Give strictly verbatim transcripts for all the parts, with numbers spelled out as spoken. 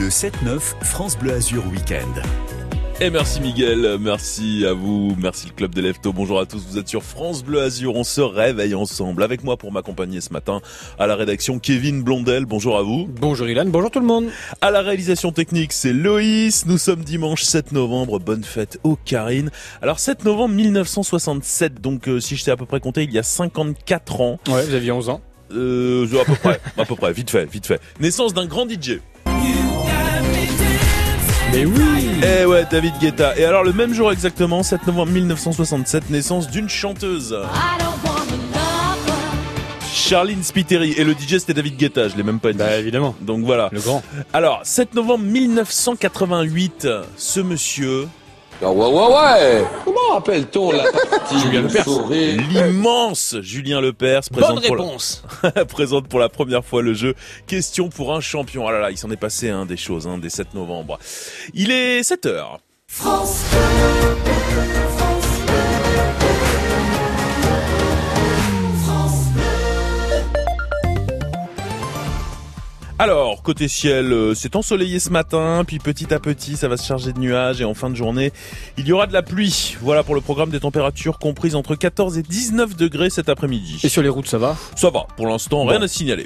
Le sept neuf France Bleu Azur Week-end. Et merci Miguel, merci à vous, merci le Club des Leftos, bonjour à tous, vous êtes sur France Bleu Azur, on se réveille ensemble. Avec moi pour m'accompagner ce matin à la rédaction, Kevin Blondel, bonjour à vous. Bonjour Ilan, bonjour tout le monde. À la réalisation technique, c'est Loïs, nous sommes dimanche sept novembre, bonne fête aux Karine. Alors sept novembre mille neuf cent soixante-sept, donc euh, si je t'ai à peu près compté, il y a cinquante-quatre ans. Ouais, vous aviez onze ans. Euh, à peu près, à peu près, vite fait, vite fait. Naissance d'un grand D J. Mais oui. Eh ouais, David Guetta. Et alors le même jour exactement, sept novembre mille neuf cent soixante-sept, naissance d'une chanteuse. Charline Spiteri. Et le D J c'était David Guetta, je l'ai même pas dit. Bah évidemment. Donc voilà. Le grand. Alors, sept novembre mille neuf cent quatre-vingt-huit, ce monsieur... Ah ouais, ouais, ouais. Comment appelle-t-on la partie Julien Lepers. souris? L'immense Julien Lepers présente, Bonne pour réponse. la... présente pour la première fois le jeu Question pour un champion. Ah là là, il s'en est passé hein, des choses hein, dès sept novembre. Il est sept heures. France. Alors, côté ciel, euh, c'est ensoleillé ce matin, puis petit à petit, ça va se charger de nuages et en fin de journée, il y aura de la pluie. Voilà pour le programme des températures comprises entre quatorze et dix-neuf degrés cet après-midi. Et sur les routes, ça va? Ça va, pour l'instant, Bon. rien à signaler.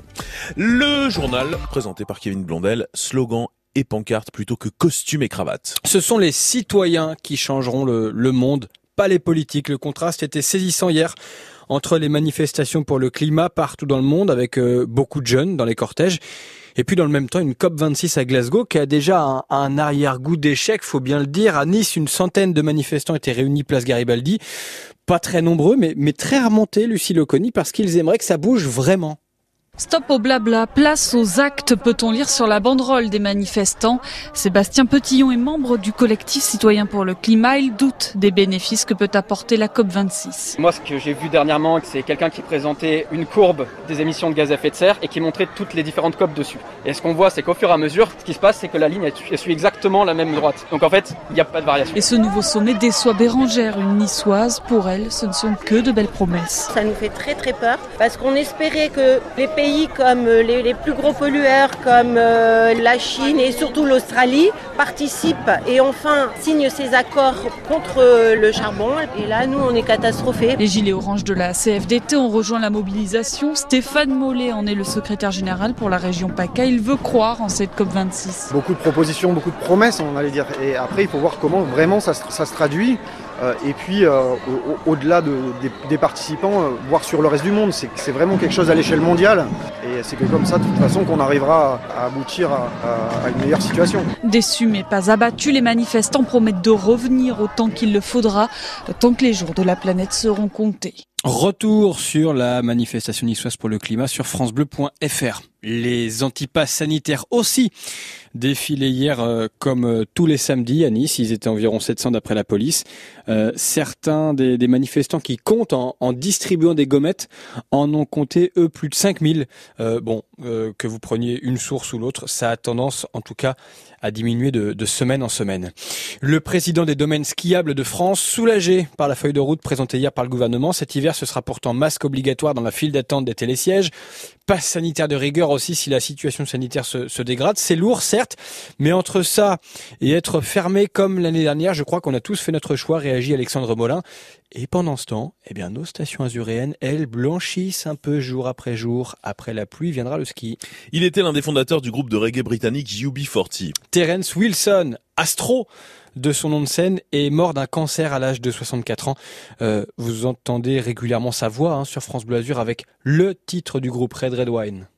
Le journal, présenté par Kevin Blondel, slogan et pancarte plutôt que costume et cravate. Ce sont les citoyens qui changeront le, le monde, pas les politiques. Le contraste était saisissant hier entre les manifestations pour le climat partout dans le monde avec euh, beaucoup de jeunes dans les cortèges. Et puis dans le même temps, une COP vingt-six à Glasgow qui a déjà un, un arrière-goût d'échec, faut bien le dire. À Nice, une centaine de manifestants étaient réunis place Garibaldi. Pas très nombreux, mais, mais très remontés, Lucie Loconi, parce qu'ils aimeraient que ça bouge vraiment. Stop au blabla, place aux actes, peut-on lire sur la banderole des manifestants. Sébastien Petillon est membre du collectif Citoyens pour le climat. Il doute des bénéfices que peut apporter la COP vingt-six. Moi, ce que j'ai vu dernièrement, c'est quelqu'un qui présentait une courbe des émissions de gaz à effet de serre et qui montrait toutes les différentes COP dessus. Et ce qu'on voit, c'est qu'au fur et à mesure, ce qui se passe, c'est que la ligne, elle suit exactement la même droite. Donc en fait, il n'y a pas de variation. Et ce nouveau sommet déçoit Bérangère, une niçoise. Pour elle, ce ne sont que de belles promesses. Ça nous fait très très peur parce qu'on espérait que les pays comme les, les plus gros pollueurs comme euh, la Chine et surtout l'Australie participent et enfin signent ces accords contre euh, le charbon. Et là, nous, on est catastrophés. Les gilets oranges de la C F D T ont rejoint la mobilisation. Stéphane Mollet en est le secrétaire général pour la région PACA. Il veut croire en cette COP vingt-six. Beaucoup de propositions, beaucoup de promesses, on allait dire. Et après, il faut voir comment vraiment ça, ça se traduit. Euh, et puis, euh, au, au-delà de, des, des participants, euh, voir sur le reste du monde. C'est, c'est vraiment quelque chose à l'échelle mondiale. Et c'est que comme ça, de toute façon, qu'on arrivera à, à aboutir à, à, à une meilleure situation. Déçus mais pas abattus, les manifestants promettent de revenir autant qu'il le faudra, tant que les jours de la planète seront comptés. Retour sur la manifestation niçoise pour le climat sur francebleu point f r. Les antipasses sanitaires aussi défilaient hier euh, comme euh, tous les samedis à Nice. Ils étaient environ sept cents d'après la police. Euh, certains des, des manifestants qui comptent en, en distribuant des gommettes en ont compté, eux, plus de cinq mille. Euh, bon, euh, que vous preniez une source ou l'autre, ça a tendance, en tout cas, à diminuer de, de semaine en semaine. Le président des domaines skiables de France, soulagé par la feuille de route présentée hier par le gouvernement. Cet hiver, ce sera pourtant masque obligatoire dans la file d'attente des télésièges. Passe sanitaire de rigueur aussi si la situation sanitaire se, se dégrade. C'est lourd, certes, mais entre ça et être fermé comme l'année dernière, je crois qu'on a tous fait notre choix, réagit Alexandre Molin. Et pendant ce temps, eh bien, nos stations azuréennes, elles, blanchissent un peu jour après jour. Après la pluie viendra le ski. Il était l'un des fondateurs du groupe de reggae britannique U B quarante. Terence Wilson, astro de son nom de scène, est mort d'un cancer à l'âge de soixante-quatre ans. Euh, vous entendez régulièrement sa voix hein, sur France Bleu Azur avec le titre du groupe Red Red Wine.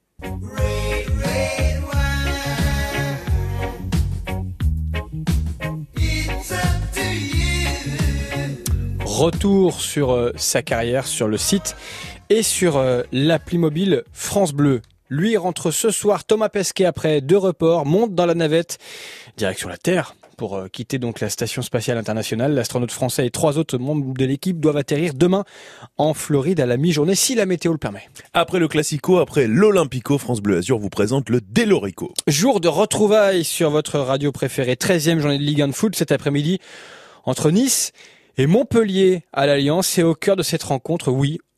Retour sur euh, sa carrière sur le site et sur euh, l'appli mobile France Bleu. Lui rentre ce soir, Thomas Pesquet, après deux reports, monte dans la navette, direction la Terre, pour euh, quitter donc la Station Spatiale Internationale. L'astronaute français et trois autres membres de l'équipe doivent atterrir demain en Floride à la mi-journée, si la météo le permet. Après le Classico, après l'Olympico, France Bleu Azur vous présente le Delorico. Jour de retrouvailles sur votre radio préférée, treizième journée de Ligue un de foot cet après-midi, entre Nice et Montpellier à l'Alliance. Et au cœur de cette rencontre, oui,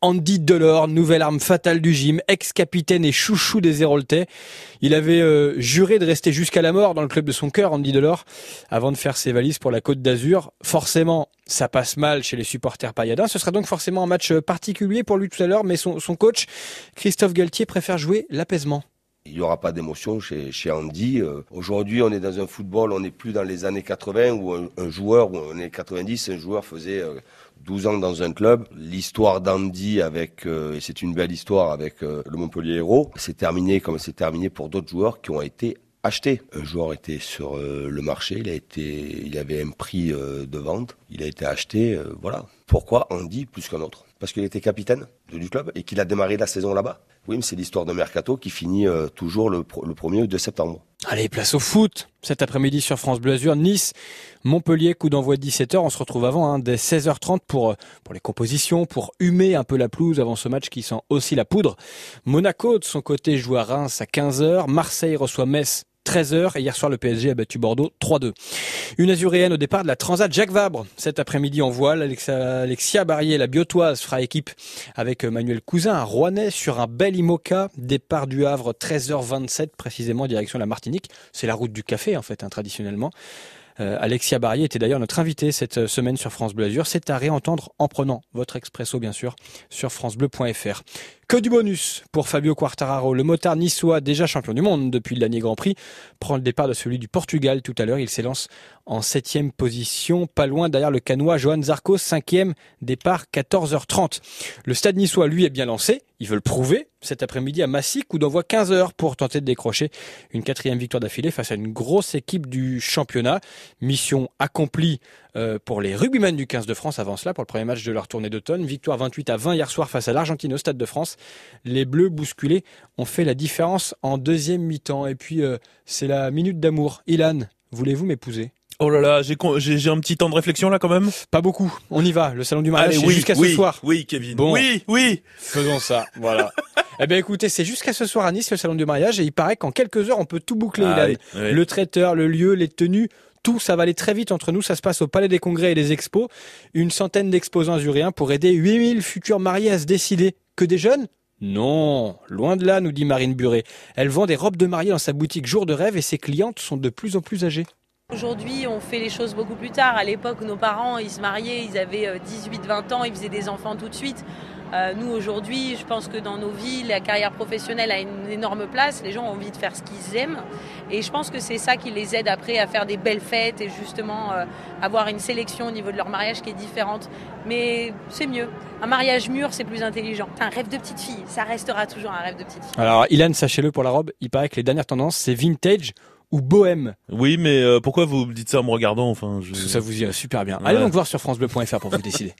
Andy Delors, nouvelle arme fatale du gym, ex-capitaine et chouchou des Héroltais. Il avait euh, juré de rester jusqu'à la mort dans le club de son cœur, Andy Delors, avant de faire ses valises pour la Côte d'Azur. Forcément, ça passe mal chez les supporters pailladins. Ce sera donc forcément un match particulier pour lui tout à l'heure, mais son, son coach, Christophe Galtier, préfère jouer l'apaisement. Il n'y aura pas d'émotion chez, chez Andy. Euh, aujourd'hui, on est dans un football, on n'est plus dans les années quatre-vingts où un, un joueur, ou on est quatre-vingt-dix, un joueur faisait euh, douze ans dans un club. L'histoire d'Andy avec, euh, et c'est une belle histoire avec euh, le Montpellier Hérault, c'est terminé comme c'est terminé pour d'autres joueurs qui ont été achetés. Un joueur était sur euh, le marché, il a été, il avait un prix euh, de vente, il a été acheté, euh, voilà. Pourquoi Andy plus qu'un autre ? Parce qu'il était capitaine du club et qu'il a démarré la saison là-bas. Oui, mais c'est l'histoire de Mercato qui finit euh, toujours le, le premier ou deux septembre. Allez, place au foot. Cet après-midi sur France Bleu Azur, Nice, Montpellier, coup d'envoi de dix-sept heures. On se retrouve avant, hein, dès seize heures trente pour, pour les compositions, pour humer un peu la pelouse avant ce match qui sent aussi la poudre. Monaco, de son côté, joue à Reims à quinze heures. Marseille reçoit Metz treize heures et hier soir le P S G a battu Bordeaux trois deux. Une azuréenne au départ de la Transat Jacques Vabre. Cet après-midi en voile, Alexia, Alexia Barrier, la Biotoise, fera équipe avec Manuel Cousin à Rouennais sur un bel IMOCA. Départ du Havre treize heures vingt-sept précisément direction la Martinique. C'est la route du café en fait, hein, traditionnellement. Euh, Alexia Barrier était d'ailleurs notre invitée cette semaine sur France Bleu Azur. C'est à réentendre en prenant votre expresso bien sûr sur francebleu point f r. Que du bonus pour Fabio Quartararo. Le motard niçois, déjà champion du monde depuis le dernier Grand Prix, prend le départ de celui du Portugal tout à l'heure. Il s'élance en septième position, pas loin derrière le Canois Johan Zarco, cinquième, départ quatorze heures trente. Le stade niçois, lui, est bien lancé. Il veut le prouver cet après-midi à Massy, coup d'envoi quinze heures pour tenter de décrocher une quatrième victoire d'affilée face à une grosse équipe du championnat. Mission accomplie euh, pour les rugbymen du quinze de France avant cela, pour le premier match de leur tournée d'automne. Victoire vingt-huit à vingt hier soir face à l'Argentine au Stade de France. Les Bleus bousculés ont fait la différence en deuxième mi-temps. Et puis, euh, c'est la minute d'amour. Ilan, voulez-vous m'épouser ? Oh là là, j'ai, j'ai, j'ai un petit temps de réflexion là quand même. Pas beaucoup. On y va. Le salon du mariage, Allez, c'est oui, jusqu'à oui, ce soir. Oui, Kevin. Bon. Oui, oui. Faisons ça. Voilà. Eh bien, écoutez, c'est jusqu'à ce soir à Nice, le salon du mariage. Et il paraît qu'en quelques heures, on peut tout boucler, ah, Ilan. Oui, oui. Le traiteur, le lieu, les tenues. Tout, ça va aller très vite entre nous. Ça se passe au Palais des Congrès et des Expos. Une centaine d'exposants azuréens pour aider huit mille futurs mariés à se décider. Que des jeunes ? Non, loin de là, nous dit Marine Buret. Elle vend des robes de mariée dans sa boutique Jour de Rêve et ses clientes sont de plus en plus âgées. Aujourd'hui, on fait les choses beaucoup plus tard. À l'époque, nos parents, ils se mariaient, ils avaient dix-huit vingt ans, ils faisaient des enfants tout de suite. Euh, nous, aujourd'hui, je pense que dans nos vies, la carrière professionnelle a une énorme place. Les gens ont envie de faire ce qu'ils aiment. Et je pense que c'est ça qui les aide après à faire des belles fêtes et justement euh, avoir une sélection au niveau de leur mariage qui est différente. Mais c'est mieux. Un mariage mûr, c'est plus intelligent. Un rêve de petite fille, ça restera toujours un rêve de petite fille. Alors, Ilan, sachez-le pour la robe, il paraît que les dernières tendances, c'est vintage ou bohème. Oui, mais euh, pourquoi vous me dites ça en me regardant, enfin, je... Parce que ça vous irait super bien. Ouais. Allez donc voir sur francebleu point f r pour vous décider.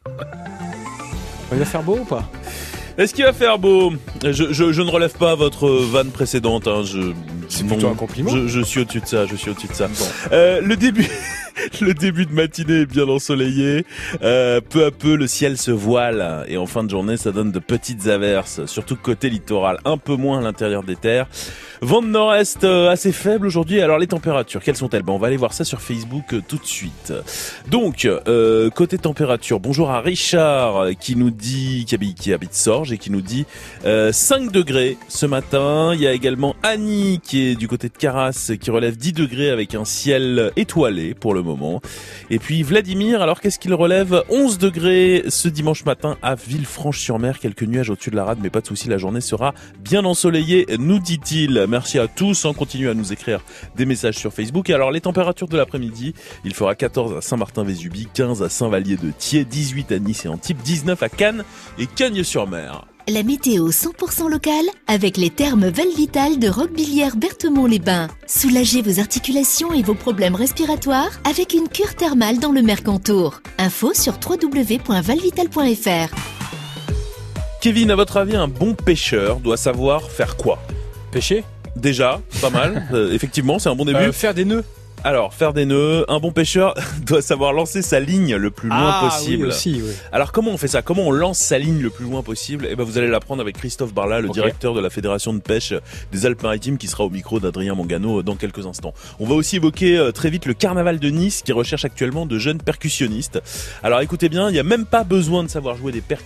Il va faire beau ou pas ? Est-ce qu'il va faire beau ? je, je, je ne relève pas votre vanne précédente. Hein. Je, C'est non, plutôt un compliment. Je, je suis au-dessus de ça. Je suis au-dessus de ça. Bon. Euh, le début, le début de matinée est bien ensoleillé. Euh, peu à peu, le ciel se voile et en fin de journée, ça donne de petites averses, surtout côté littoral, un peu moins à l'intérieur des terres. Vent de nord-est euh, assez faible aujourd'hui. Alors les températures, quelles sont-elles ? Ben, on va aller voir ça sur Facebook euh, tout de suite. Donc euh, côté température, bonjour à Richard qui nous dit qui habite, qui habite Sorges et qui nous dit euh, cinq degrés ce matin. Il y a également Annie qui est du côté de Carras qui relève dix degrés avec un ciel étoilé pour le moment. Et puis Vladimir, alors qu'est-ce qu'il relève ? onze degrés ce dimanche matin à Villefranche-sur-Mer. Quelques nuages au-dessus de la rade, mais pas de souci, la journée sera bien ensoleillée, nous dit-il. Merci à tous, on continue à nous écrire des messages sur Facebook. Et alors les températures de l'après-midi, il fera quatorze à Saint-Martin-Vésubie, quinze à Saint-Vallier-de-Thiers, dix-huit à Nice et Antibes, dix-neuf à Cannes et Cagnes-sur-Mer. La météo cent pour cent locale avec les thermes Valvital de Roquebillière-Berthemont-les-Bains. Soulagez vos articulations et vos problèmes respiratoires avec une cure thermale dans le Mercantour. Info sur w w w point valvital point f r. Kevin, à votre avis, un bon pêcheur doit savoir faire quoi ? Pêcher ? Déjà, pas mal. euh, effectivement, c'est un bon début. Euh, faire des nœuds. Alors, faire des nœuds, un bon pêcheur doit savoir lancer sa ligne le plus loin ah, possible. Oui aussi, oui. Alors, comment on fait ça ? Comment on lance sa ligne le plus loin possible ? Eh ben, vous allez l'apprendre avec Christophe Barla, le okay. directeur de la Fédération de pêche des Alpes-Maritimes, qui sera au micro d'Adrien Mangano dans quelques instants. On va aussi évoquer euh, très vite le Carnaval de Nice, qui recherche actuellement de jeunes percussionnistes. Alors, écoutez bien, il n'y a même pas besoin de savoir jouer des percus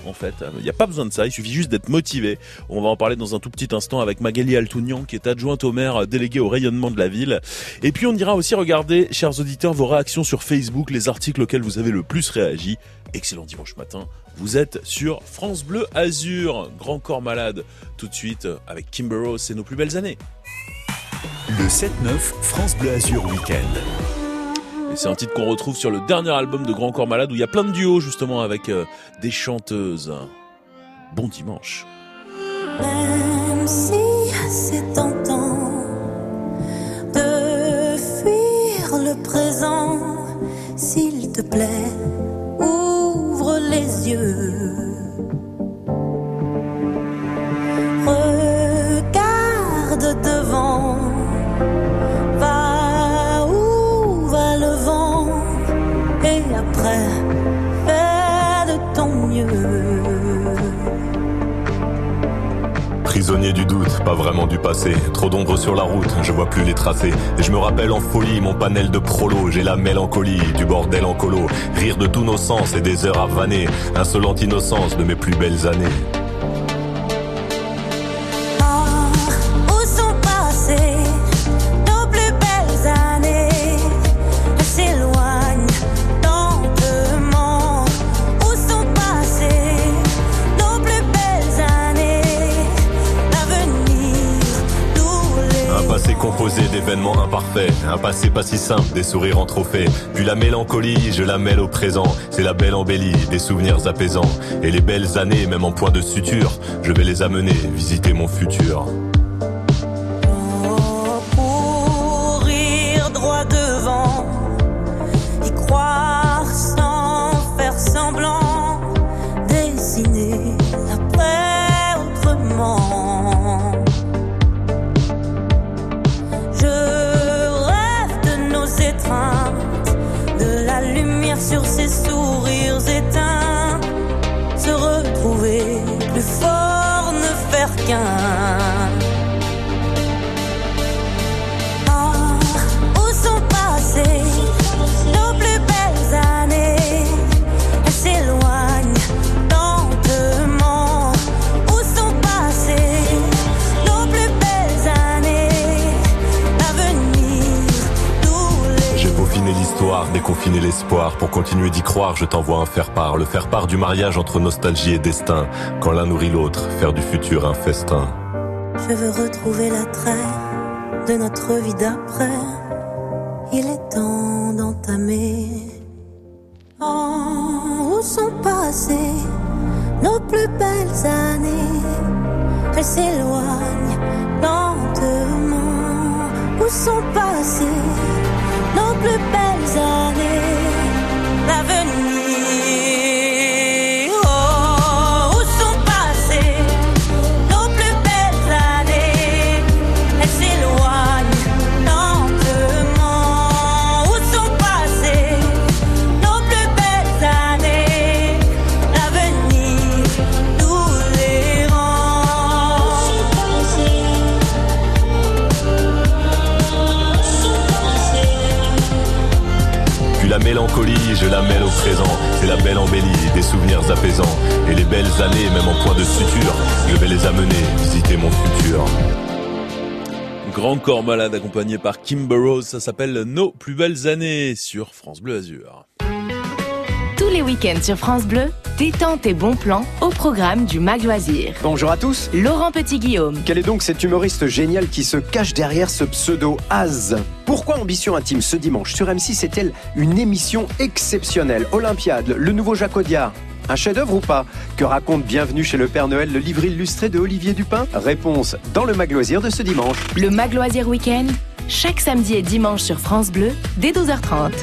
en fait. Il n'y a pas besoin de ça, il suffit juste d'être motivé. On va en parler dans un tout petit instant avec Magali Altounian, qui est adjointe au maire déléguée au rayonnement de la ville. Et puis on ira aussi regarder, chers auditeurs, vos réactions sur Facebook, les articles auxquels vous avez le plus réagi. Excellent dimanche matin, vous êtes sur France Bleu Azur. Grand Corps Malade, tout de suite avec Kimber Rose, c'est nos plus belles années. Le sept neuf France Bleu Azur Week-end. Et c'est un titre qu'on retrouve sur le dernier album de Grand Corps Malade où il y a plein de duos justement avec euh, des chanteuses. Bon dimanche. Même si c'est tentant de fuir le présent, s'il te plaît, ouvre les yeux. Regarde devant, va où va le vent, et après, fais de ton mieux. Prisonnier du doute, pas vraiment du passé. Trop d'ombre sur la route, je vois plus les tracés. Et je me rappelle en folie mon panel de prolo. J'ai la mélancolie du bordel en colo. Rire de tous nos sens et des heures à vanner. Insolente innocence de mes plus belles années. Composé d'événements imparfaits, un passé pas si simple, des sourires en trophée. Puis la mélancolie, je la mêle au présent. C'est la belle embellie, des souvenirs apaisants. Et les belles années, même en point de suture, je vais les amener visiter mon futur. Oh, courir droit devant, y croire sans faire semblant, dessiner l'après autrement. De la lumière sur ses sourires éteints, se retrouver plus fort, ne faire qu'un. Ah, où sont passées nos plus belles années? Elles s'éloignent lentement. Où sont passées nos plus belles années? L'avenir. Peaufiner l'histoire, déconfiner l'espoir. Pour continuer d'y croire, je t'envoie un faire-part. Le faire-part du mariage entre nostalgie et destin. Quand l'un nourrit l'autre, faire du futur un festin. Je veux retrouver l'attrait de notre vie d'après. Il est temps d'entamer. Oh, où sont passées nos plus belles années? Elles s'éloignent lentement. Où sont passées nos plus belles années, l'avenir. Oh, où sont passées nos plus belles années? Elles s'éloignent lentement. Où sont passées nos plus belles années? L'avenir nous les rend. Puis la mélancolie, je la mêle au présent. C'est la belle embellie, des souvenirs apaisants. Et les belles années, même en point de suture, je vais les amener visiter mon futur. Grand Corps Malade accompagné par Kimber Rose, ça s'appelle Nos plus belles années sur France Bleu Azur. Tous les week-ends sur France Bleu, détente et bons plans au programme du Mag Loisir. Bonjour à tous. Laurent Petit-Guillaume. Quel est donc cet humoriste génial qui se cache derrière ce pseudo Az? Pourquoi Ambition Intime ce dimanche sur M six est-elle une émission exceptionnelle? Olympiade, le nouveau Jacques Audiard, un chef-d'œuvre ou pas? Que raconte Bienvenue chez le Père Noël, le livre illustré de Olivier Dupin? Réponse dans le Mag Loisir de ce dimanche. Le Mag Loisir Week-end, chaque samedi et dimanche sur France Bleu, dès douze heures trente.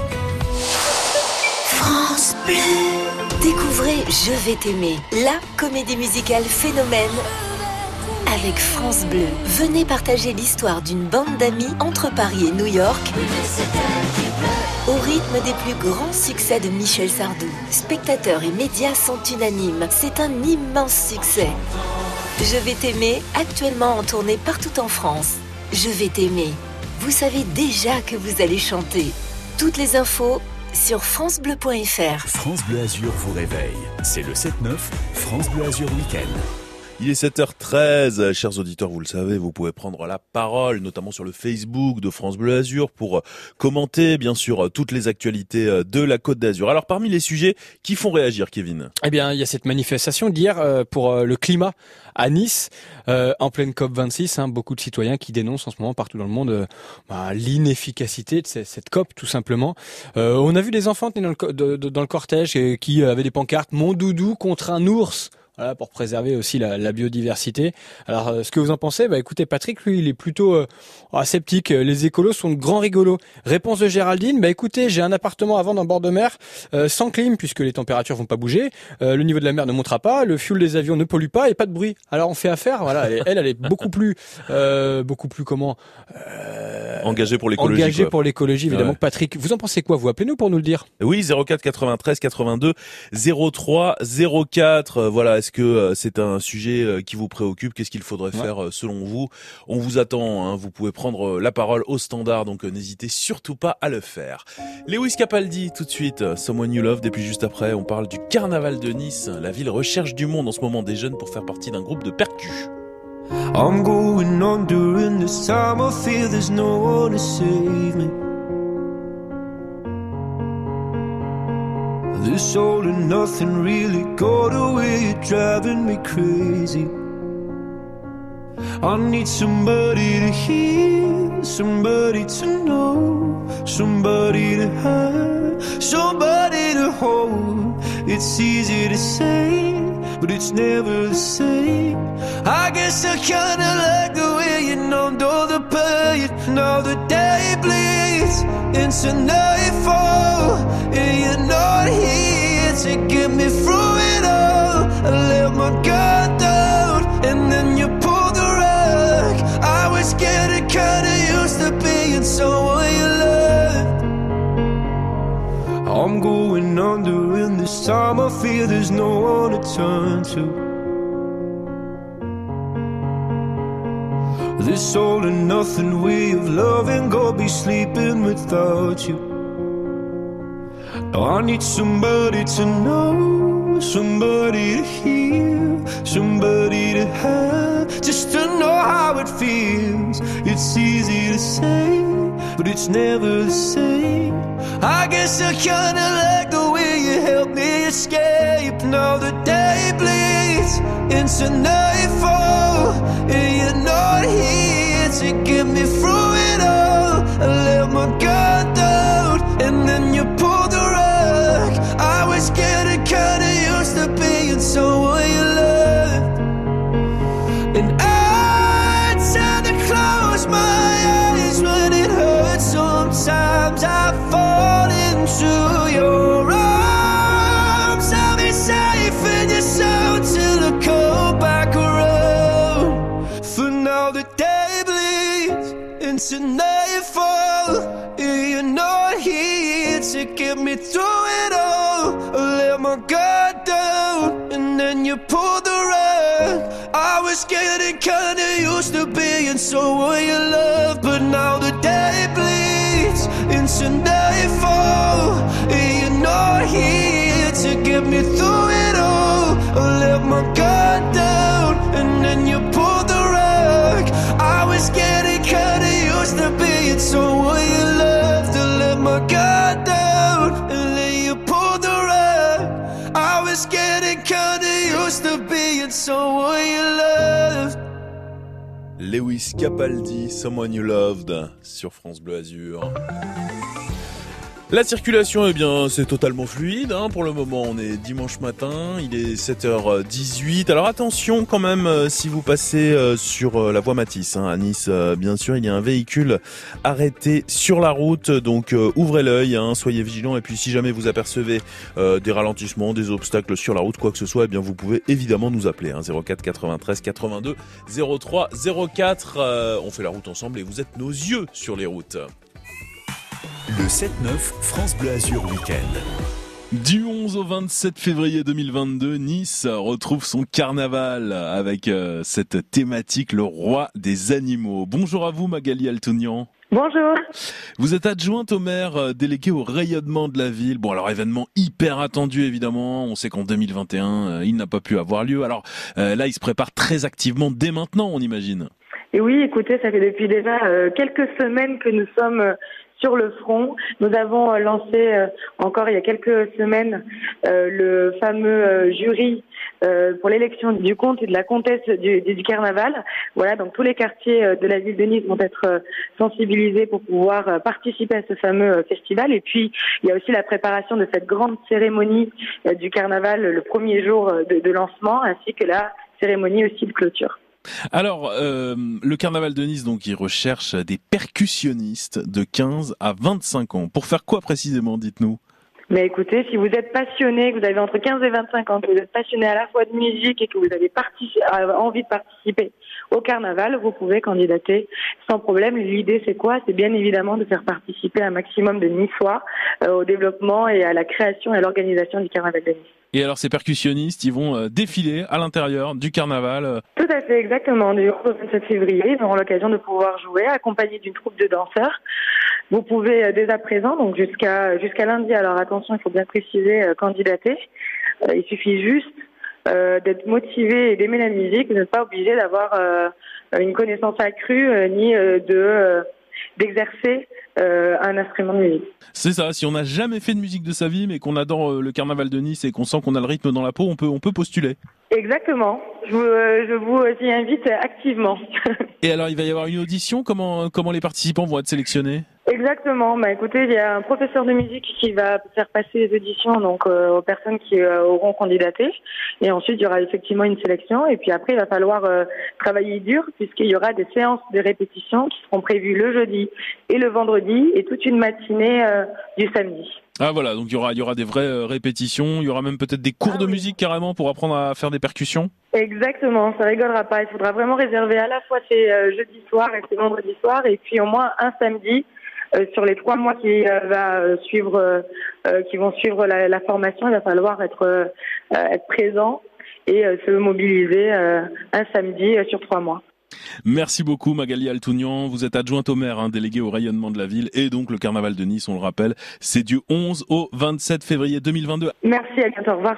France Bleu. Découvrez Je vais t'aimer, la comédie musicale phénomène avec France Bleu. Venez partager l'histoire d'une bande d'amis entre Paris et New York au rythme des plus grands succès de Michel Sardou. Spectateurs et médias sont unanimes. C'est un immense succès. Je vais t'aimer, actuellement en tournée partout en France. Je vais t'aimer. Vous savez déjà que vous allez chanter. Toutes les infos sur francebleu point fr. France Bleu Azur vous réveille. C'est le sept neuf, France Bleu Azur Week-end. Il est sept heures treize, chers auditeurs, vous le savez, vous pouvez prendre la parole, notamment sur le Facebook de France Bleu Azur, pour commenter, bien sûr, toutes les actualités de la Côte d'Azur. Alors, parmi les sujets qui font réagir, Kevin? Eh bien, il y a cette manifestation d'hier euh, pour euh, le climat à Nice, euh, en pleine COP vingt-six. Hein, beaucoup de citoyens qui dénoncent en ce moment partout dans le monde euh, bah, l'inefficacité de cette, cette COP, tout simplement. Euh, on a vu des enfants tenir dans le, de, de, dans le cortège et qui avaient des pancartes « Mon doudou contre un ours ». Voilà, pour préserver aussi la, la biodiversité. Alors, euh, ce que vous en pensez? Bah, écoutez, Patrick, lui, il est plutôt euh, oh, sceptique. Les écolos sont de grands rigolos. Réponse de Géraldine. Bah, écoutez, j'ai un appartement à vendre en bord de mer, euh, sans clim, puisque les températures vont pas bouger. Euh, le niveau de la mer ne montera pas. Le fuel des avions ne pollue pas et pas de bruit. Alors, on fait affaire. Voilà, elle, elle, elle est beaucoup plus, euh, beaucoup plus comment euh, engagée pour l'écologie. Engagée pour l'écologie, évidemment. Ouais. Patrick, vous en pensez quoi? Vous appelez-nous pour nous le dire. Oui, zéro quatre quatre-vingt-treize quatre-vingt-deux zéro trois zéro quatre. Voilà. Est-ce que c'est un sujet qui vous préoccupe? Qu'est-ce qu'il faudrait faire ouais. selon vous? On vous attend, hein. Vous pouvez prendre la parole au standard, donc n'hésitez surtout pas à le faire. Lewis Capaldi, tout de suite, Someone You Loved, et puis juste après, on parle du carnaval de Nice. La ville recherche du monde en ce moment, des jeunes pour faire partie d'un groupe de percus. I'm going on during this time, I feel there's no one to save me. This all and nothing really got away, you're driving me crazy. I need somebody to hear, somebody to know, somebody to have, somebody to hold. It's easy to say, but it's never the same. I guess I kinda like the way you numbed all the pain. Now the day bleeds into nightfall, and you're not here to get me through it all. I let my guard down, and then you pulled the rug. I was getting kinda used to being someone you loved. I'm going under, and this time I feel there's no one to turn to. This all and nothing way of loving, go be sleeping without you. Now I need somebody to know, somebody to hear, somebody to have, just to know how it feels. It's easy to say, but it's never the same. I guess I kinda like the way you help me escape. Now the day bleeds into nightfall, and you're not here to get me through it all. I let my guard down, and then you pulled the rug. I was getting kinda used to being someone you loved, and I tend to close my eyes when it hurts. Sometimes I fall into your arms. I'll be safe in your soul till I come back around. For now the day bleeds into nightfall, and you're not here to get me through it all. I let my guard down, and then you pulled the rug. I was getting kinda used to being someone you love, but now the day bleeds into nightfall, and you're not here to get me through it all. I let my guard down, and then you pulled the rug. I was getting kinda used to being someone you loved. I let my guard down, and then you pulled the rug. I was getting kinda used to being someone you loved. Lewis Capaldi, Someone You Loved, sur France Bleu Azur. La circulation, eh bien, c'est totalement fluide, hein. Pour le moment, on est dimanche matin, il est sept heures dix-huit. Alors attention quand même, euh, si vous passez euh, sur euh, la voie Matisse, hein, à Nice, euh, bien sûr, il y a un véhicule arrêté sur la route, donc euh, ouvrez l'œil, hein, soyez vigilants. Et puis si jamais vous apercevez euh, des ralentissements, des obstacles sur la route, quoi que ce soit, eh bien vous pouvez évidemment nous appeler, hein, zéro quatre quatre-vingt-treize quatre-vingt-deux zéro trois zéro quatre. Euh, on fait la route ensemble et vous êtes nos yeux sur les routes. Le sept neuf, France Bleu Azur Week-end. Du onze au vingt-sept février deux mille vingt-deux, Nice retrouve son carnaval avec euh, cette thématique, le roi des animaux. Bonjour à vous Magali Altounian. Bonjour. Vous êtes adjointe au maire, euh, déléguée au rayonnement de la ville. Bon, alors événement hyper attendu évidemment. On sait qu'en deux mille vingt et un, euh, il n'a pas pu avoir lieu. Alors euh, là, il se prépare très activement dès maintenant, on imagine. Et oui, écoutez, ça fait depuis déjà euh, quelques semaines que nous sommes euh, sur le front. Nous avons euh, lancé euh, encore il y a quelques semaines euh, le fameux euh, jury euh, pour l'élection du comte et de la comtesse du, du, du carnaval. Voilà, donc tous les quartiers euh, de la ville de Nice vont être euh, sensibilisés pour pouvoir euh, participer à ce fameux euh, festival. Et puis, il y a aussi la préparation de cette grande cérémonie euh, du carnaval le premier jour euh, de, de lancement, ainsi que la cérémonie aussi de clôture. Alors, euh, le carnaval de Nice, donc, il recherche des percussionnistes de quinze à vingt-cinq ans. Pour faire quoi précisément, dites-nous? Mais écoutez, si vous êtes passionné, que vous avez entre quinze et vingt-cinq ans, que vous êtes passionné à la fois de musique et que vous avez particip- envie de participer au carnaval, vous pouvez candidater sans problème. L'idée, c'est quoi? C'est bien évidemment de faire participer un maximum de Niçois euh, au développement et à la création et à l'organisation du carnaval de Nice. Et alors, ces percussionnistes, ils vont euh, défiler à l'intérieur du carnaval. Euh... Tout à fait, exactement. Du onze au vingt-sept février, ils auront l'occasion de pouvoir jouer, accompagnés d'une troupe de danseurs. Vous pouvez euh, dès à présent, donc jusqu'à jusqu'à lundi, alors attention, il faut bien préciser, euh, candidater. Euh, il suffit juste euh, d'être motivé et d'aimer la musique, vous n'êtes pas obligé d'avoir euh, une connaissance accrue, euh, ni euh, de euh, d'exercer euh, un instrument de musique. C'est ça, si on n'a jamais fait de musique de sa vie, mais qu'on adore euh, le carnaval de Nice et qu'on sent qu'on a le rythme dans la peau, on peut, on peut postuler. Exactement. Je vous, euh, je vous y invite activement. Et alors, il va y avoir une audition. Comment, comment les participants vont être sélectionnés? Exactement. Bah, écoutez, il y a un professeur de musique qui va faire passer les auditions donc euh, aux personnes qui euh, auront candidaté. Et ensuite, il y aura effectivement une sélection. Et puis après, il va falloir euh, travailler dur puisqu'il y aura des séances de répétition qui seront prévues le jeudi et le vendredi et toute une matinée euh, du samedi. Ah voilà, donc il y aura, il y aura des vraies euh, répétitions. Il y aura même peut-être des cours ah, de oui. musique carrément pour apprendre à faire des percussions. Exactement, ça rigolera pas. Il faudra vraiment réserver à la fois ces euh, jeudi soir et ces vendredi soir et puis au moins un samedi. Euh, sur les trois mois qui euh, va euh, suivre, euh, qui vont suivre la, la formation, il va falloir être euh, être présent et euh, se mobiliser euh, un samedi euh, sur trois mois. Merci beaucoup Magali Altounian, vous êtes adjointe au maire, hein, déléguée au rayonnement de la ville et donc le carnaval de Nice, on le rappelle, c'est du onze au vingt-sept février deux mille vingt-deux. Merci, à bientôt, au revoir.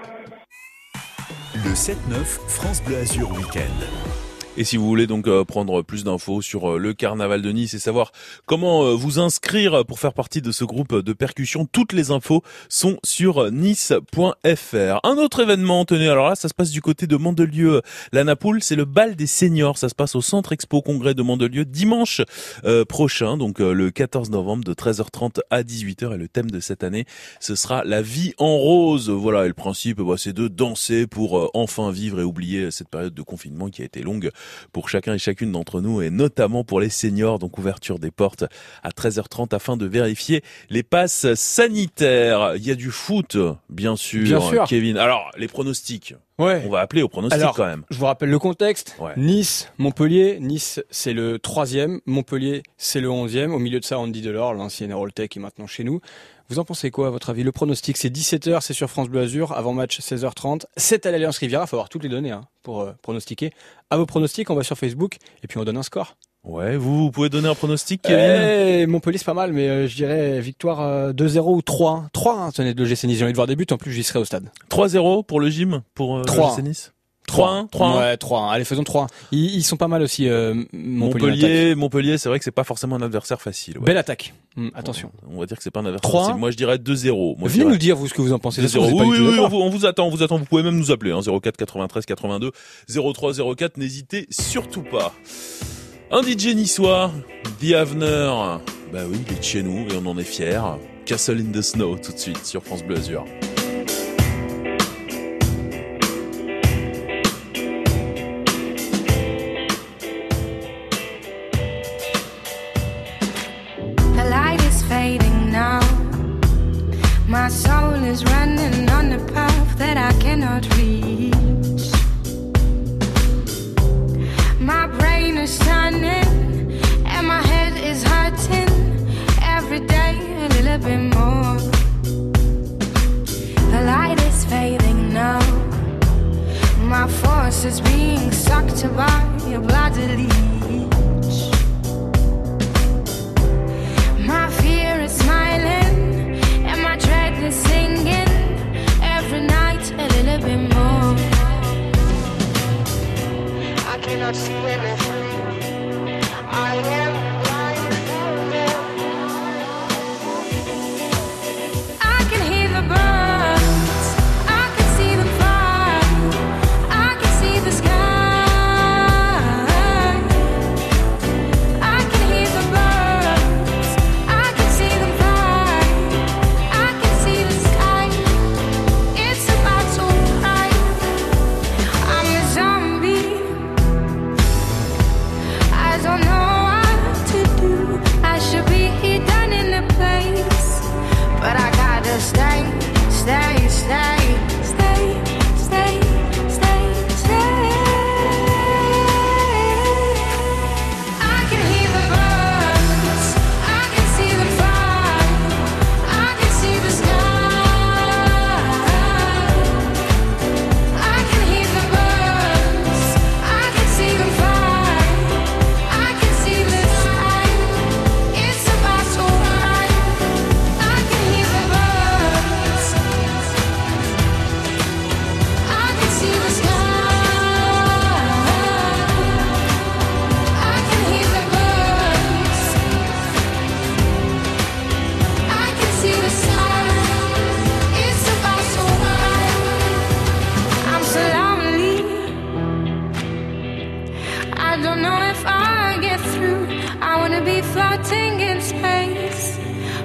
Le sept neuf France Bleu Azur Week-end. Et si vous voulez donc euh, prendre plus d'infos sur euh, le carnaval de Nice et savoir comment euh, vous inscrire pour faire partie de ce groupe de percussion, toutes les infos sont sur nice point f r. Un autre événement, tenez, alors là ça se passe du côté de Mandelieu, la Napoule, c'est le bal des seniors, ça se passe au Centre Expo Congrès de Mandelieu dimanche euh, prochain, donc euh, le quatorze novembre de treize heures trente à dix-huit heures et le thème de cette année, ce sera la vie en rose. Voilà, et le principe bah, c'est de danser pour euh, enfin vivre et oublier cette période de confinement qui a été longue pour chacun et chacune d'entre nous et notamment pour les seniors. Donc ouverture des portes à treize heures trente afin de vérifier les passes sanitaires. Il y a du foot, bien sûr, bien sûr. Kevin. Alors, les pronostics. Ouais. On va appeler au pronostic Alors, quand même. Je vous rappelle le contexte. Ouais. Nice, Montpellier. Nice, c'est le troisième. Montpellier, c'est le onzième. Au milieu de ça, Andy Delors, l'ancien Aeroltech, est maintenant chez nous. Vous en pensez quoi, à votre avis? Le pronostic, c'est dix-sept heures, c'est sur France Bleu Azur, avant match seize heures trente. C'est à l'Alliance Riviera, faut avoir toutes les données hein, pour euh, pronostiquer. À vos pronostics, on va sur Facebook et puis on donne un score. Ouais, vous, vous pouvez donner un pronostic, Kevin? Eh, Montpellier, c'est pas mal, mais euh, je dirais victoire euh, deux zéro ou trois un. trois un, tenez, de l'O G C Nice. J'ai envie de voir des buts, en plus j'y serai au stade. trois zéro pour le gym, pour euh, l'O G C Nice. trois un, trois un. Ouais, trois un. Allez, faisons trois un. Ils, ils sont pas mal aussi, euh, Montpellier. Montpellier, Montpellier, c'est vrai que c'est pas forcément un adversaire facile. Ouais. Belle attaque. Hum, attention. On va dire que c'est pas un adversaire facile. Moi, je dirais deux zéro. Moi, Venez dirais... nous dire, vous, ce que vous en pensez. deux zéro. Oui, oui, oui, on vous, on vous attend, on vous attend. Vous pouvez même nous appeler, hein, zéro quatre quatre-vingt-treize quatre-vingt-deux zéro trois zéro quatre. N'hésitez surtout pas. Un D J niçois, The Avener. Bah oui, il est de chez nous et on en est fiers. Castle in the Snow, tout de suite, sur France Bleu Azur. My soul is running on a path that I cannot reach. My brain is turning and my head is hurting every day a little bit more. The light is fading now. My force is being sucked by a bloody leech.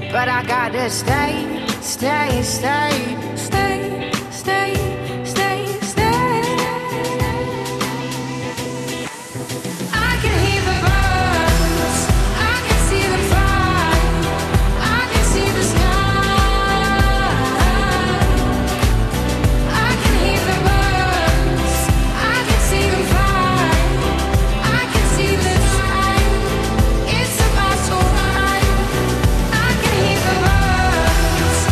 but I gotta stay, stay, stay, stay, stay, stay, stay. I can hear the birds, I can see them fly, I can see the sky. I can hear the birds, I can see them fly, I can see the sky. It's about to rhyme. I can hear the birds.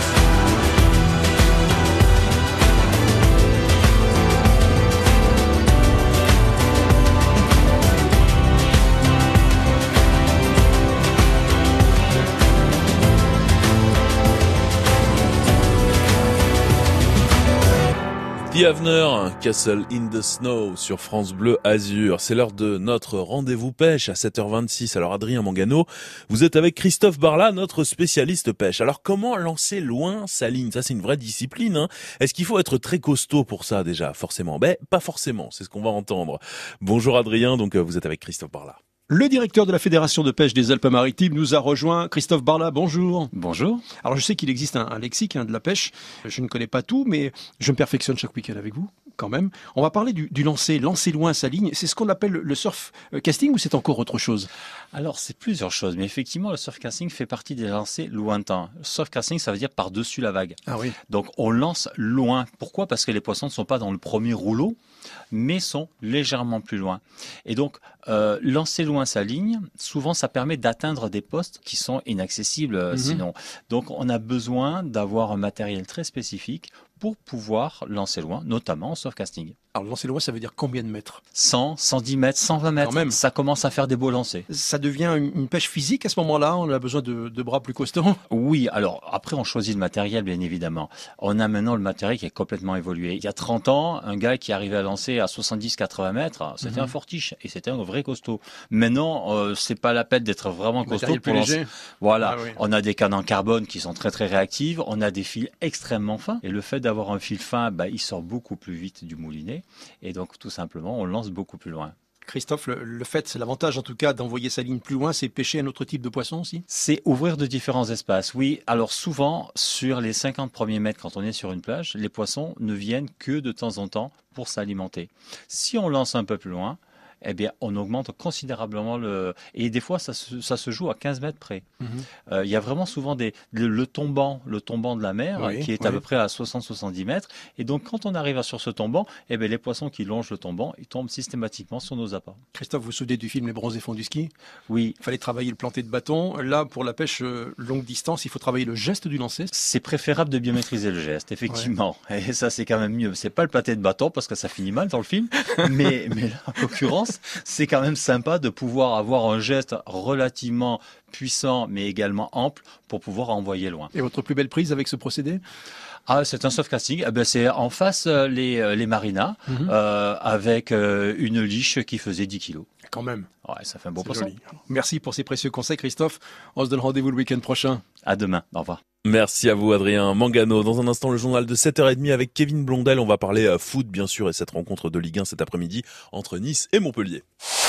The Avener, Castle in the Snow sur France Bleu Azur. C'est l'heure de notre rendez-vous pêche à sept heures vingt-six. Alors Adrien Mangano, vous êtes avec Christophe Barla, notre spécialiste pêche. Alors comment lancer loin sa ligne? Ça c'est une vraie discipline, hein. Est-ce qu'il faut être très costaud pour ça déjà, forcément? Ben pas forcément, c'est ce qu'on va entendre. Bonjour Adrien, donc vous êtes avec Christophe Barla. Le directeur de la Fédération de pêche des Alpes-Maritimes nous a rejoint. Christophe Barla, bonjour. Bonjour. Alors je sais qu'il existe un, un lexique hein, de la pêche. Je ne connais pas tout, mais je me perfectionne chaque week-end avec vous, quand même. On va parler du, du lancer, lancer loin sa ligne. C'est ce qu'on appelle le surf casting ou c'est encore autre chose? Alors c'est plusieurs choses, mais effectivement le surf casting fait partie des lancers lointains. Le surf casting, ça veut dire par-dessus la vague. Ah oui. Donc on lance loin. Pourquoi? Parce que les poissons ne sont pas dans le premier rouleau, mais sont légèrement plus loin. Et donc euh, lancer loin sa ligne, souvent ça permet d'atteindre des postes qui sont inaccessibles euh, Mhm. sinon. Donc on a besoin d'avoir un matériel très spécifique pour pouvoir lancer loin, notamment en surf casting. Alors lancer loin, ça veut dire combien de mètres? cent, cent dix mètres, cent vingt mètres, Quand même. ça commence à faire des beaux lancers. Ça devient une, une pêche physique à ce moment-là? On a besoin de, de bras plus costauds? Oui, alors après on choisit le matériel bien évidemment. On a maintenant le matériel qui est complètement évolué. Il y a trente ans, un gars qui arrivait à lancer à soixante-dix à quatre-vingts mètres, c'était Mhm. un fortiche et c'était un vrai costaud. Maintenant, euh, c'est pas la peine d'être vraiment Le costaud matériel pour plus lancer. léger. Voilà, Ah oui. on a des cannes en carbone qui sont très très réactives, on a des fils extrêmement fins et le fait d'avoir un fil fin, bah, il sort beaucoup plus vite du moulinet et donc tout simplement on lance beaucoup plus loin. Christophe, le, le fait, c'est l'avantage en tout cas d'envoyer sa ligne plus loin, c'est pêcher un autre type de poisson aussi? C'est ouvrir de différents espaces, oui. Alors souvent, sur les cinquante premiers mètres, quand on est sur une plage, les poissons ne viennent que de temps en temps pour s'alimenter. Si on lance un peu plus loin, eh bien, on augmente considérablement le... Et des fois, ça se, ça se joue à quinze mètres près. Mhm. Euh, il y a vraiment souvent des... le, le tombant, le tombant de la mer, Oui, qui est à oui. peu près à soixante à soixante-dix mètres. Et donc, quand on arrive sur ce tombant, eh bien, les poissons qui longent le tombant, ils tombent systématiquement sur nos appâts. Christophe, vous vous souvenez du film Les bronzés font du ski? Oui. Il fallait travailler le planté de bâton. Là, pour la pêche euh, longue distance, il faut travailler le geste du lancer. C'est préférable de bien maîtriser le geste, effectivement. Et ça, c'est quand même mieux. C'est pas le planté de bâton parce que ça finit mal dans le film. mais, mais là, en l'occurrence, c'est quand même sympa de pouvoir avoir un geste relativement puissant, mais également ample pour pouvoir envoyer loin. Et votre plus belle prise avec ce procédé? Ah, c'est un soft casting. Eh ben, c'est en face euh, les, euh, les marinas, Mhm. euh, avec euh, une liche qui faisait dix kilos. Quand même. Ouais, ça fait un beau C'est poisson. joli. Merci pour ces précieux conseils, Christophe. On se donne rendez-vous le week-end prochain. À demain. Au revoir. Merci à vous Adrien Mangano. Dans un instant, le journal de sept heures trente avec Kevin Blondel. On va parler euh, foot, bien sûr, et cette rencontre de Ligue un cet après-midi entre Nice et Montpellier.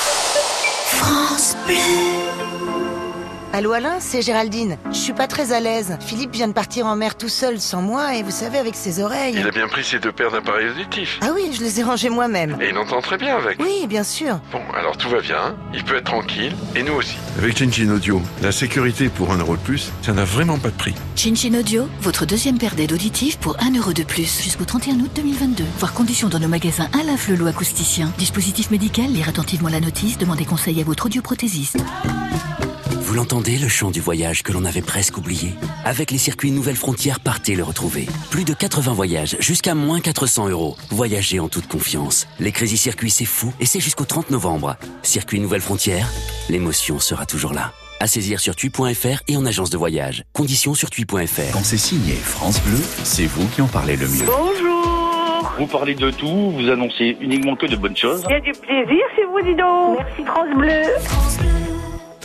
France Bleu. Allô Alain, c'est Géraldine. Je suis pas très à l'aise. Philippe vient de partir en mer tout seul sans moi et vous savez avec ses oreilles. Il a bien pris ses deux paires d'appareils auditifs. Ah oui, je les ai rangés moi-même. Et il entend très bien avec. Oui, bien sûr. Bon, alors tout va bien, il peut être tranquille, et nous aussi. Avec Cincin Audio, la sécurité pour un euro de plus, ça n'a vraiment pas de prix. Cincin Audio, votre deuxième paire d'aides auditives pour un euro de plus jusqu'au trente et un août deux mille vingt-deux. Voir conditions dans nos magasins Alain Flelot acousticien. Dispositif médical, lire attentivement la notice, demandez conseil à votre audioprothésiste. Vous l'entendez, le chant du voyage que l'on avait presque oublié? Avec les circuits Nouvelles Frontières, partez le retrouver. Plus de quatre-vingts voyages, jusqu'à moins quatre cents euros. Voyagez en toute confiance. Les Crazy Circuits, c'est fou et c'est jusqu'au trente novembre. Circuit Nouvelles Frontières, l'émotion sera toujours là. À saisir sur tui point fr et en agence de voyage. Conditions sur tui point fr. Quand c'est signé France Bleu, c'est vous qui en parlez le mieux. Bonjour. Vous parlez de tout, vous annoncez uniquement que de bonnes choses. Il y a du plaisir chez vous, dis donc. Merci France Bleu.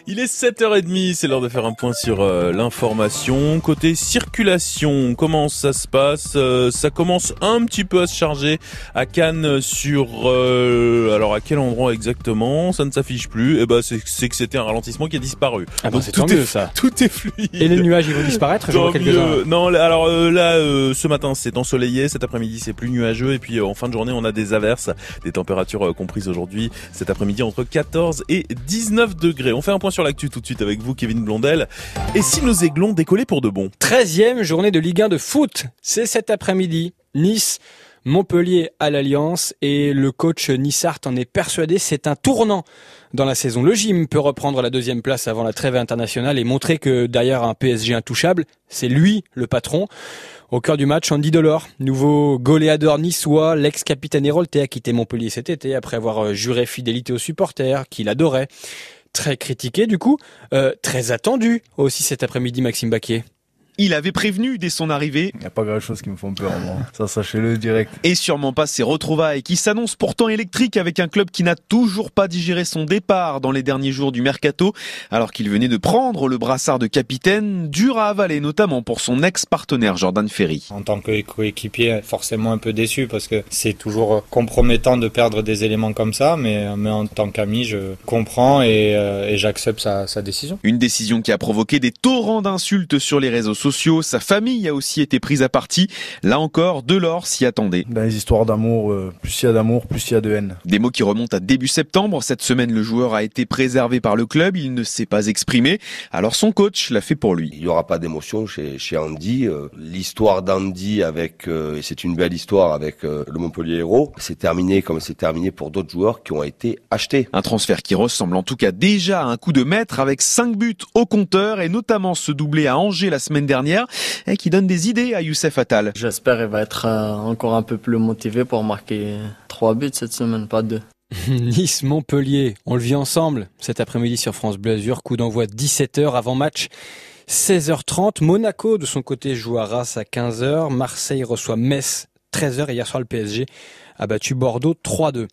Il est sept heures trente, c'est l'heure de faire un point sur euh, l'information. Côté circulation, comment ça se passe ? euh, Ça commence un petit peu à se charger à Cannes sur... Euh, alors à quel endroit exactement ? Ça ne s'affiche plus. Et ben c'est, c'est que c'était un ralentissement qui a disparu. Ah bah Donc, c'est tout tant est, mieux ça. Tout est fluide. Et les nuages ils vont disparaître, j'en vois Tant quelques-uns. mieux. Non, là, alors euh, là, euh, ce matin c'est ensoleillé, cet après-midi c'est plus nuageux et puis euh, en fin de journée on a des averses, des températures euh, comprises aujourd'hui, cet après-midi entre quatorze et dix-neuf degrés. On fait un point sur l'actu tout de suite avec vous, Kevin Blondel. Et si nos aiglons décollaient pour de bon ? treizième journée de Ligue un de foot, c'est cet après-midi. Nice, Montpellier à l'Alliance et le coach Nissart en est persuadé, c'est un tournant dans la saison. Le gym peut reprendre la deuxième place avant la trêve internationale et montrer que derrière un P S G intouchable, c'est lui le patron. Au cœur du match, Andy Delors, nouveau goléador niçois, l'ex-capitaine héroltais a quitté Montpellier cet été après avoir juré fidélité aux supporters qu'il adorait. Très critiqué du coup, euh, très attendu aussi cet après-midi, Maxime Baquier. Il avait prévenu dès son arrivée. Il n'y a pas grand chose qui me font peur, moi. Ça, sachez-le direct. Et sûrement pas ses retrouvailles qui s'annoncent pourtant électriques avec un club qui n'a toujours pas digéré son départ dans les derniers jours du mercato, alors qu'il venait de prendre le brassard de capitaine, dur à avaler notamment pour son ex-partenaire Jordan Ferry. En tant que coéquipier, forcément un peu déçu parce que c'est toujours compromettant de perdre des éléments comme ça, mais, mais en tant qu'ami, je comprends et, euh, et j'accepte sa, sa décision. Une décision qui a provoqué des torrents d'insultes sur les réseaux sociaux. Sa famille a aussi été prise à partie. Là encore, Delors s'y attendait. Dans les histoires d'amour, euh, plus il y a d'amour, plus il y a de haine. Des mots qui remontent à début septembre. Cette semaine, le joueur a été préservé par le club. Il ne s'est pas exprimé. Alors son coach l'a fait pour lui. Il n'y aura pas d'émotion chez, chez Andy. Euh, l'histoire d'Andy avec, euh, et c'est une belle histoire avec euh, le Montpellier Hérault, c'est terminé comme c'est terminé pour d'autres joueurs qui ont été achetés. Un transfert qui ressemble en tout cas déjà à un coup de maître avec cinq buts au compteur et notamment ce doublé à Angers la semaine dernière. Et qui donne des idées à Youssef Attal. J'espère qu'il va être euh, encore un peu plus motivé pour marquer trois buts cette semaine, pas deux. Nice-Montpellier, on le vit ensemble cet après-midi sur France Bleu Azur, coup d'envoi dix-sept heures avant match. seize heures trente, Monaco de son côté joue à Reims à quinze heures, Marseille reçoit Metz treize heures et hier soir le P S G a battu Bordeaux trois deux.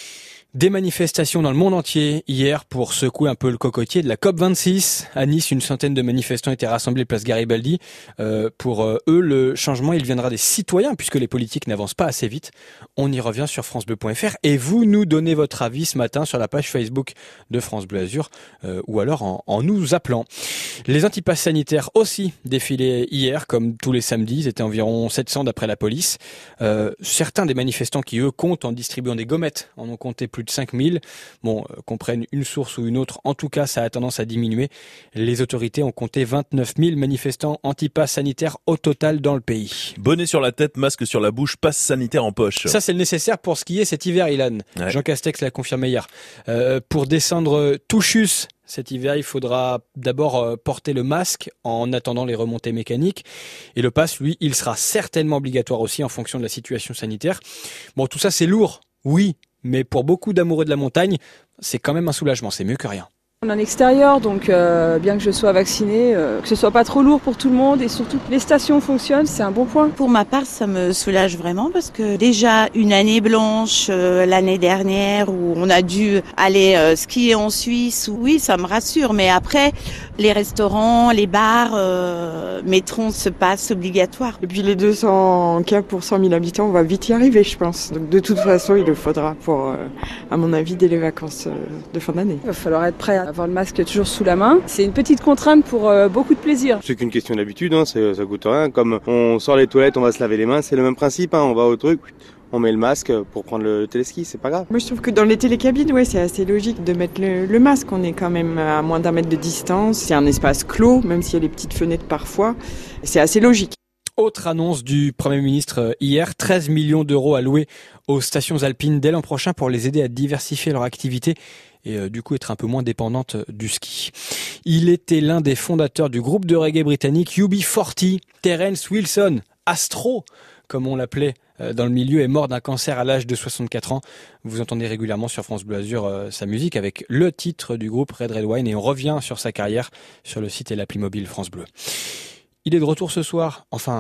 Des manifestations dans le monde entier hier pour secouer un peu le cocotier de la COP vingt-six. À Nice, une centaine de manifestants étaient rassemblés place Garibaldi. Euh, pour euh, eux, le changement, il viendra des citoyens puisque les politiques n'avancent pas assez vite. On y revient sur francebleu point f r et vous nous donnez votre avis ce matin sur la page Facebook de France Bleu Azur euh, ou alors en, en nous appelant. Les antipasses sanitaires aussi défilaient hier comme tous les samedis. Ils étaient environ sept cents d'après la police. Euh, certains des manifestants qui, eux, comptent en distribuant des gommettes en ont compté plus de cinq mille. Bon, euh, qu'on prenne une source ou une autre, en tout cas, ça a tendance à diminuer. Les autorités ont compté vingt-neuf mille manifestants anti-pass sanitaires au total dans le pays. Bonnet sur la tête, masque sur la bouche, passe sanitaire en poche. Ça, c'est le nécessaire pour skier cet hiver, Ilan. Ouais. Jean Castex l'a confirmé hier. Euh, pour descendre Touchus cet hiver, il faudra d'abord porter le masque en attendant les remontées mécaniques. Et le pass, lui, il sera certainement obligatoire aussi en fonction de la situation sanitaire. Bon, tout ça, c'est lourd, oui. Mais pour beaucoup d'amoureux de la montagne, c'est quand même un soulagement, c'est mieux que rien. On est en extérieur, donc euh, bien que je sois vaccinée, euh, que ce soit pas trop lourd pour tout le monde et surtout que les stations fonctionnent, c'est un bon point. Pour ma part, ça me soulage vraiment parce que déjà une année blanche euh, l'année dernière où on a dû aller euh, skier en Suisse, oui, ça me rassure. Mais après, les restaurants, les bars euh, mettront ce pass obligatoire. Et puis les deux cents cas pour cent mille habitants, on va vite y arriver, je pense. Donc de toute façon, il le faudra pour, euh, à mon avis, dès les vacances euh, de fin d'année. Il va falloir être prêt à avoir le masque toujours sous la main. C'est une petite contrainte pour euh, beaucoup de plaisir. C'est qu'une question d'habitude, hein, ça, ça coûte rien. Comme on sort les toilettes, on va se laver les mains, c'est le même principe. Hein, on va au truc, on met le masque pour prendre le téléski, c'est pas grave. Moi je trouve que dans les télécabines, ouais, c'est assez logique de mettre le, le masque. On est quand même à moins d'un mètre de distance. C'est un espace clos, même s'il y a les petites fenêtres parfois. C'est assez logique. Autre annonce du Premier ministre hier, treize millions d'euros alloués aux stations alpines dès l'an prochain pour les aider à diversifier leur activité et euh, du coup être un peu moins dépendante du ski. Il était l'un des fondateurs du groupe de reggae britannique U B quarante, Terence Wilson, Astro, comme on l'appelait euh, dans le milieu, est mort d'un cancer à l'âge de soixante-quatre ans. Vous entendez régulièrement sur France Bleu Azur euh, sa musique avec le titre du groupe Red Red Wine et on revient sur sa carrière sur le site et l'appli mobile France Bleu. Il est de retour ce soir, enfin,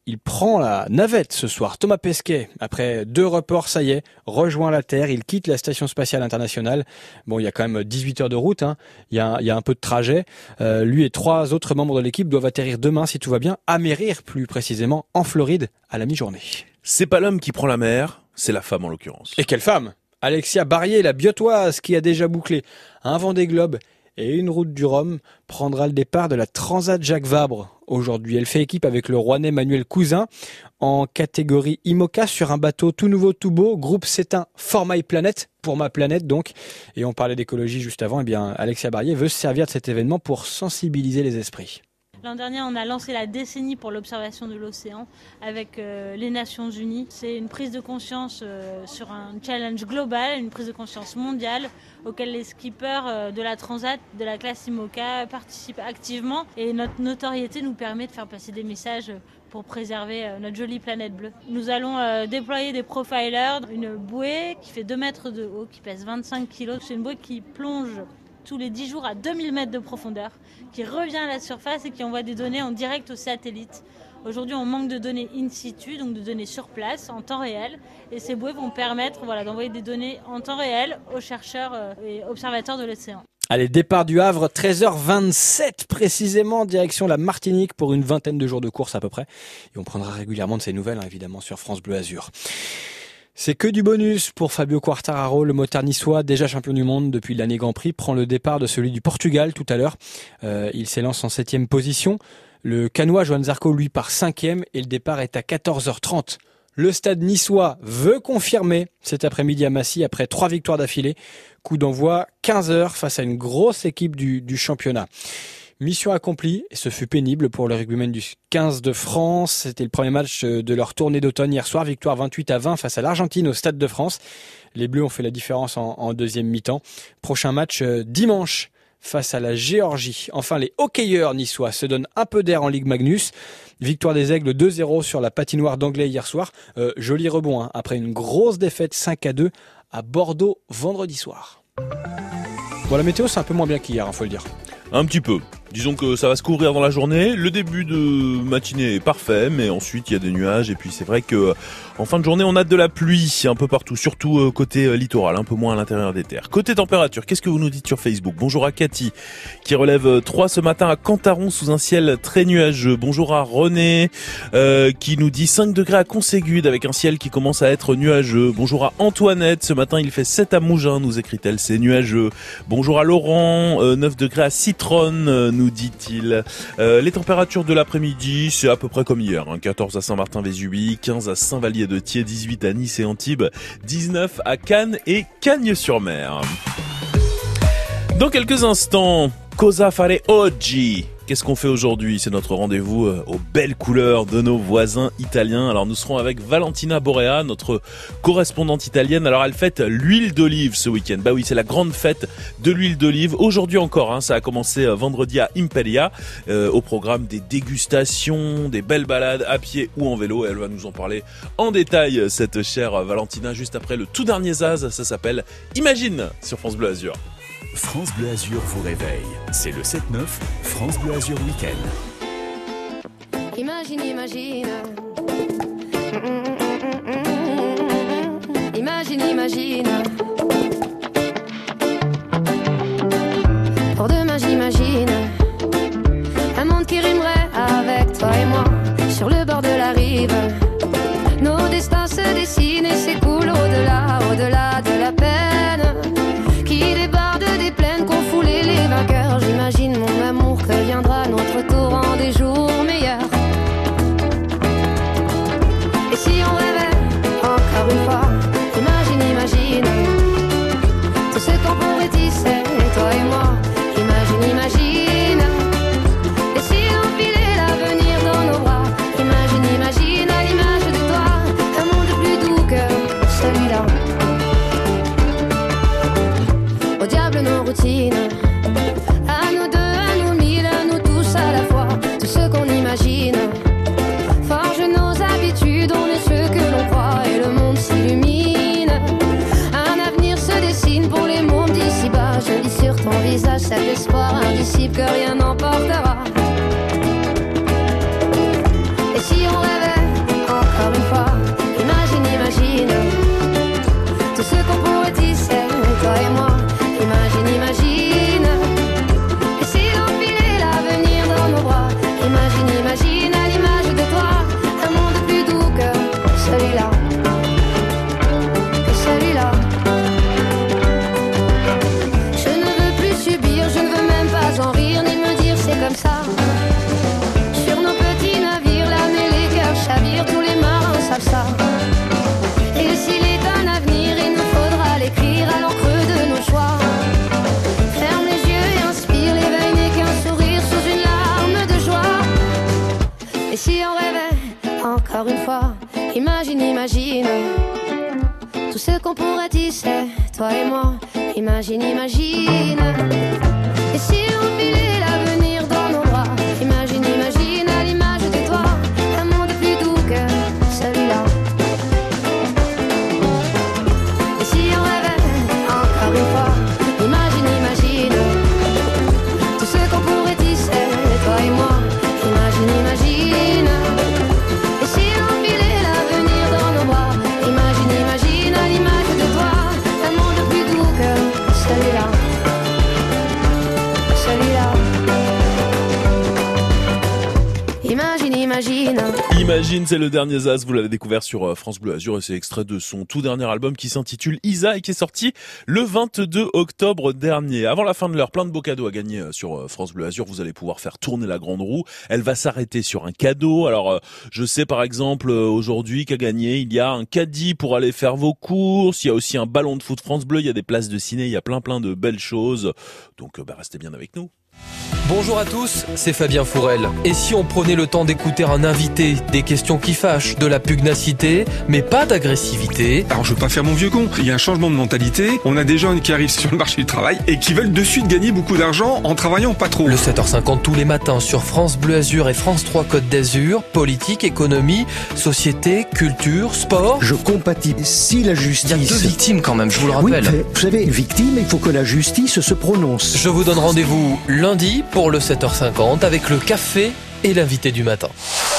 il prend la navette ce soir. Thomas Pesquet, après deux reports, ça y est, rejoint la Terre. Il quitte la Station Spatiale Internationale. Bon, il y a quand même dix-huit heures de route, hein. Il y a, il y a un peu de trajet. Euh, lui et trois autres membres de l'équipe doivent atterrir demain, si tout va bien, à Mérir, plus précisément, en Floride, à la mi-journée. C'est pas l'homme qui prend la mer, c'est la femme en l'occurrence. Et quelle femme! Alexia Barrier, la biotoise, qui a déjà bouclé un Vendée Globe et une route du Rhum, prendra le départ de la Transat Jacques Vabre. Aujourd'hui, elle fait équipe avec le Rouennais Manuel Cousin en catégorie IMOCA sur un bateau tout nouveau, tout beau, groupe Cétain For My Planet, pour ma planète donc. Et on parlait d'écologie juste avant, et bien Alexia Barrier veut se servir de cet événement pour sensibiliser les esprits. L'an dernier, on a lancé la décennie pour l'observation de l'océan avec euh, les Nations Unies. C'est une prise de conscience euh, sur un challenge global, une prise de conscience mondiale auquel les skippers euh, de la Transat, de la classe IMOCA participent activement. Et notre notoriété nous permet de faire passer des messages pour préserver euh, notre jolie planète bleue. Nous allons euh, déployer des profilers, une bouée qui fait deux mètres de haut, qui pèse vingt-cinq kilos. C'est une bouée qui plonge tous les dix jours à deux mille mètres de profondeur, qui revient à la surface et qui envoie des données en direct au satellite. Aujourd'hui, on manque de données in situ, donc de données sur place, en temps réel. Et ces bouées vont permettre voilà, d'envoyer des données en temps réel aux chercheurs et observateurs de l'océan. Allez, départ du Havre, treize heures vingt-sept précisément, direction la Martinique pour une vingtaine de jours de course à peu près. Et on prendra régulièrement de ces nouvelles, hein, évidemment, sur France Bleu Azur. C'est que du bonus pour Fabio Quartararo, le motard niçois, déjà champion du monde depuis l'année Grand Prix, prend le départ de celui du Portugal tout à l'heure. Euh, il s'élance en septième position. Le Canois Johan Zarco, lui, part cinquième et le départ est à quatorze heures trente. Le stade niçois veut confirmer cet après-midi à Massy après trois victoires d'affilée. Coup d'envoi quinze heures face à une grosse équipe du, du championnat. Mission accomplie, et ce fut pénible pour les rugbymen du quinze de France. C'était le premier match de leur tournée d'automne hier soir, victoire vingt-huit à vingt face à l'Argentine au Stade de France. Les Bleus ont fait la différence en, en deuxième mi-temps. Prochain match euh, dimanche face à la Géorgie. Enfin, les hockeyeurs niçois se donnent un peu d'air en Ligue Magnus. Victoire des Aigles deux zéro sur la patinoire d'Anglais hier soir. Euh, joli rebond hein, après une grosse défaite cinq à deux à Bordeaux vendredi soir. Bon, la météo c'est un peu moins bien qu'hier, il hein, faut le dire. Un petit peu. Disons que ça va se couvrir dans la journée. Le début de matinée est parfait, mais ensuite il y a des nuages. Et puis c'est vrai que en fin de journée, on a de la pluie un peu partout, surtout côté littoral, un peu moins à l'intérieur des terres. Côté température, qu'est-ce que vous nous dites sur Facebook? Bonjour à Cathy, qui relève trois ce matin à Cantaron sous un ciel très nuageux. Bonjour à René, euh, qui nous dit cinq degrés à Conségude avec un ciel qui commence à être nuageux. Bonjour à Antoinette, ce matin il fait sept à Mougins, nous écrit-elle, c'est nuageux. Bonjour à Laurent, euh, neuf degrés à Citronne, euh, nous dit-il. Euh, les températures de l'après-midi, c'est à peu près comme hier, hein. quatorze à Saint-Martin-Vésubie, quinze à Saint-Vallier-de-Thiers, dix-huit à Nice et Antibes, dix-neuf à Cannes et Cagnes-sur-Mer. Dans quelques instants, Cosa fare oggi? Qu'est-ce qu'on fait aujourd'hui? C'est notre rendez-vous aux belles couleurs de nos voisins italiens. Alors nous serons avec Valentina Borea, notre correspondante italienne. Alors elle fête l'huile d'olive ce week-end. Bah oui, c'est la grande fête de l'huile d'olive. Aujourd'hui encore, hein, ça a commencé vendredi à Imperia, euh, au programme des dégustations, des belles balades à pied ou en vélo. Elle va nous en parler en détail, cette chère Valentina, juste après le tout dernier Zaz. Ça s'appelle Imagine sur France Bleu Azur. France Bleu Azur vous réveille. C'est le sept neuf, France Bleu Azur Week-end. Imagine, imagine. Imagine, imagine. Pour demain, j'imagine un monde qui rimerait avec toi et moi sur le bord de la rive. Nos destins se dessinent et s'écoulent au-delà, au-delà de la peine qui déborde des plaines qu'ont foulé les vainqueurs. J'imagine mon amour que viendra notre torrent des jours meilleurs. Et si on rêvait encore une fois, imagine, imagine tout ce qu'on pourrait tisser, toi et moi. Imagine, imagine. Et si on filait l'avenir dans nos bras, imagine, imagine à l'image de toi, un monde plus doux que celui-là. Au diable nos routines, à nous deux, à nous mille, à nous tous à la fois. Tout ce qu'on imagine forge nos habitudes, on est ceux que l'on croit et le monde s'illumine. Un avenir se dessine pour les mondes d'ici-bas. Je lis sur ton visage cet espoir indicible que rien n'emportera. Et si on rêvait pas. Sur nos petits navires, l'année, les cœurs chavirent, tous les marins savent ça. Et s'il est un avenir, il nous faudra l'écrire à l'encre de nos choix. Ferme les yeux et inspire, l'éveil n'est qu'un sourire sous une larme de joie. Et si on rêvait encore une fois, imagine, imagine tout ce qu'on pourrait tisser, toi et moi. Imagine, imagine. Et si on filait l'avenir dans nos bras, imagine, imagine à l'image de toi, un monde plus doux que celui-là. Et si on rêvait encore une fois, imagine, imagine tout ce qu'on pourrait tisser, toi et moi. Imagine, imagine. Et si on filait l'avenir dans nos bras, imagine, imagine à l'image de toi, un monde plus doux que celui-là. Celui-là. Imagine, imagine. Imagine, c'est le dernier Zaz, vous l'avez découvert sur France Bleu Azur et c'est extrait de son tout dernier album qui s'intitule Isa et qui est sorti le vingt-deux octobre dernier. Avant la fin de l'heure, plein de beaux cadeaux à gagner sur France Bleu Azur, vous allez pouvoir faire tourner la grande roue, elle va s'arrêter sur un cadeau. Alors je sais par exemple aujourd'hui qu'à gagner, il y a un caddie pour aller faire vos courses, il y a aussi un ballon de foot France Bleu, il y a des places de ciné, il y a plein plein de belles choses, donc bah, restez bien avec nous. Bonjour à tous, c'est Fabien Fourel. Et si on prenait le temps d'écouter un invité, des questions qui fâchent, de la pugnacité, mais pas d'agressivité? Alors je veux pas faire mon vieux con, il y a un changement de mentalité, on a des jeunes qui arrivent sur le marché du travail et qui veulent de suite gagner beaucoup d'argent en travaillant pas trop. Le sept heures cinquante tous les matins sur France Bleu Azur et France trois Côte d'Azur, politique, économie, société, culture, sport. Je compatis. Si la justice... Il y a deux victimes quand même, je vous le rappelle. Oui, vous savez, victime, il faut que la justice se prononce. Je vous donne rendez-vous lundi pour le sept heures cinquante avec le café et l'invité du matin.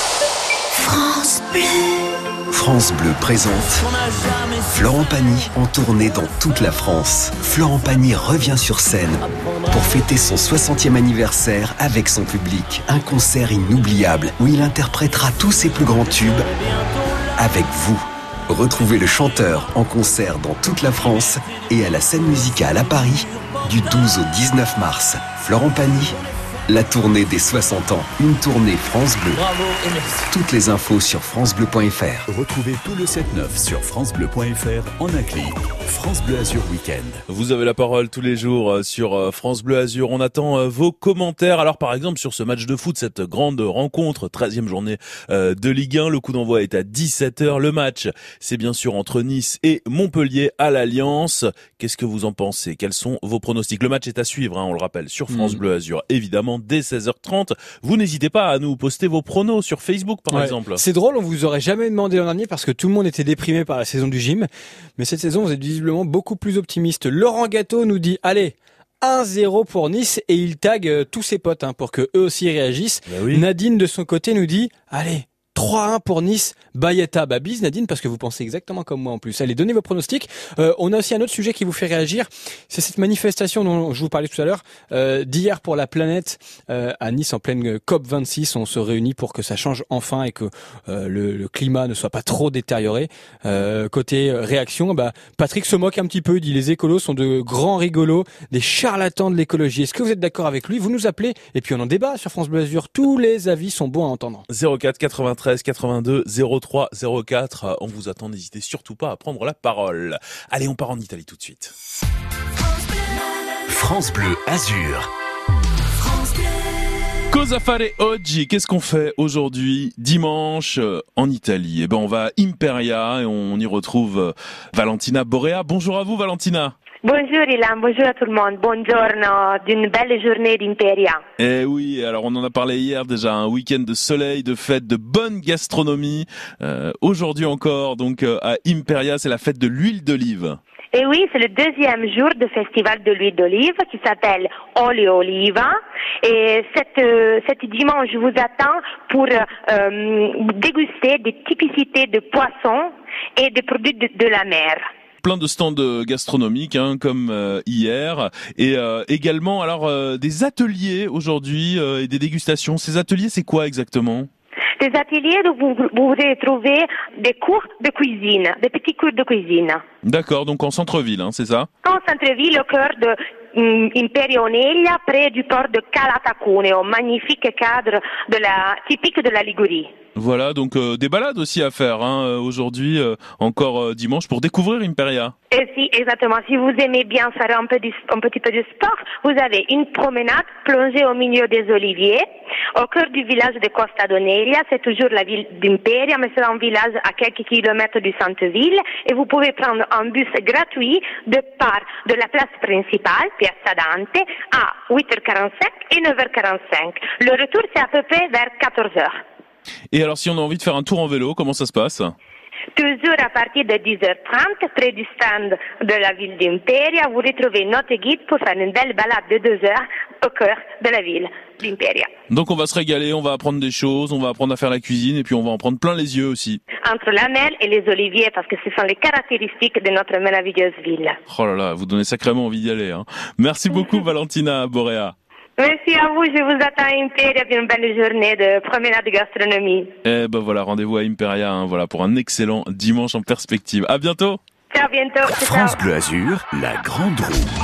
France Bleu. France Bleu présente Florent Pagny en tournée dans toute la France. Florent Pagny revient sur scène pour fêter son soixantième anniversaire avec son public. Un concert inoubliable où il interprétera tous ses plus grands tubes avec vous. Retrouvez le chanteur en concert dans toute la France et à la scène musicale à Paris du douze au dix-neuf mars. Florent Pagny, la tournée des soixante ans, une tournée France Bleu. Bravo et merci. Toutes les infos sur francebleu point fr. Retrouvez tout le sept neuf sur francebleu point fr en un clic. France Bleu Azur Week-end. Vous avez la parole tous les jours sur France Bleu Azur. On attend vos commentaires. Alors par exemple sur ce match de foot, cette grande rencontre, treizième journée de Ligue un, le coup d'envoi est à dix-sept heures. Le match, c'est bien sûr entre Nice et Montpellier à l'Alliance. Qu'est-ce que vous en pensez? Quels sont vos pronostics? Le match est à suivre, hein, on le rappelle, sur France mmh. Bleu Azur, évidemment, dès seize heures trente. Vous n'hésitez pas à nous poster vos pronos sur Facebook, par ouais. exemple. C'est drôle, on vous aurait jamais demandé l'an dernier parce que tout le monde était déprimé par la saison du gym. Mais cette saison, vous êtes visiblement beaucoup plus optimiste. Laurent Gâteau nous dit, allez, un zéro pour Nice et il tag euh, tous ses potes hein, pour que eux aussi réagissent. Ben oui. Nadine, de son côté, nous dit, allez, trois un pour Nice, Bayeta. Bah bise Nadine, parce que vous pensez exactement comme moi en plus. Allez, donnez vos pronostics. Euh, on a aussi un autre sujet qui vous fait réagir. C'est cette manifestation dont je vous parlais tout à l'heure, euh, d'hier pour la planète euh, à Nice en pleine COP vingt-six. On se réunit pour que ça change enfin et que euh, le, le climat ne soit pas trop détérioré. Euh, côté réaction, bah Patrick se moque un petit peu. Il dit les écolos sont de grands rigolos, des charlatans de l'écologie. Est-ce que vous êtes d'accord avec lui? Vous nous appelez et puis on en débat sur France Bleu Azur. Tous les avis sont bons à entendre. zéro quatre quatre-vingt-treize quatre-vingt-deux zéro trois zéro quatre. On vous attend, n'hésitez surtout pas à prendre la parole. Allez, on part en Italie tout de suite. France Bleu Azur. Cosa fare oggi? Qu'est-ce qu'on fait aujourd'hui, dimanche, euh, en Italie? Eh ben, on va à Imperia et on y retrouve euh, Valentina Borea. Bonjour à vous, Valentina. Bonjour Ilan, bonjour à tout le monde. Buongiorno, d'une belle journée d'Imperia. Eh oui, alors on en a parlé hier déjà, un week-end de soleil, de fête, de bonne gastronomie. Euh, aujourd'hui encore, donc euh, à Imperia, c'est la fête de l'huile d'olive. Et oui, c'est le deuxième jour du festival de l'huile d'olive qui s'appelle Olio Oliva. Et cette, euh, cette dimanche, je vous attends pour euh, déguster des typicités de poissons et des produits de, de la mer. Plein de stands gastronomiques, hein, comme euh, hier, et euh, également alors euh, des ateliers aujourd'hui euh, et des dégustations. Ces ateliers, c'est quoi exactement? Des ateliers où vous, vous pourrez trouver des cours de cuisine, des petits cours de cuisine. D'accord, donc en centre-ville, hein, c'est ça? En centre-ville, au cœur de mm, Imperio Oneglia, près du port de Calatacuneo, magnifique cadre de la, typique de la Ligurie. Voilà, donc euh, des balades aussi à faire hein, euh, aujourd'hui, euh, encore euh, dimanche, pour découvrir Imperia. Et si, exactement. Si vous aimez bien faire un, peu du, un petit peu de sport, vous avez une promenade plongée au milieu des oliviers, au cœur du village de Costa d'Oneglia. C'est toujours la ville d'Imperia, mais c'est un village à quelques kilomètres du centre-ville. Et vous pouvez prendre un bus gratuit de part de la place principale, Piazza Dante, à huit heures quarante-cinq et neuf heures quarante-cinq. Le retour, c'est à peu près vers quatorze heures. Et alors, si on a envie de faire un tour en vélo, comment ça se passe ? Toujours à partir de dix heures trente, près du stand de la ville d'Imperia, vous retrouvez notre guide pour faire une belle balade de deux heures au cœur de la ville d'Imperia. Donc on va se régaler, on va apprendre des choses, on va apprendre à faire la cuisine et puis on va en prendre plein les yeux aussi. Entre la mer et les oliviers, parce que ce sont les caractéristiques de notre merveilleuse ville. Oh là là, vous donnez sacrément envie d'y aller. Hein. Merci beaucoup Valentina Borea. Merci à vous, je vous attends à Imperia pour une belle journée de promenade de gastronomie. Eh ben voilà, rendez-vous à Imperia hein, voilà, pour un excellent dimanche en perspective. À bientôt. Ciao, bientôt. France Bleu Azur, la grande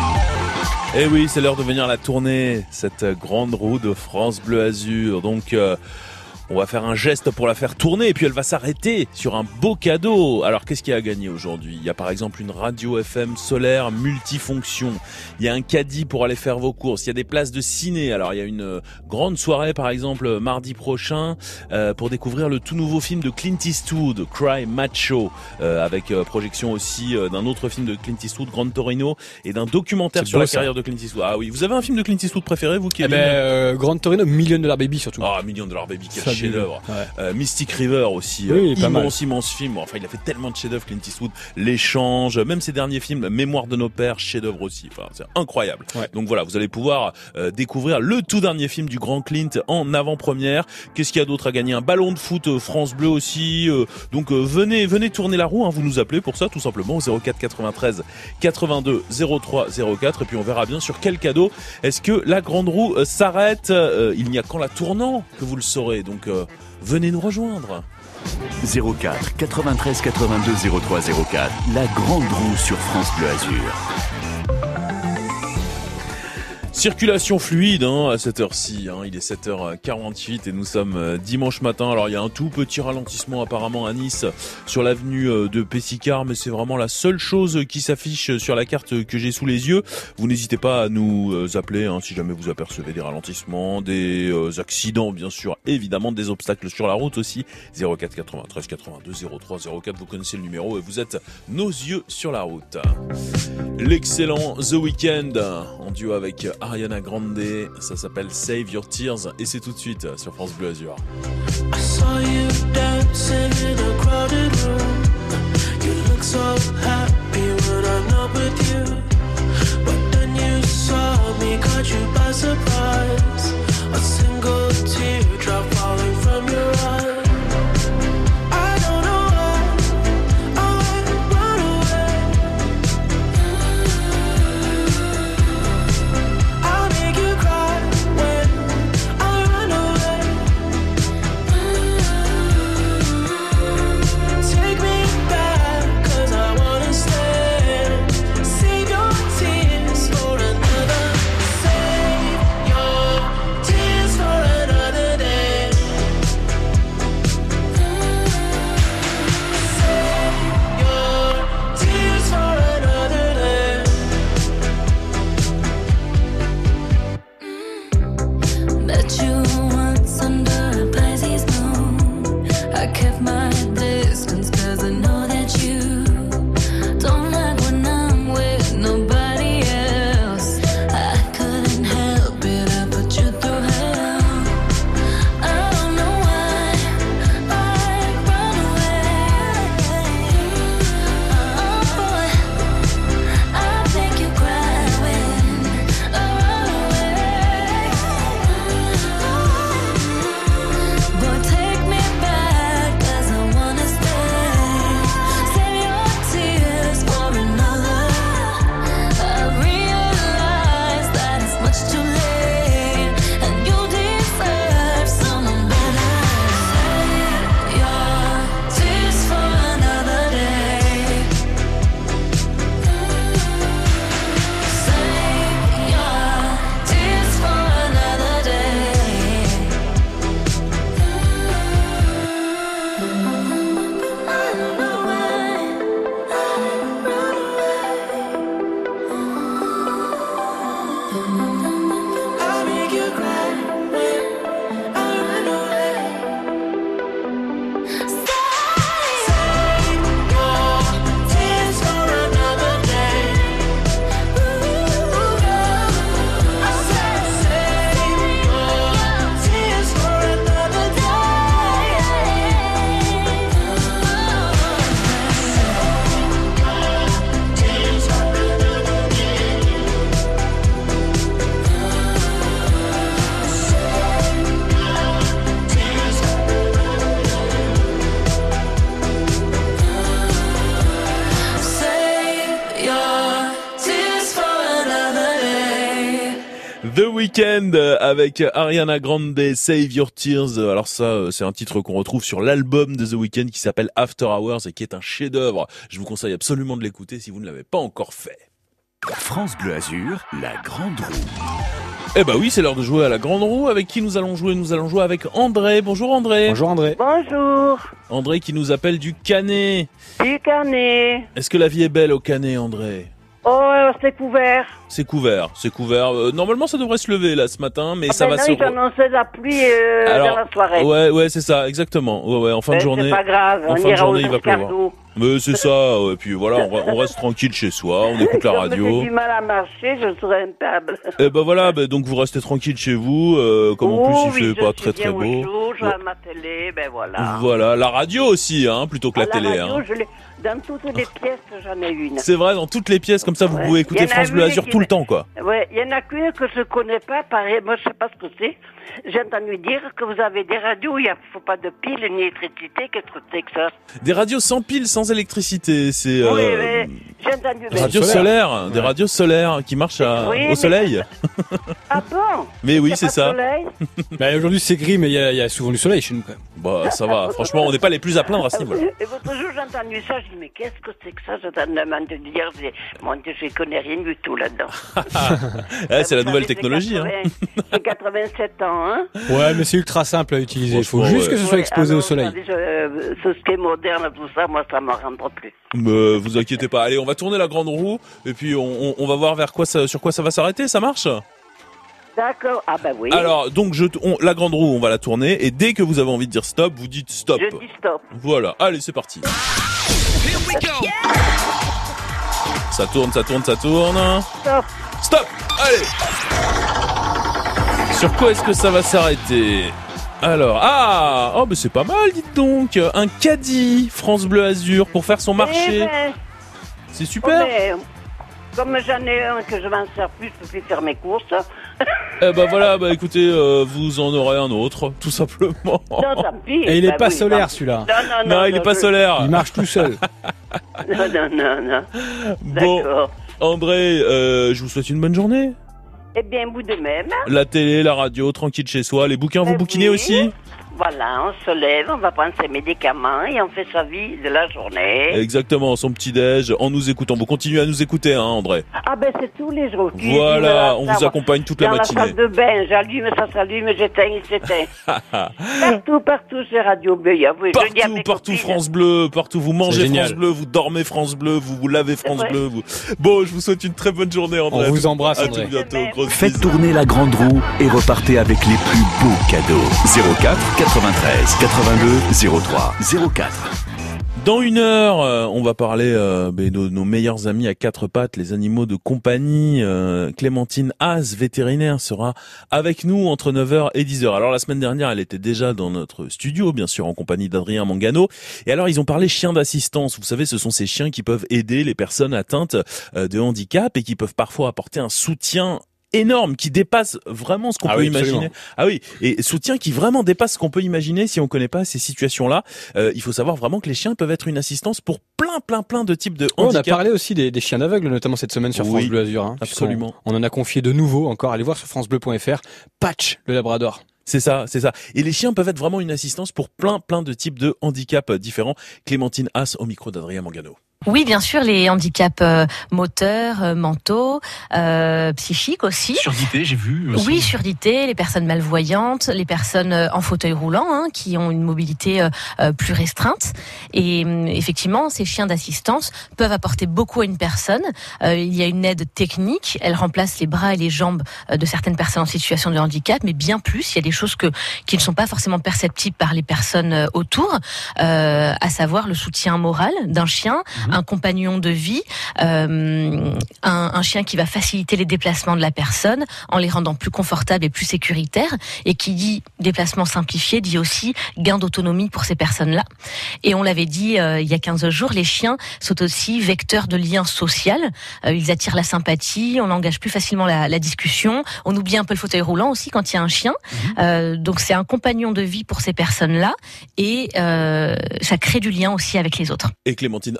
roue. Eh oui, c'est l'heure de venir la tourner, cette grande roue de France Bleu Azur. Donc euh, on va faire un geste pour la faire tourner et puis elle va s'arrêter sur un beau cadeau. Alors qu'est-ce qu'il y a à gagner aujourd'hui ? Il y a par exemple une radio F M solaire multifonction. Il y a un caddie pour aller faire vos courses. Il y a des places de ciné. Alors il y a une grande soirée par exemple mardi prochain euh, pour découvrir le tout nouveau film de Clint Eastwood, Cry Macho, euh, avec euh, projection aussi euh, d'un autre film de Clint Eastwood, Gran Torino, et d'un documentaire C'est sur beau, la ça. carrière de Clint Eastwood. Ah oui, vous avez un film de Clint Eastwood préféré vous, Eh Kevin ? ben, euh, Grand Torino, Million Dollar Baby surtout. Ah, Million Dollar Baby, quel Fabuleux. chef-d'œuvre. Ouais. Euh, Mystic River aussi, Oui, euh, pas mal. immense, immense film. Enfin, il a fait tellement de chefs-d'œuvre, Clint Eastwood. L'échange, même ses derniers films, Mémoire de nos pères, chef-d'œuvre aussi. Enfin, c'est incroyable. Ouais. Donc voilà, vous allez pouvoir euh, découvrir le tout dernier film du grand Clint en avant-première. Qu'est-ce qu'il y a d'autre à gagner ? Un ballon de foot euh, France Bleu aussi. Euh, donc euh, venez, venez tourner la roue. Hein, vous nous appelez pour ça, tout simplement, au zéro quatre quatre-vingt-treize quatre-vingt-deux zéro trois zéro quatre. Et puis on verra bien sur quel cadeau est-ce que la grande roue euh, s'arrête. Euh, il n'y a qu'en la tournant que vous le saurez. Donc euh, venez nous rejoindre. zéro quatre quatre-vingt-treize quatre-vingt-deux zéro trois zéro quatre. La grande roue sur France Bleu Azur. Circulation fluide hein, à cette heure-ci, hein. Il est sept heures quarante-huit et nous sommes euh, dimanche matin. Alors il y a un tout petit ralentissement apparemment à Nice sur l'avenue euh, de Pessicard, mais c'est vraiment la seule chose qui s'affiche sur la carte que j'ai sous les yeux. Vous n'hésitez pas à nous euh, appeler hein, si jamais vous apercevez des ralentissements, des euh, accidents bien sûr, évidemment des obstacles sur la route aussi. zéro quatre quatre-vingt-treize quatre-vingt-deux zéro trois zéro quatre, vous connaissez le numéro et vous êtes nos yeux sur la route. L'excellent The Weeknd en duo avec Ariana Grande, ça s'appelle Save Your Tears et c'est tout de suite sur France Bleu Azur. I saw you dancing in a crowded room. You look so happy when I'm not with you. But then you saw me, caught you by surprise. A single teardrop falling from your eye. I don't know why I run away. I'll make you cry when I run away. Take me back, 'cause I wanna stay. Save your tears for another. Save your tears for another. Weeknd avec Ariana Grande, Save Your Tears. Alors ça, c'est un titre qu'on retrouve sur l'album de The Weeknd qui s'appelle After Hours et qui est un chef-d'œuvre. Je vous conseille absolument de l'écouter si vous ne l'avez pas encore fait. France Bleu Azur, la grande roue. Eh ben oui, c'est l'heure de jouer à la grande roue. Avec qui nous allons jouer? Nous allons jouer avec André. Bonjour André. Bonjour André. Bonjour. André qui nous appelle du Canet. Du Canet. Est-ce que la vie est belle au Canet, André? Oh, c'est couvert. C'est couvert, c'est couvert. Euh, normalement, ça devrait se lever là ce matin, mais ah ça ben va non, se. Ils annonçaient la pluie euh, Alors, dans la soirée. Ouais, ouais, c'est ça, exactement. Ouais, ouais, en fin ben, de journée. C'est pas grave, en on fin de ira journée, au il va pleuvoir. Escargot. Mais c'est ça. Et puis voilà, on, on reste tranquille chez soi, on écoute la Comme radio. j'ai du mal à marcher, je serai impable. Et ben voilà, ben donc vous restez tranquille chez vous, euh, comme en Oh, plus il oui, fait je pas suis très très bien beau. au chaud, je regarde ma télé, ben voilà. Voilà, la radio aussi, hein, plutôt que la Ah, télé. radio, hein. je l'ai- dans toutes les pièces, j'en ai une. C'est vrai, dans toutes les pièces, comme ça vous Ouais. pouvez Il écouter y en a France Bleu une Azur qui tout le me- temps, quoi. Ouais, il y en a qu'une que je connais pas, pareil, moi je sais pas ce que c'est. J'ai entendu dire que vous avez des radios où il ne faut pas de piles ni d'électricité, qu'est-ce que c'est que ça? Des radios sans pile, sans électricité, c'est Oui, euh, mais j'ai entendu... des radios solaires, des radios solaires qui marchent à- Oui, au mais- soleil. Ah bon? Mais oui, Y a c'est pas de ça. soleil Bah, aujourd'hui c'est gris, mais il y, a- il y a souvent du soleil chez nous quand même. Bah ça va, franchement, on n'est pas les plus à plaindre à ce niveau-là. Et l'autre jour, j'ai entendu ça, je dis, mais qu'est-ce que c'est que ça? J'ai entendu dire, j'ai- mon Dieu, je connais rien du tout là-dedans. Ouais, c'est la Vous nouvelle savez, technologie. Hein. quatre-vingts J'ai quatre-vingt-sept ans, hein. Ouais, mais c'est ultra simple à utiliser. Il faut Franchement, juste ouais. que ce soit Ouais, exposé alors, au soleil. vous savez, je- euh, ce qui est moderne, tout ça, moi, ça me rentre plus. Mais vous inquiétez pas. Allez, on va tourner la grande roue et puis on, on- on va voir vers quoi ça, sur quoi ça va s'arrêter. Ça marche? D'accord, ah ben oui. Alors, donc je, on- la grande roue, on va la tourner et dès que vous avez envie de dire stop, vous dites stop. Je dis stop. Voilà. Allez, c'est parti. Ça tourne, ça tourne, ça tourne. Stop. Stop. Allez. Sur quoi est-ce que ça va s'arrêter? Alors, ah, oh, mais c'est pas mal, dites donc. Un caddie France Bleu Azur pour faire son marché. Eh ben, C'est super. mais, comme j'en ai un que je m'en sers plus, je peux plus faire mes courses. Eh ben voilà, bah écoutez, euh, vous en aurez un autre, tout simplement. Non, tant pis. Et il est Bah pas oui, solaire, non. celui-là. Non, non, non. Non, il est pas je- solaire. Il marche tout seul. Non, non, non, non. Bon, D'accord. André, euh, je vous souhaite une bonne journée. Eh bien, vous de même. La télé, la radio, tranquille chez soi. Les bouquins, vous Eh bouquinez oui. aussi? Voilà, on se lève, on va prendre ses médicaments et on fait sa vie de la journée. Exactement, son petit-déj, en nous écoutant. Vous continuez à nous écouter, hein, André. Ah ben c'est tous les jours. Tu Voilà, dis, voilà, on ça, vous moi, accompagne toute la dans matinée. la salle de bain, j'allume, ça s'allume, j'éteins, il s'éteint. Partout, partout, c'est Radio Bleu. Il y a- oui, je dis à Partout, mes partout copines, France Bleu, partout vous mangez C'est génial. France Bleu, vous dormez France Bleu, vous vous lavez France vrai. Bleu. Vous... Bon, je vous souhaite une très bonne journée, André. On vous embrasse, À André. tout bientôt. Grosse Faites bise. tourner la grande roue et repartez avec les plus beaux cadeaux. zéro quatre quatre-vingt-treize quatre-vingt-deux zéro trois zéro quatre. Dans une heure, euh, on va parler euh, ben, de nos meilleurs amis à quatre pattes, les animaux de compagnie. Euh, Clémentine Haas, vétérinaire, sera avec nous entre neuf heures et dix heures. Alors la semaine dernière, elle était déjà dans notre studio, bien sûr, en compagnie d'Adrien Mangano. Et alors, ils ont parlé chiens d'assistance. Vous savez, ce sont ces chiens qui peuvent aider les personnes atteintes euh, de handicap et qui peuvent parfois apporter un soutien énorme qui dépasse vraiment ce qu'on Ah peut oui, imaginer. absolument. Ah oui, et soutien qui vraiment dépasse ce qu'on peut imaginer si on connaît pas ces situations-là. Euh, il faut savoir vraiment que les chiens peuvent être une assistance pour plein, plein, plein de types de Ouais, on a handicap. parlé aussi des, des chiens d'aveugles, notamment cette semaine sur Oui, France Bleu Azur. Hein, absolument. puisqu'on- On en a confié de nouveaux encore. Allez voir sur francebleu point fr. Patch, le Labrador. C'est ça, c'est ça. Et les chiens peuvent être vraiment une assistance pour plein, plein de types de handicaps différents. Clémentine Haas au micro d'Adrien Mangano. Oui, bien sûr, les handicaps euh, moteurs, euh, mentaux, euh, psychiques aussi. Surdité, j'ai vu. aussi. Oui, surdité, les personnes malvoyantes, les personnes euh, en fauteuil roulant, hein, qui ont une mobilité euh, euh, plus restreinte. Et euh, effectivement, ces chiens d'assistance peuvent apporter beaucoup à une personne. Euh, il y a une aide technique, elle remplace les bras et les jambes euh, de certaines personnes en situation de handicap, mais bien plus, il y a des choses que qui ne sont pas forcément perceptibles par les personnes euh, autour, euh, à savoir le soutien moral d'un chien, un compagnon de vie, euh, un, un chien qui va faciliter les déplacements de la personne en les rendant plus confortables et plus sécuritaires, et qui dit déplacement simplifié dit aussi gain d'autonomie pour ces personnes-là. Et on l'avait dit euh, il y a quinze jours, les chiens sont aussi vecteurs de liens social. Euh, ils attirent la sympathie, on engage plus facilement la, la discussion, on oublie un peu le fauteuil roulant aussi quand il y a un chien. Euh, donc c'est un compagnon de vie pour ces personnes-là, et euh, ça crée du lien aussi avec les autres. Et Clémentine Haas sera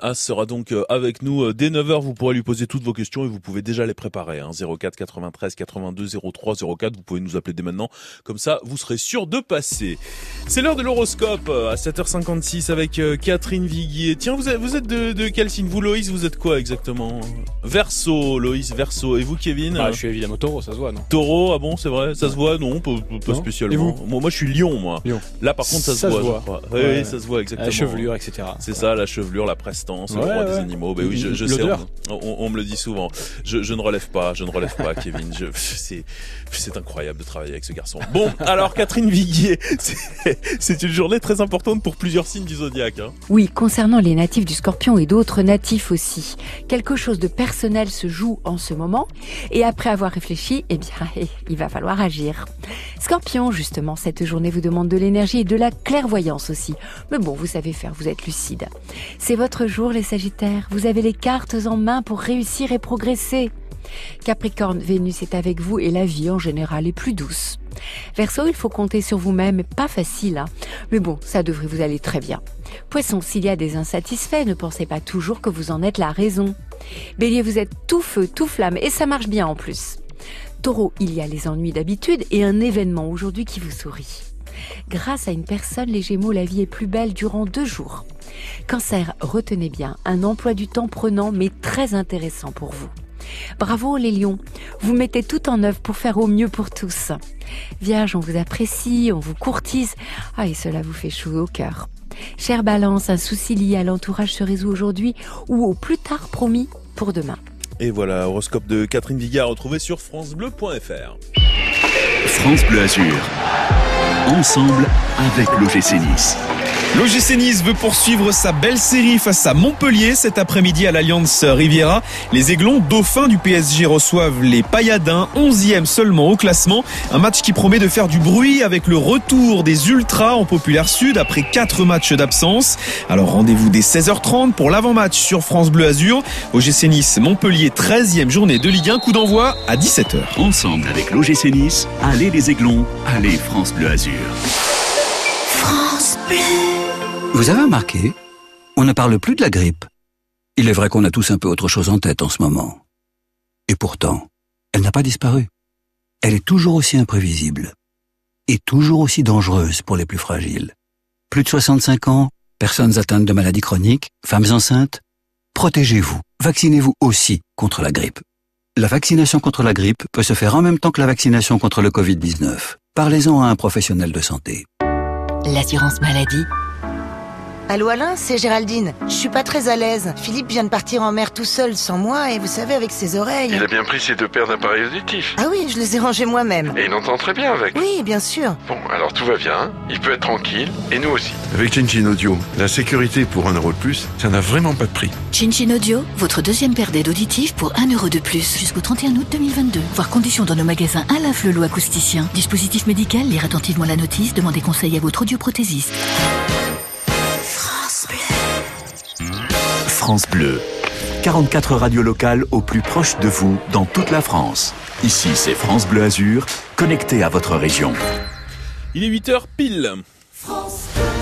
sera donc avec nous dès neuf heures. Vous pourrez lui poser toutes vos questions et vous pouvez déjà les préparer. Hein. zéro quatre quatre-vingt-treize quatre-vingt-deux zéro trois zéro quatre. Vous pouvez nous appeler dès maintenant. Comme ça, vous serez sûr de passer. C'est l'heure de l'horoscope à sept heures cinquante-six avec Catherine Viguier. Tiens, vous êtes, vous êtes de, de quel signe? Vous, Loïs, vous êtes quoi exactement? Verseau, Loïs, Verseau. Et vous, Kevin? Ah, je suis évidemment Taureau, ça se voit, non? Taureau, ah bon, c'est vrai? Ça se voit? Non, pas, pas non. spécialement. Et vous? Moi, moi, je suis Lion, moi. Lion. Là, par contre, ça, ça se voit. Se voit. Je crois. Oui, ouais. oui, ça se voit exactement. La chevelure, et cetera. C'est ouais. ça, la chevelure, la prestance, ouais, le roi ouais. des animaux. Ben oui, je, je sais. On, on, on me le dit souvent. Je, je ne relève pas, je ne relève pas, Kevin. Je, c'est, c'est incroyable de travailler avec ce garçon. Bon, alors Catherine Viguier, c'est, c'est une journée très importante pour plusieurs signes du zodiaque. Hein. Oui, concernant les natifs du Scorpion et d'autres natifs aussi. Quelque chose de personnel se joue en ce moment. Et après avoir réfléchi, eh bien, il va falloir agir. Scorpion, justement, cette journée vous demande de l'énergie et de la clairvoyance aussi. Mais bon, vous savez faire, vous êtes lucide. C'est votre jour, les Sagittaires. Vous avez les cartes en main pour réussir et progresser. Capricorne, Vénus est avec vous et la vie en général est plus douce. Verseau, il faut compter sur vous-même, pas facile, hein. Mais bon, ça devrait vous aller très bien. Poisson, s'il y a des insatisfaits, ne pensez pas toujours que vous en êtes la raison. Bélier, vous êtes tout feu, tout flamme et ça marche bien en plus. Taureau, il y a les ennuis d'habitude et un événement aujourd'hui qui vous sourit. Grâce à une personne, les Gémeaux, la vie est plus belle durant deux jours. Cancer, retenez bien, un emploi du temps prenant mais très intéressant pour vous. Bravo les lions, vous mettez tout en œuvre pour faire au mieux pour tous. Vierge, on vous apprécie, on vous courtise, ah et cela vous fait chaud au cœur. Chère Balance, un souci lié à l'entourage se résout aujourd'hui ou au plus tard promis pour demain. Et voilà, horoscope de Catherine Viguier à retrouver sur francebleu point f r. France Bleu Azur, ensemble avec l'O G C Nice. L'O G C Nice veut poursuivre sa belle série face à Montpellier cet après-midi à l'Alliance Riviera. Les Aiglons, dauphins du P S G, reçoivent les Payadins, onzième seulement au classement. Un match qui promet de faire du bruit avec le retour des Ultras en Populaire Sud après quatre matchs d'absence. Alors rendez-vous dès seize heures trente pour l'avant-match sur France Bleu Azur. O G C Nice, Montpellier, treizième journée de Ligue un, coup d'envoi à dix-sept heures. Ensemble avec l'O G C Nice, allez les Aiglons, allez France Bleu Azur. France Bleu. Vous avez remarqué, on ne parle plus de la grippe. Il est vrai qu'on a tous un peu autre chose en tête en ce moment. Et pourtant, elle n'a pas disparu. Elle est toujours aussi imprévisible. Et toujours aussi dangereuse pour les plus fragiles. Plus de soixante-cinq ans, personnes atteintes de maladies chroniques, femmes enceintes. Protégez-vous, vaccinez-vous aussi contre la grippe. La vaccination contre la grippe peut se faire en même temps que la vaccination contre le covid dix-neuf. Parlez-en à un professionnel de santé. L'assurance maladie. Allô Alain, c'est Géraldine. Je suis pas très à l'aise. Philippe vient de partir en mer tout seul sans moi et vous savez avec ses oreilles. Il a bien pris ses deux paires d'appareils auditifs. Ah oui, je les ai rangés moi-même. Et il entend très bien avec. Oui, bien sûr. Bon, alors tout va bien, il peut être tranquille, et nous aussi. Avec Cincin Audio, la sécurité pour un euro de plus, ça n'a vraiment pas de prix. Cincin Audio, votre deuxième paire d'aides auditives pour un euro de plus jusqu'au trente et un août deux mille vingt-deux. Voir conditions dans nos magasins Alain Flelot acousticien. Dispositif médical, lire attentivement la notice, demandez conseil à votre audioprothésiste. France Bleu, quarante-quatre radios locales au plus proche de vous dans toute la France. Ici, c'est France Bleu Azur, connecté à votre région. Il est huit heures pile. France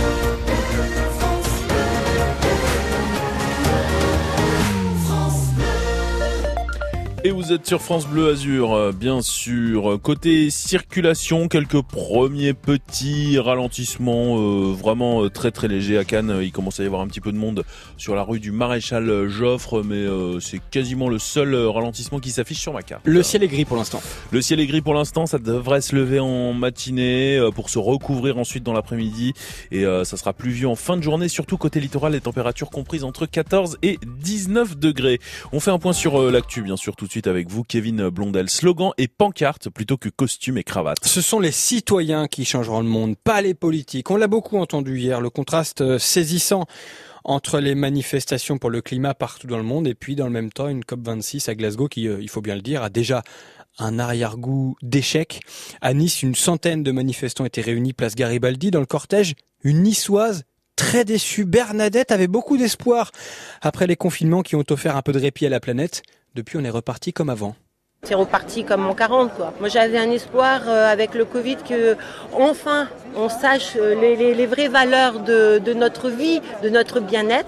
Et vous êtes sur France Bleu Azur, bien sûr. Côté circulation, quelques premiers petits ralentissements euh, vraiment très très légers à Cannes. Il commence à y avoir un petit peu de monde sur la rue du Maréchal Joffre, mais euh, c'est quasiment le seul ralentissement qui s'affiche sur ma carte. Le ciel est gris pour l'instant. Le ciel est gris pour l'instant, ça devrait se lever en matinée euh, pour se recouvrir ensuite dans l'après-midi. Et euh, ça sera pluvieux en fin de journée, surtout côté littoral, les températures comprises entre quatorze et dix-neuf degrés. On fait un point sur euh, l'actu, bien sûr, tout de suite avec vous, Kevin Blondel. Slogan et pancarte plutôt que costume et cravate. Ce sont les citoyens qui changeront le monde, pas les politiques. On l'a beaucoup entendu hier, le contraste saisissant entre les manifestations pour le climat partout dans le monde et puis dans le même temps une COP vingt-six à Glasgow qui, il faut bien le dire, a déjà un arrière-goût d'échec. À Nice, une centaine de manifestants étaient réunis place Garibaldi. Dans le cortège, une niçoise très déçue. Bernadette avait beaucoup d'espoir après les confinements qui ont offert un peu de répit à la planète. Depuis, on est reparti comme avant. C'est reparti comme en quarante, quoi. Moi, j'avais un espoir euh, avec le Covid que, enfin, on sache les, les, les vraies valeurs de, de notre vie, de notre bien-être.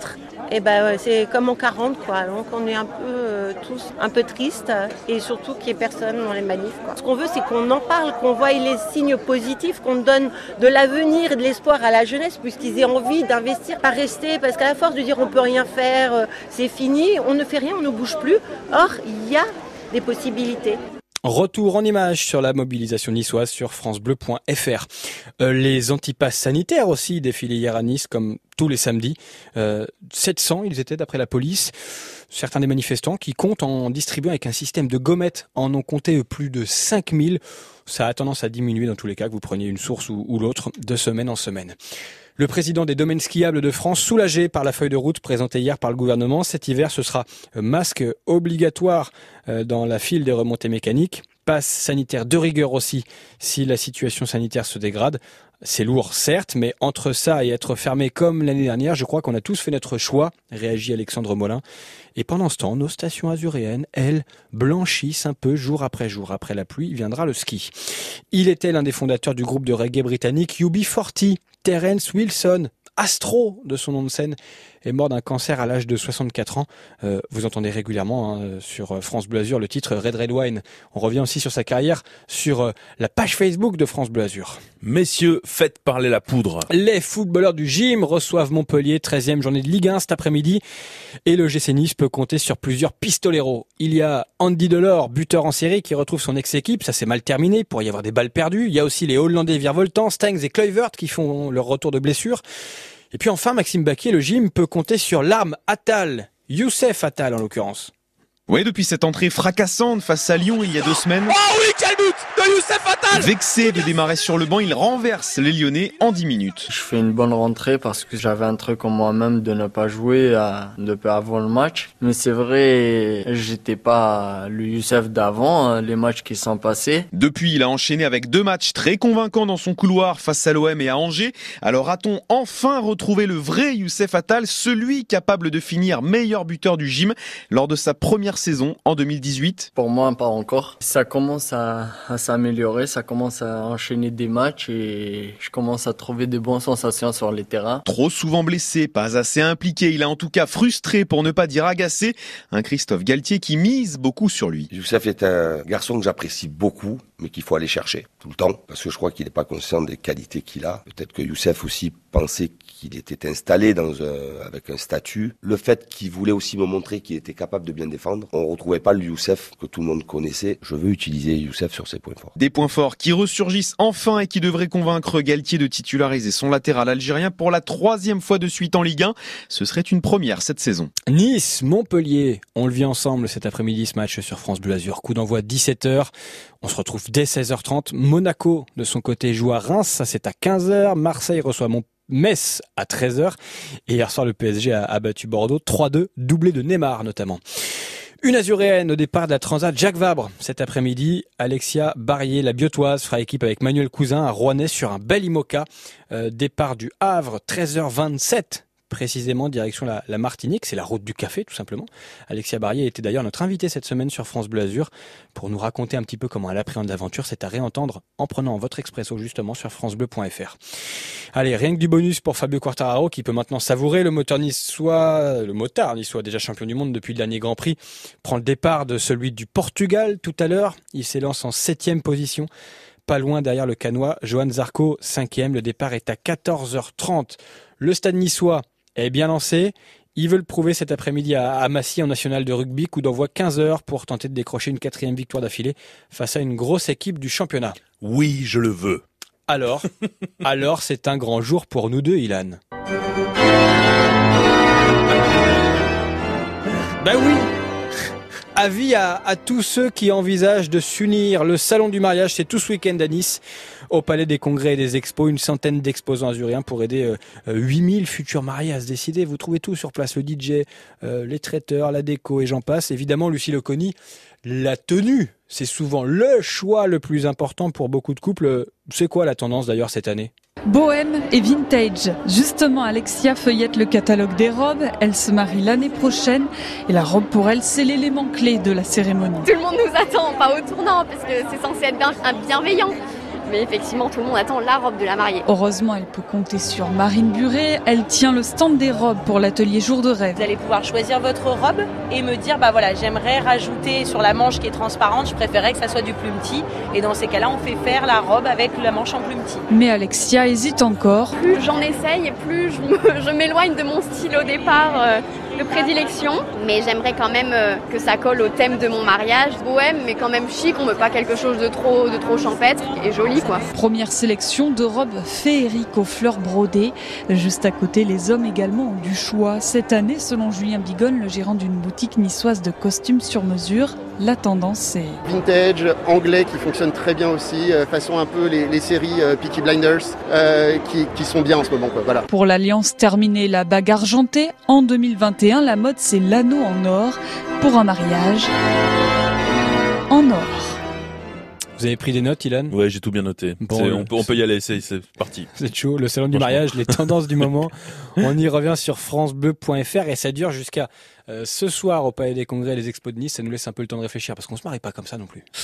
Et ben ouais, c'est comme en quarante, quoi. Donc on est un peu euh, tous un peu tristes et surtout qu'il n'y ait personne dans les manifs, quoi. Ce qu'on veut, c'est qu'on en parle, qu'on voie les signes positifs, qu'on donne de l'avenir et de l'espoir à la jeunesse, puisqu'ils aient envie d'investir, pas rester, parce qu'à la force de dire on peut rien faire, euh, c'est fini, on ne fait rien, on ne bouge plus. Or, il y a des possibilités. Retour en images sur la mobilisation niçoise sur francebleu point f r. Euh, les antipasses sanitaires aussi défilaient hier à Nice comme tous les samedis. Euh, sept cents, ils étaient d'après la police. Certains des manifestants qui comptent en distribuant avec un système de gommettes en ont compté plus de cinq mille. Ça a tendance à diminuer dans tous les cas que vous preniez une source ou, ou l'autre de semaine en semaine. Le président des domaines skiables de France, soulagé par la feuille de route présentée hier par le gouvernement. Cet hiver, ce sera masque obligatoire dans la file des remontées mécaniques. Passe sanitaire de rigueur aussi si la situation sanitaire se dégrade. C'est lourd, certes, mais entre ça et être fermé comme l'année dernière, je crois qu'on a tous fait notre choix, réagit Alexandre Molin. Et pendant ce temps, nos stations azuréennes, elles, blanchissent un peu jour après jour. Après la pluie, viendra le ski. Il était l'un des fondateurs du groupe de reggae britannique U B quarante. Terence Wilson, Astro de son nom de scène, est mort d'un cancer à l'âge de soixante-quatre ans. Euh, vous entendez régulièrement hein, sur France Bleu Azur le titre Red Red Wine. On revient aussi sur sa carrière sur euh, la page Facebook de France Bleu Azur. Messieurs, faites parler la poudre. Les footballeurs du gym reçoivent Montpellier, treizième journée de Ligue un cet après-midi. Et le G C Nice peut compter sur plusieurs pistoleros. Il y a Andy Delors, buteur en série, qui retrouve son ex-équipe. Ça s'est mal terminé, il pourrait y avoir des balles perdues. Il y a aussi les Hollandais virevoltants, Stengs et Kluivert qui font leur retour de blessure. Et puis enfin, Maxime Baquier, le gym peut compter sur l'arme Attal, Youssef Attal en l'occurrence. Oui, depuis cette entrée fracassante face à Lyon il y a deux semaines. Oh oui, quel but de Youssef Attal! Vexé de démarrer sur le banc, il renverse les Lyonnais en dix minutes. Je fais une bonne rentrée parce que j'avais un truc en moi-même de ne pas jouer à, depuis avant le match. Mais c'est vrai, j'étais pas le Youssef d'avant, les matchs qui sont passés. Depuis, il a enchaîné avec deux matchs très convaincants dans son couloir face à l'O M et à Angers. Alors a-t-on enfin retrouvé le vrai Youssef Attal, celui capable de finir meilleur buteur du gym lors de sa première saison en deux mille dix-huit? Pour moi, pas encore. Ça commence à, à s'améliorer, ça commence à enchaîner des matchs et je commence à trouver des bonnes sensations sur les terrains. Trop souvent blessé, pas assez impliqué, il a en tout cas frustré pour ne pas dire agacé. Un Christophe Galtier qui mise beaucoup sur lui. Youssef est un garçon que j'apprécie beaucoup, mais qu'il faut aller chercher tout le temps, parce que je crois qu'il n'est pas conscient des qualités qu'il a. Peut-être que Youssef aussi pensait qu'il était installé dans un, avec un statut. Le fait qu'il voulait aussi me montrer qu'il était capable de bien défendre. On ne retrouvait pas le Youssef que tout le monde connaissait. Je veux utiliser Youssef sur ses points forts. Des points forts qui ressurgissent enfin et qui devraient convaincre Galtier de titulariser son latéral algérien pour la troisième fois de suite en Ligue un. Ce serait une première cette saison. Nice, Montpellier, on le vit ensemble cet après-midi ce match sur France Bleu Azur. Coup d'envoi dix-sept heures. On se retrouve dès seize heures trente. Monaco, de son côté, joue à Reims. Ça, c'est à quinze heures. Marseille reçoit Montpellier. Metz à treize heures. Et hier soir, le P S G a, a battu Bordeaux trois deux, doublé de Neymar notamment. Une azuréenne au départ de la Transat Jacques Vabre. Cet après-midi, Alexia Barrier, la biotoise, fera équipe avec Manuel Cousin à Rouennais sur un bel IMOCA. Euh, départ du Havre, treize heures vingt-sept. Précisément direction la, la Martinique, c'est la route du café tout simplement. Alexia Barrier était d'ailleurs notre invitée cette semaine sur France Bleu Azur pour nous raconter un petit peu comment elle appréhende l'aventure. C'est à réentendre en prenant votre expresso justement sur francebleu point f r. Allez, rien que du bonus pour Fabio Quartararo qui peut maintenant savourer le moteur niçois, le motard niçois déjà champion du monde depuis le dernier Grand Prix, prend le départ de celui du Portugal tout à l'heure. Il s'élance en septième position. Pas loin derrière le Canois, Johan Zarco, cinquième. Le départ est à quatorze heures trente. Le stade niçois est bien lancé. Ils veulent prouver cet après-midi à Massy en national de rugby, coup d'envoi quinze heures pour tenter de décrocher une quatrième victoire d'affilée face à une grosse équipe du championnat. Oui, je le veux. Alors, alors c'est un grand jour pour nous deux, Ilan. Ben oui. Avis à, à tous ceux qui envisagent de s'unir. Le salon du mariage, c'est tout ce week-end à Nice. Au Palais des Congrès et des Expos, une centaine d'exposants azuréens pour aider euh, huit mille futurs mariés à se décider. Vous trouvez tout sur place, le D J, euh, les traiteurs, la déco et j'en passe. Évidemment, Lucie Loconi, la tenue, c'est souvent le choix le plus important pour beaucoup de couples. C'est quoi la tendance d'ailleurs cette année ? Bohème et vintage. Justement, Alexia feuillette le catalogue des robes. Elle se marie l'année prochaine et la robe pour elle, c'est l'élément clé de la cérémonie. Tout le monde nous attend, pas au tournant, parce que c'est censé être bien, bienveillant. mais effectivement tout le monde attend la robe de la mariée. Heureusement, elle peut compter sur Marine Buret. Elle tient le stand des robes pour l'atelier Jour de rêve. Vous allez pouvoir choisir votre robe et me dire, bah voilà, j'aimerais rajouter sur la manche qui est transparente, je préférais que ça soit du plumetis. Et dans ces cas-là, on fait faire la robe avec la manche en plumetis. Mais Alexia hésite encore. Plus j'en essaye, plus je, me, je m'éloigne de mon style au départ euh, de prédilection. Mais j'aimerais quand même euh, que ça colle au thème de mon mariage. Bohème, mais quand même chic, on veut pas quelque chose de trop, de trop champêtre et joli quoi. Première sélection de robes féeriques aux fleurs brodées. Juste à côté, les hommes également ont du choix. Cette année, selon Julien Bigonne, le gérant d'une boutique niçoise de costumes sur mesure, la tendance est vintage, anglais qui fonctionne très bien aussi, euh, façon un peu les, les séries euh, Peaky Blinders euh, qui, qui sont bien en ce moment quoi. Voilà. Pour l'Alliance terminée, la bague argentée. En deux mille vingt et un, la mode c'est l'anneau en or pour un mariage en or. Vous avez pris des notes, Ilan ? Ouais, j'ai tout bien noté. Bon, C'est- euh, on, peut, on peut y aller, c'est, c'est parti. C'est chaud, le salon du mariage, les tendances du moment. On y revient sur francebleu point f r et ça dure jusqu'à euh, ce soir au Palais des Congrès et les Expos de Nice. Ça nous laisse un peu le temps de réfléchir parce qu'on se marie pas comme ça non plus.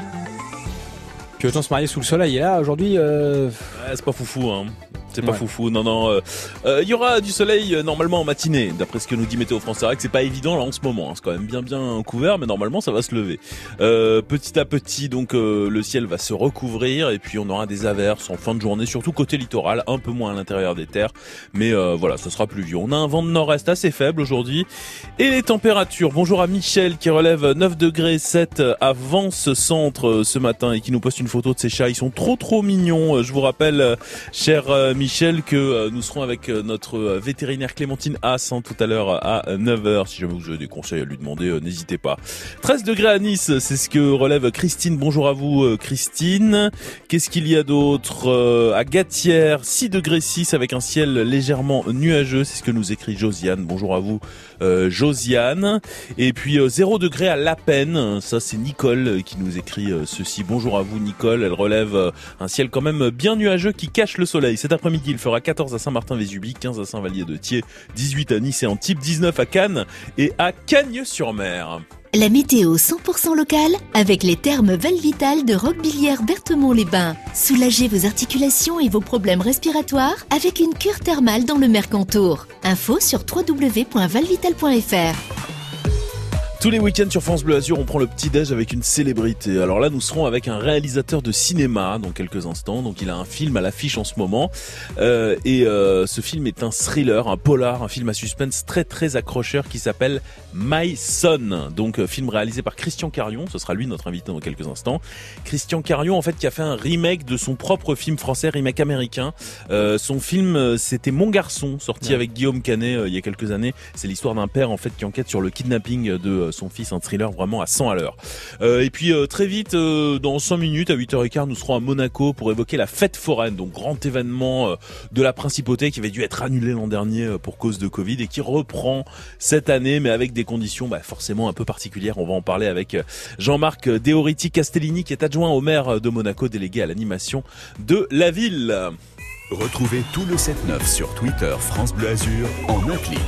Puis autant se marier sous le soleil. Et là, aujourd'hui... Euh... Ouais, c'est pas foufou, hein. C'est pas Ouais. foufou, non, non. Il euh, euh, y aura du soleil euh, normalement en matinée, d'après ce que nous dit Météo France. C'est vrai que c'est pas évident là en ce moment, hein. C'est quand même bien bien couvert, mais normalement ça va se lever. Euh, petit à petit, donc euh, le ciel va se recouvrir et puis on aura des averses en fin de journée, surtout côté littoral, un peu moins à l'intérieur des terres, mais euh, voilà, ce sera pluvieux. On a un vent de nord-est assez faible aujourd'hui et les températures. Bonjour à Michel qui relève neuf degrés sept à Vence Centre ce matin et qui nous poste une photo de ses chats. Ils sont trop trop mignons. Je vous rappelle, euh, cher euh, Michel, que euh, nous serons avec euh, notre euh, vétérinaire Clémentine Haas hein, tout à l'heure à neuf heures. Si jamais vous avez des conseils à lui demander, euh, n'hésitez pas. treize degrés à Nice, c'est ce que relève Christine. Bonjour à vous euh, Christine. Qu'est-ce qu'il y a d'autre euh, à Gatière, six degrés six avec un ciel légèrement nuageux. C'est ce que nous écrit Josiane. Bonjour à vous euh, Josiane. Et puis euh, zéro degré à La Peine. Ça c'est Nicole euh, qui nous écrit euh, ceci. Bonjour à vous Nicole. Elle relève euh, un ciel quand même bien nuageux qui cache le soleil. Cet après-midi, il fera quatorze à Saint-Martin-Vésubie, quinze à Saint-Vallier-de-Thiers, dix-huit à Nice et Antibes, dix-neuf à Cannes et à Cagnes-sur-Mer. La météo cent pour cent locale avec les thermes Valvital de Roquebillière Berthemont-les-Bains. Soulagez vos articulations et vos problèmes respiratoires avec une cure thermale dans le Mercantour. Info sur w w w point valvital point f r. Tous les week-ends sur France Bleu Azur, on prend le petit-déj avec une célébrité. Alors là, nous serons avec un réalisateur de cinéma dans quelques instants. Donc il a un film à l'affiche en ce moment. Euh, et euh, ce film est un thriller, un polar, un film à suspense très très accrocheur qui s'appelle My Son. Donc euh, film réalisé par Christian Carion. Ce sera lui notre invité dans quelques instants. Christian Carion, en fait, qui a fait un remake de son propre film français, remake américain. Euh, son film, euh, c'était Mon Garçon, sorti ouais. avec Guillaume Canet euh, il y a quelques années. C'est l'histoire d'un père en fait qui enquête sur le kidnapping de euh, son fils, un thriller vraiment à cent à l'heure. Euh, et puis euh, très vite, euh, dans cinq minutes, à huit heures quinze, nous serons à Monaco pour évoquer la fête foraine, donc grand événement euh, de la principauté qui avait dû être annulé l'an dernier euh, pour cause de Covid et qui reprend cette année, mais avec des conditions bah, forcément un peu particulières. On va en parler avec Jean-Marc Deoriti Castellini, qui est adjoint au maire de Monaco, délégué à l'animation de la ville. Retrouvez tout le sept neuf sur Twitter France Bleu Azur en un clic.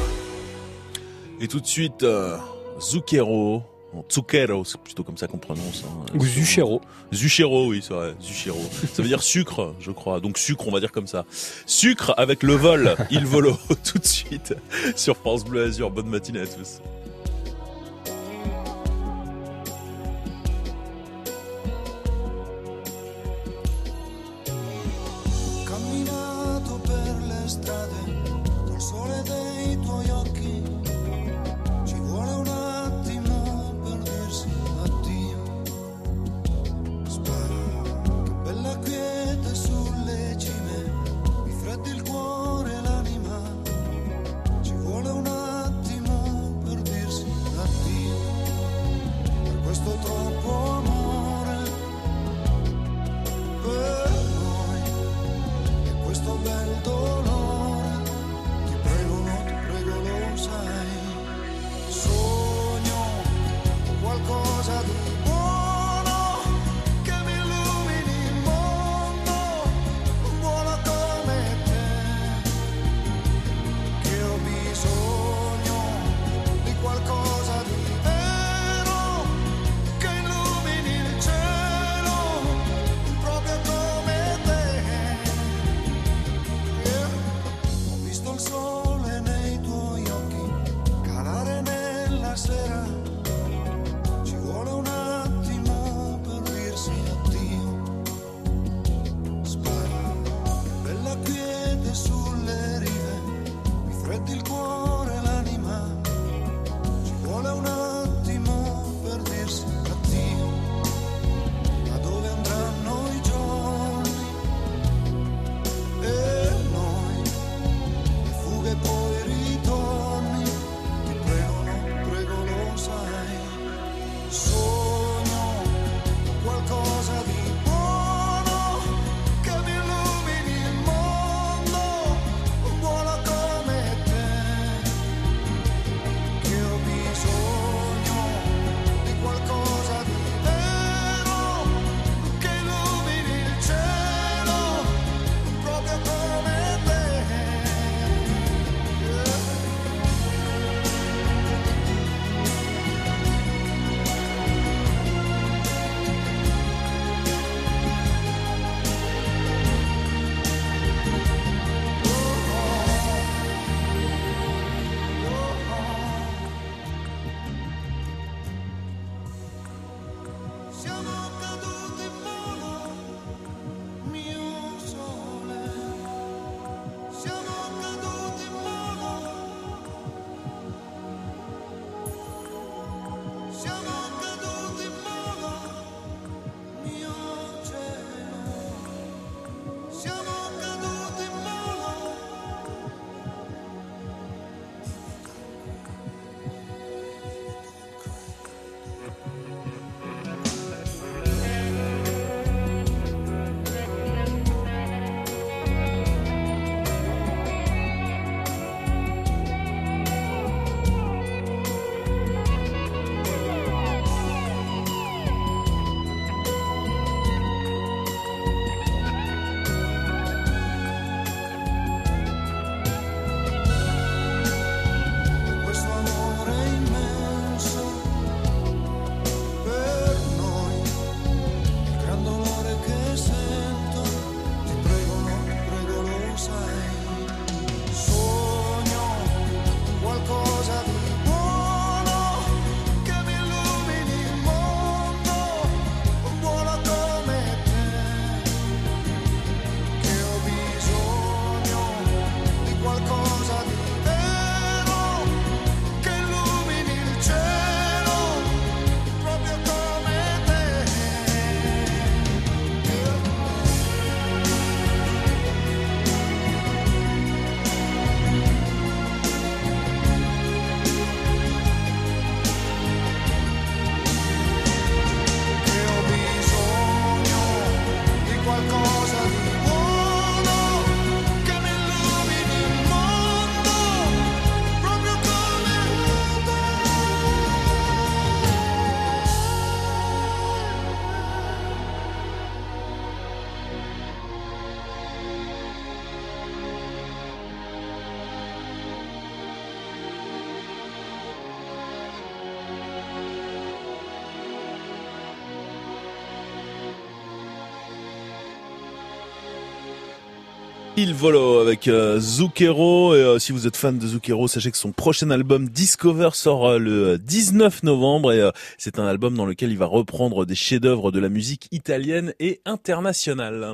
Et tout de suite... Euh... Zucchero, Zucchero, c'est plutôt comme ça qu'on prononce. Hein. Ou Zucchero. Zucchero, oui, c'est vrai, Zucchero. Ça veut dire sucre, je crois. Donc sucre, on va dire comme ça. Sucre avec le vol, il volo, tout de suite sur France Bleu Azur. Bonne matinée à tous. Questo bel dolore, ti prego, no, ti prego, lo sai. Il Volo avec euh, Zucchero et euh, si vous êtes fan de Zucchero, sachez que son prochain album Discover sort euh, le dix-neuf novembre et euh, c'est un album dans lequel il va reprendre des chefs-d'œuvre de la musique italienne et internationale.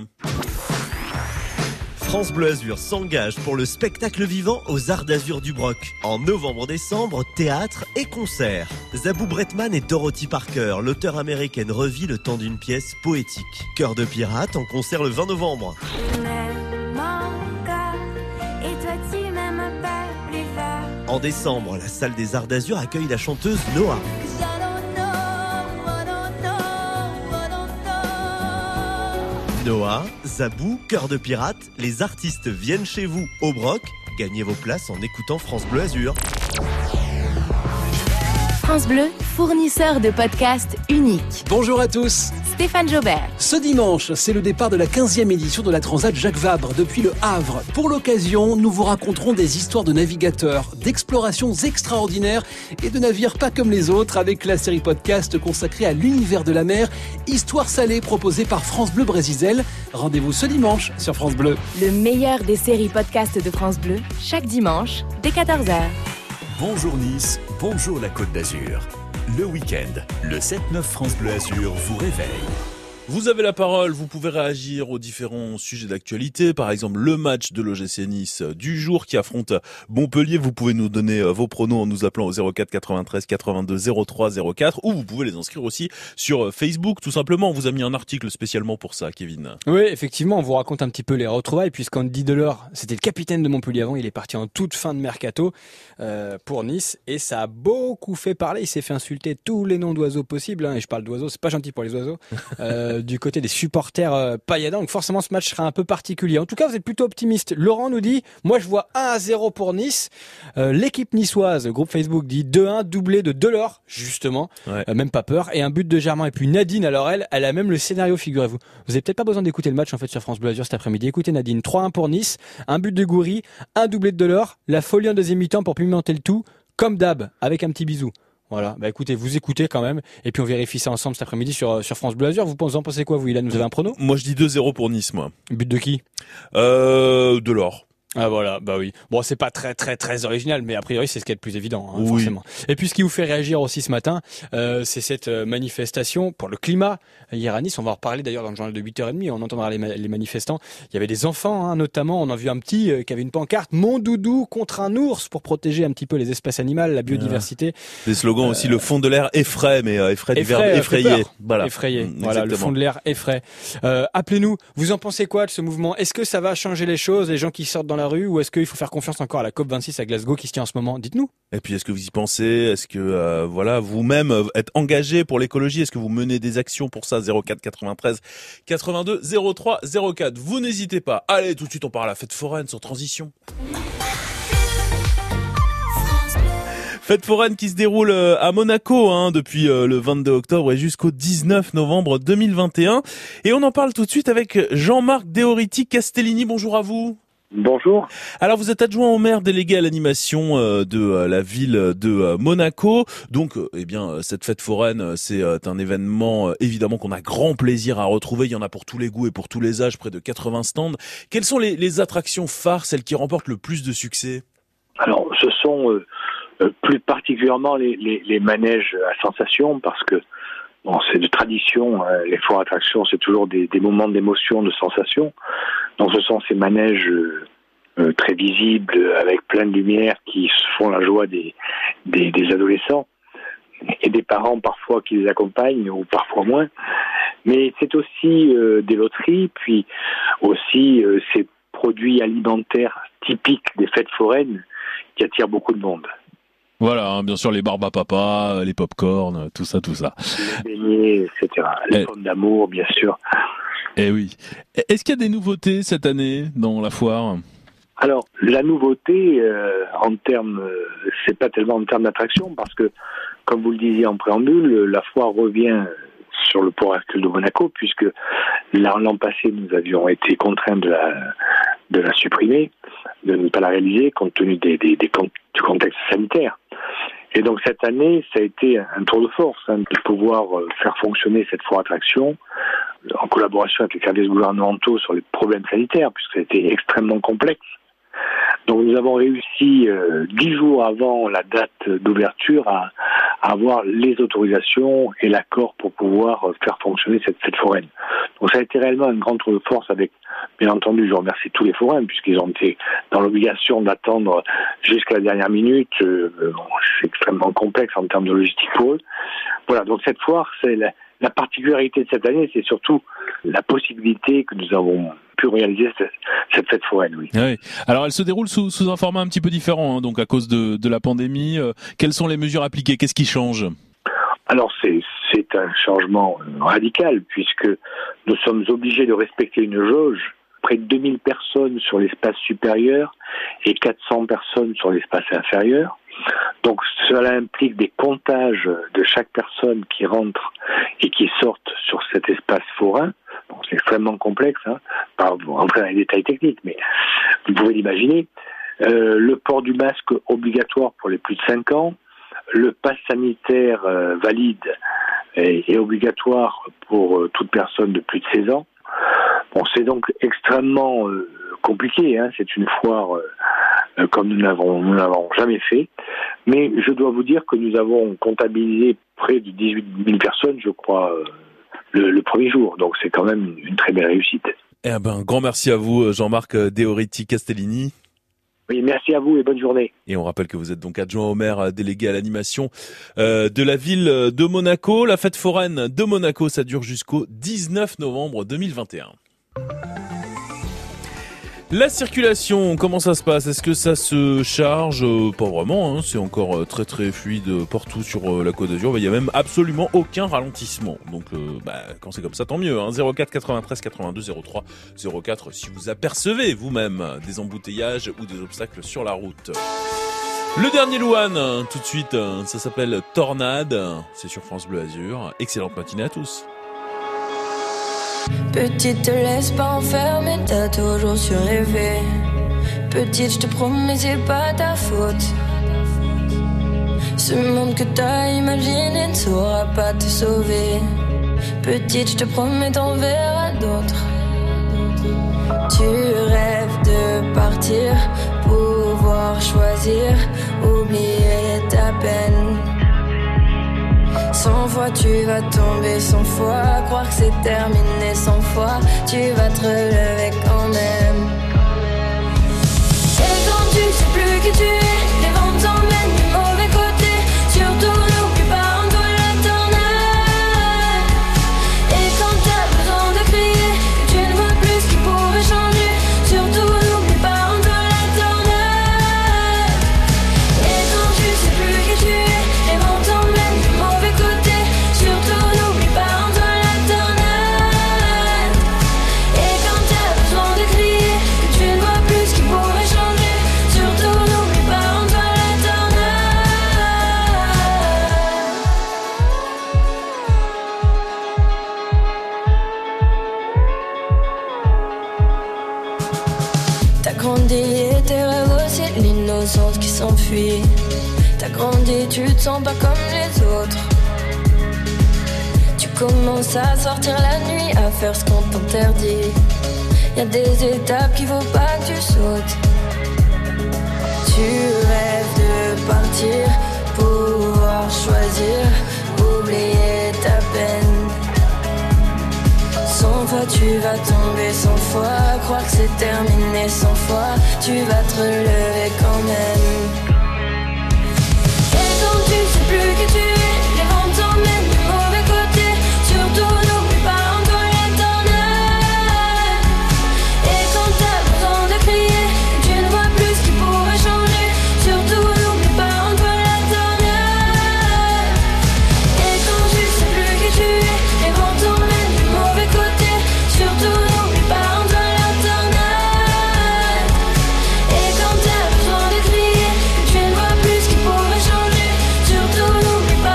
France Bleu Azur s'engage pour le spectacle vivant aux Arts d'Azur du Broc. En novembre-décembre, théâtre et concerts. Zabou Bretman et Dorothy Parker, l'auteure américaine, revit le temps d'une pièce poétique. Cœur de pirate en concert le vingt novembre. En décembre, la salle des Arts d'Azur accueille la chanteuse Noah. Noah, Zabou, Cœur de pirate, les artistes viennent chez vous au Broc. Gagnez vos places en écoutant France Bleu Azur. France Bleu, fournisseur de podcasts uniques. Bonjour à tous. Stéphane Jobert. Ce dimanche, c'est le départ de la quinzième édition de la Transat Jacques Vabre depuis le Havre. Pour l'occasion, nous vous raconterons des histoires de navigateurs, d'explorations extraordinaires et de navires pas comme les autres avec la série podcast consacrée à l'univers de la mer, Histoire salée proposée par France Bleu Brésisel. Rendez-vous ce dimanche sur France Bleu. Le meilleur des séries podcasts de France Bleu, chaque dimanche, dès quatorze heures. Bonjour Nice, bonjour la Côte d'Azur. Le week-end, le sept neuf France Bleu Azur vous réveille. Vous avez la parole, vous pouvez réagir aux différents sujets d'actualité, par exemple le match de l'O G C Nice du jour qui affronte Montpellier. Vous pouvez nous donner vos pronos en nous appelant au zéro quatre quatre-vingt-treize quatre-vingt-deux zéro trois zéro quatre ou vous pouvez les inscrire aussi sur Facebook. Tout simplement, on vous a mis un article spécialement pour ça, Kevin. Oui, effectivement, on vous raconte un petit peu les retrouvailles puisqu'Andy Delors, c'était le capitaine de Montpellier avant, il est parti en toute fin de mercato euh, pour Nice et ça a beaucoup fait parler. Il s'est fait insulter tous les noms d'oiseaux possibles hein, et je parle d'oiseaux, c'est pas gentil pour les oiseaux. Euh, du côté des supporters euh, pailladins. Donc forcément, ce match sera un peu particulier. En tout cas, vous êtes plutôt optimiste. Laurent nous dit, moi je vois un à zéro pour Nice. Euh, l'équipe niçoise, groupe Facebook, dit deux un, doublé de Delors, justement. Ouais. Euh, même pas peur. Et un but de Germain. Et puis Nadine, alors elle, elle a même le scénario, figurez-vous. Vous avez peut-être pas besoin d'écouter le match en fait sur France Bleu Azur cet après-midi. Écoutez Nadine, trois un pour Nice, un but de Goury, un doublé de Delors, la folie en deuxième mi-temps pour pimenter le tout, comme d'hab, avec un petit bisou. Voilà, bah écoutez, vous écoutez quand même, et puis on vérifie ça ensemble cet après-midi sur sur France Bleu Azur. Vous en pensez quoi, vous, Ilan? Vous avez un prono? Moi, je dis deux zéro pour Nice, moi. But de qui? Euh, de l'or. Ah voilà, bah oui. Bon, c'est pas très très très original, mais a priori c'est ce qui est le plus évident, hein, oui. forcément. Et puis ce qui vous fait réagir aussi ce matin, euh, c'est cette manifestation pour le climat hier à Nice. On va en reparler d'ailleurs dans le journal de huit heures trente, on entendra les, ma- les manifestants. Il y avait des enfants, hein, notamment, on a vu un petit euh, qui avait une pancarte « Mon doudou contre un ours » pour protéger un petit peu les espèces animales, la biodiversité. Des slogans euh, aussi, le fond de l'air effraie, mais euh, effraie du verbe effrayé. Voilà. Effrayé, mmh, voilà, le fond de l'air effraie. Euh, appelez-nous, vous en pensez quoi de ce mouvement? Est-ce que ça va changer les choses, les gens qui sortent dans la rue, ou est-ce qu'il faut faire confiance encore à la COP vingt-six à Glasgow qui se tient en ce moment? Dites-nous. Et puis, est-ce que vous y pensez? Est-ce que euh, voilà, vous-même euh, êtes engagé pour l'écologie? Est-ce que vous menez des actions pour ça? Zéro quatre quatre-vingt-treize quatre-vingt-deux zéro trois zéro quatre. Vous n'hésitez pas. Allez, tout de suite, on part à la fête foraine sans transition. Fête foraine qui se déroule à Monaco hein, depuis le vingt-deux octobre et jusqu'au dix-neuf novembre deux mille vingt et un. Et on en parle tout de suite avec Jean-Marc Deoriti Castellini. Bonjour à vous. Bonjour. Alors vous êtes adjoint au maire délégué à l'animation de la ville de Monaco. Donc eh bien cette fête foraine c'est un événement évidemment qu'on a grand plaisir à retrouver. Il y en a pour tous les goûts et pour tous les âges, près de quatre-vingts stands. Quelles sont les, les attractions phares, celles qui remportent le plus de succès? Alors ce sont euh, plus particulièrement les, les, les manèges à sensations parce que bon, c'est de tradition, hein, les foires attractions c'est toujours des, des moments d'émotion, de sensation. Donc ce sont ces manèges euh, très visibles, avec plein de lumière, qui font la joie des, des, des adolescents et des parents parfois qui les accompagnent, ou parfois moins. Mais c'est aussi euh, des loteries, puis aussi euh, ces produits alimentaires typiques des fêtes foraines qui attirent beaucoup de monde. Voilà, hein, bien sûr, les barbes à papa, les pop-corn, tout ça, tout ça. Les beignets, et cetera. Les pommes d'amour, bien sûr. Eh oui. Est-ce qu'il y a des nouveautés cette année dans la foire? Alors, la nouveauté, euh, en termes, euh, c'est pas tellement en termes d'attraction, parce que, comme vous le disiez en préambule, la foire revient sur le port Hercule de Monaco, puisque l'an passé, nous avions été contraints de la, de la supprimer, de ne pas la réaliser, compte tenu des, des, des, du contexte sanitaire. Et donc cette année, ça a été un tour de force hein, de pouvoir faire fonctionner cette foire attraction en collaboration avec les services gouvernementaux sur les problèmes sanitaires, puisque ça a été extrêmement complexe. Donc nous avons réussi, euh, dix jours avant la date d'ouverture, à, à avoir les autorisations et l'accord pour pouvoir faire fonctionner cette fête foraine. Donc ça a été réellement un grand tour de force avec, bien entendu, je remercie tous les forains, puisqu'ils ont été dans l'obligation d'attendre jusqu'à la dernière minute. Euh, c'est extrêmement complexe en termes de logistique pour eux. Voilà, donc cette foire, c'est la, la particularité de cette année, c'est surtout la possibilité que nous avons pu réaliser cette, cette fête foraine, oui. Oui. Alors elle se déroule sous, sous un format un petit peu différent, hein, donc à cause de, de la pandémie. Euh, quelles sont les mesures appliquées? Qu'est-ce qui change? Alors c'est, c'est un changement radical, puisque nous sommes obligés de respecter une jauge, près de deux mille personnes sur l'espace supérieur et quatre cents personnes sur l'espace inférieur. Donc cela implique des comptages de chaque personne qui rentre et qui sortent sur cet espace forain. Donc c'est extrêmement complexe, hein, pas rentrer dans les détails techniques, mais vous pouvez l'imaginer. Euh, le port du masque obligatoire pour les plus de cinq ans, le pass sanitaire euh, valide est, est obligatoire pour euh, toute personne de plus de seize ans. Bon, c'est donc extrêmement euh, compliqué, hein, c'est une foire euh, comme nous n'avons, nous n'avons jamais fait. Mais je dois vous dire que nous avons comptabilisé près de dix-huit mille personnes, je crois, euh, le, le premier jour. Donc c'est quand même une, une très belle réussite. Eh ben, grand merci à vous, Jean-Marc Deoriti Castellini. Oui, merci à vous et bonne journée. Et on rappelle que vous êtes donc adjoint au maire, délégué à l'animation euh, de la ville de Monaco. La fête foraine de Monaco, ça dure jusqu'au dix-neuf novembre deux mille vingt et un. La circulation, comment ça se passe? Est-ce que ça se charge? euh, Pas vraiment, hein, c'est encore euh, très très fluide partout sur euh, la Côte d'Azur. Il n'y a même absolument aucun ralentissement. Donc euh, bah, quand c'est comme ça, tant mieux. Hein. zéro quatre quatre-vingt-treize quatre-vingt-deux zéro trois zéro quatre si vous apercevez vous-même des embouteillages ou des obstacles sur la route. Le dernier Louane, tout de suite, ça s'appelle Tornade. C'est sur France Bleu Azur. Excellente matinée à tous. Petite, te laisse pas enfermer, t'as toujours su rêver. Petite, je te promets, c'est pas ta faute. Ce monde que t'as imaginé ne saura pas te sauver. Petite, je te promets, t'en verras d'autres. Tu rêves de partir, pouvoir choisir, oublier ta peine. Cent fois tu vas tomber, cent fois croire que c'est terminé, cent fois tu vas te relever quand même. Et quand tu sais plus qui tu es, les vents t'emmènent du mauvais côté. Surtout n'oublie pas en toi la tornade. Et quand t'as besoin de crier, que tu ne vois plus ce qui pourrait changer. Surtout n'oublie pas en toi la tornade. Et quand tu sais plus qui tu es, les vents t'emmènent du mauvais côté. Surtout n'oublie pas en toi la tornade. Et quand t'as besoin de crier, que tu ne vois plus ce qui pourrait changer. Surtout n'oublie pas en toi la tornade. T'as grandi et tes rêves aussi, l'innocence qui s'enfuit. T'as grandi, tu te sens pas comme les autres. Tu commences à sortir la nuit, à faire ce qu'on t'interdit. Y'a des étapes qu'il faut pas que tu sautes. Tu rêves de partir, pouvoir choisir, oublier ta peine. Cent fois tu vas tomber, cent fois croire que c'est terminé, cent fois tu vas te relever quand même. Et quand tu sais plus qui tu es, les vents t'emmènent du mauvais côté. Surtout n'oublie pas en toi la tornade. Et quand t'as besoin de crier, que tu ne vois plus ce qui pourrait changer. Surtout n'oublie pas en toi la tornade. Et quand tu sais plus qui tu es, les vents t'emmènent du mauvais côté. Surtout n'oublie pas en toi la tornade. Et quand t'as besoin de crier, que tu ne vois plus ce qui pourrait changer. Surtout n'oublie pas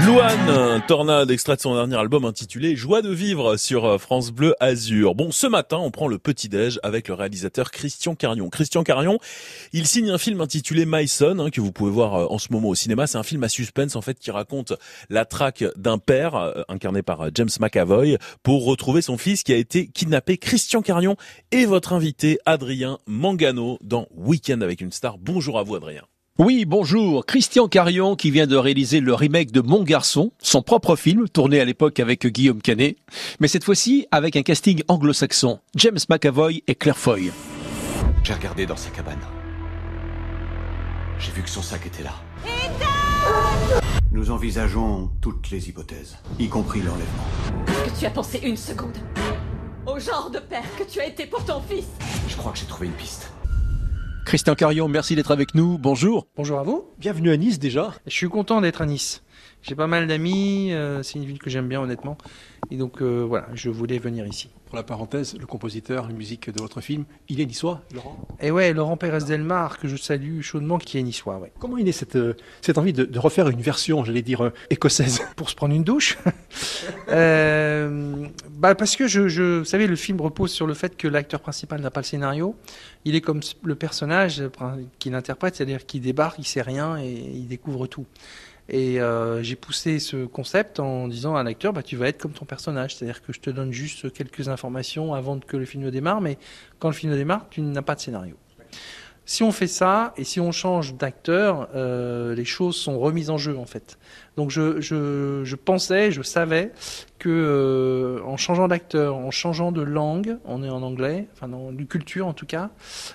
Louane, Tornade, extrait de son dernier album intitulé Joie de vivre sur France Bleu Azur. Bon, ce matin, on prend le petit-déj avec le réalisateur Christian Carion. Christian Carion, il signe un film intitulé My Son, hein, que vous pouvez voir en ce moment au cinéma. C'est un film à suspense, en fait, qui raconte la traque d'un père, euh, incarné par James McAvoy, pour retrouver son fils qui a été kidnappé. Christian Carion et votre invité, Adrien Mangano, dans Week-end avec une star. Bonjour à vous, Adrien. Oui, bonjour. Christian Carion qui vient de réaliser le remake de Mon Garçon, son propre film, tourné à l'époque avec Guillaume Canet, mais cette fois-ci avec un casting anglo-saxon, James McAvoy et Claire Foy. J'ai regardé dans sa cabane. J'ai vu que son sac était là. Nous envisageons toutes les hypothèses, y compris l'enlèvement. Est-ce que tu as pensé une seconde au genre de père que tu as été pour ton fils? Je crois que j'ai trouvé une piste. Christian Carion, merci d'être avec nous. Bonjour. Bonjour à vous. Bienvenue à Nice déjà. Je suis content d'être à Nice. J'ai pas mal d'amis, euh, c'est une ville que j'aime bien honnêtement. Et donc euh, voilà, je voulais venir ici. Pour la parenthèse, le compositeur, la musique de votre film, il est niçois, Laurent? Et ouais, Laurent Pérez-Delmar, que je salue chaudement, qui est niçois, ouais. Comment il est cette, euh, cette envie de, de refaire une version, j'allais dire, euh, écossaise? Pour se prendre une douche euh, bah parce que, je, je, vous savez, le film repose sur le fait que l'acteur principal n'a pas le scénario. Il est comme le personnage qu'il interprète, c'est-à-dire qu'il débarque, il sait rien et il découvre tout. Et euh, j'ai poussé ce concept en disant à l'acteur, bah, tu vas être comme ton personnage, c'est-à-dire que je te donne juste quelques informations avant que le film démarre, mais quand le film démarre, tu n'as pas de scénario. Si on fait ça, et si on change d'acteur, euh, les choses sont remises en jeu en fait. Donc je, je, je pensais, je savais que euh, en changeant d'acteur, en changeant de langue, on est en anglais, enfin dans, de culture en tout cas,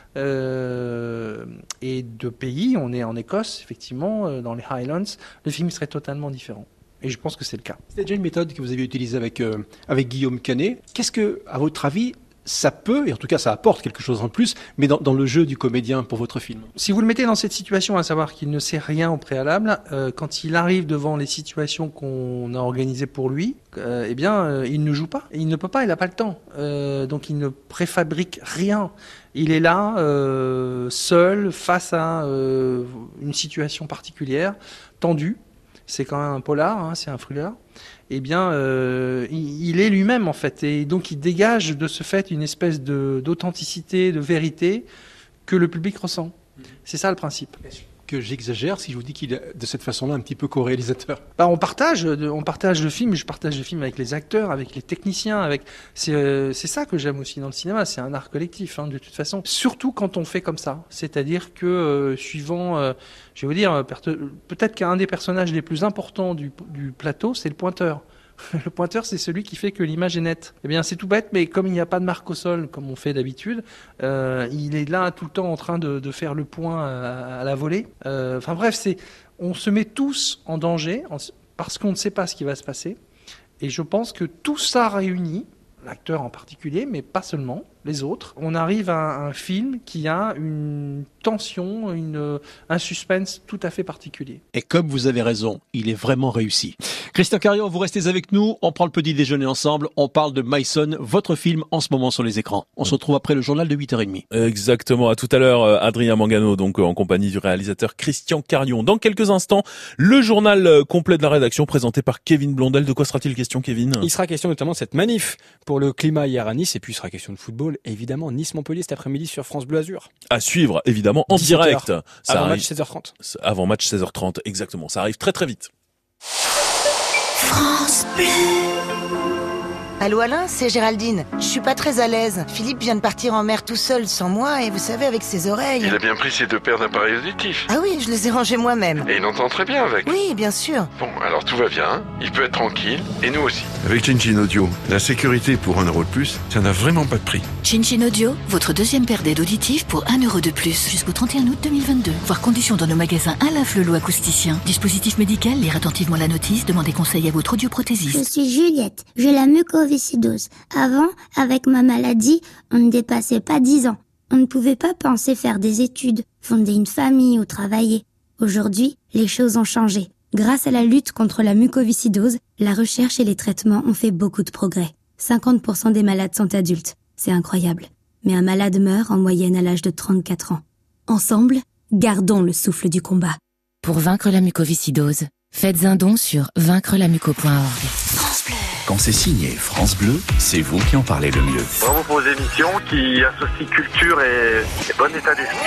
euh, et de pays, on est en Écosse effectivement, euh, dans les Highlands, le film serait totalement différent. Et je pense que c'est le cas. C'était déjà une méthode que vous avez utilisée avec, euh, avec Guillaume Canet. Qu'est-ce que, à votre avis, ça peut, et en tout cas ça apporte quelque chose en plus, mais dans, dans le jeu du comédien pour votre film? Si vous le mettez dans cette situation, à savoir qu'il ne sait rien au préalable, euh, quand il arrive devant les situations qu'on a organisées pour lui, euh, eh bien, euh, il ne joue pas. Il ne peut pas, il n'a pas le temps. Euh, donc il ne préfabrique rien. Il est là, euh, seul, face à euh, une situation particulière, tendue. C'est quand même un polar, hein, c'est un thriller. Eh bien, euh, il, il est lui-même en fait, et donc il dégage de ce fait une espèce de, d'authenticité, de vérité que le public ressent. C'est ça le principe. Que j'exagère si je vous dis qu'il est de cette façon-là un petit peu co-réalisateur? Bah, on partage, on partage le film. Je partage le film avec les acteurs, avec les techniciens, avec. C'est, euh, c'est ça que j'aime aussi dans le cinéma. C'est un art collectif, hein, de toute façon. Surtout quand on fait comme ça, c'est-à-dire que euh, suivant, euh, je vais vous dire, peut-être qu'un des personnages les plus importants du, du plateau, c'est le pointeur. Le pointeur, c'est celui qui fait que l'image est nette. Eh bien, c'est tout bête, mais comme il n'y a pas de marque au sol, comme on fait d'habitude, euh, il est là tout le temps en train de, de faire le point à, à la volée. Euh, enfin bref, c'est, on se met tous en danger en, parce qu'on ne sait pas ce qui va se passer. Et je pense que tout ça réuni, l'acteur en particulier, mais pas seulement, les autres, on arrive à un film qui a une tension, une, un suspense tout à fait particulier. Et comme vous avez raison, il est vraiment réussi. Christian Carion, vous restez avec nous, on prend le petit déjeuner ensemble, on parle de My Son, votre film en ce moment sur les écrans. On se retrouve après le journal de huit heures trente. Exactement, à tout à l'heure, Adrien Mangano, donc en compagnie du réalisateur Christian Carion. Dans quelques instants, le journal complet de la rédaction présenté par Kevin Blondel. De quoi sera-t-il question, Kevin? Il sera question notamment de cette manif pour le climat hier à Nice, et puis il sera question de football, évidemment, Nice-Montpellier cet après-midi sur France Bleu Azur. À suivre, évidemment, en direct. Ça avant arrive... match seize heures trente. Avant match seize heures trente, exactement. Ça arrive très très vite. France Bleu. Allô Alain, c'est Géraldine. Je suis pas très à l'aise. Philippe vient de partir en mer tout seul sans moi et vous savez avec ses oreilles. Il a bien pris ses deux paires d'appareils auditifs. Ah oui, je les ai rangés moi-même. Et il entend très bien avec. Oui, bien sûr. Bon, alors tout va bien, il peut être tranquille, et nous aussi. Avec Cinchin Audio, la sécurité pour un euro de plus, ça n'a vraiment pas de prix. Cinchin Audio, votre deuxième paire d'aides auditives pour un euro de plus jusqu'au trente et un août deux mille vingt-deux. Voir conditions dans nos magasins Alain Flelot acousticien. Dispositif médical, lire attentivement la notice, demandez conseil à votre audioprothésiste. Je suis Juliette, j'ai la mucoviscidose. Avant, avec ma maladie, on ne dépassait pas dix ans. On ne pouvait pas penser faire des études, fonder une famille ou travailler. Aujourd'hui, les choses ont changé. Grâce à la lutte contre la mucoviscidose, la recherche et les traitements ont fait beaucoup de progrès. cinquante pour cent des malades sont adultes. C'est incroyable. Mais un malade meurt en moyenne à l'âge de trente-quatre ans. Ensemble, gardons le souffle du combat. Pour vaincre la mucoviscidose, Faites un don sur vaincre la muco point org. Quand c'est signé France Bleu, c'est vous qui en parlez le mieux. Bravo pour vos émissions qui associent culture et, et bon état d'esprit.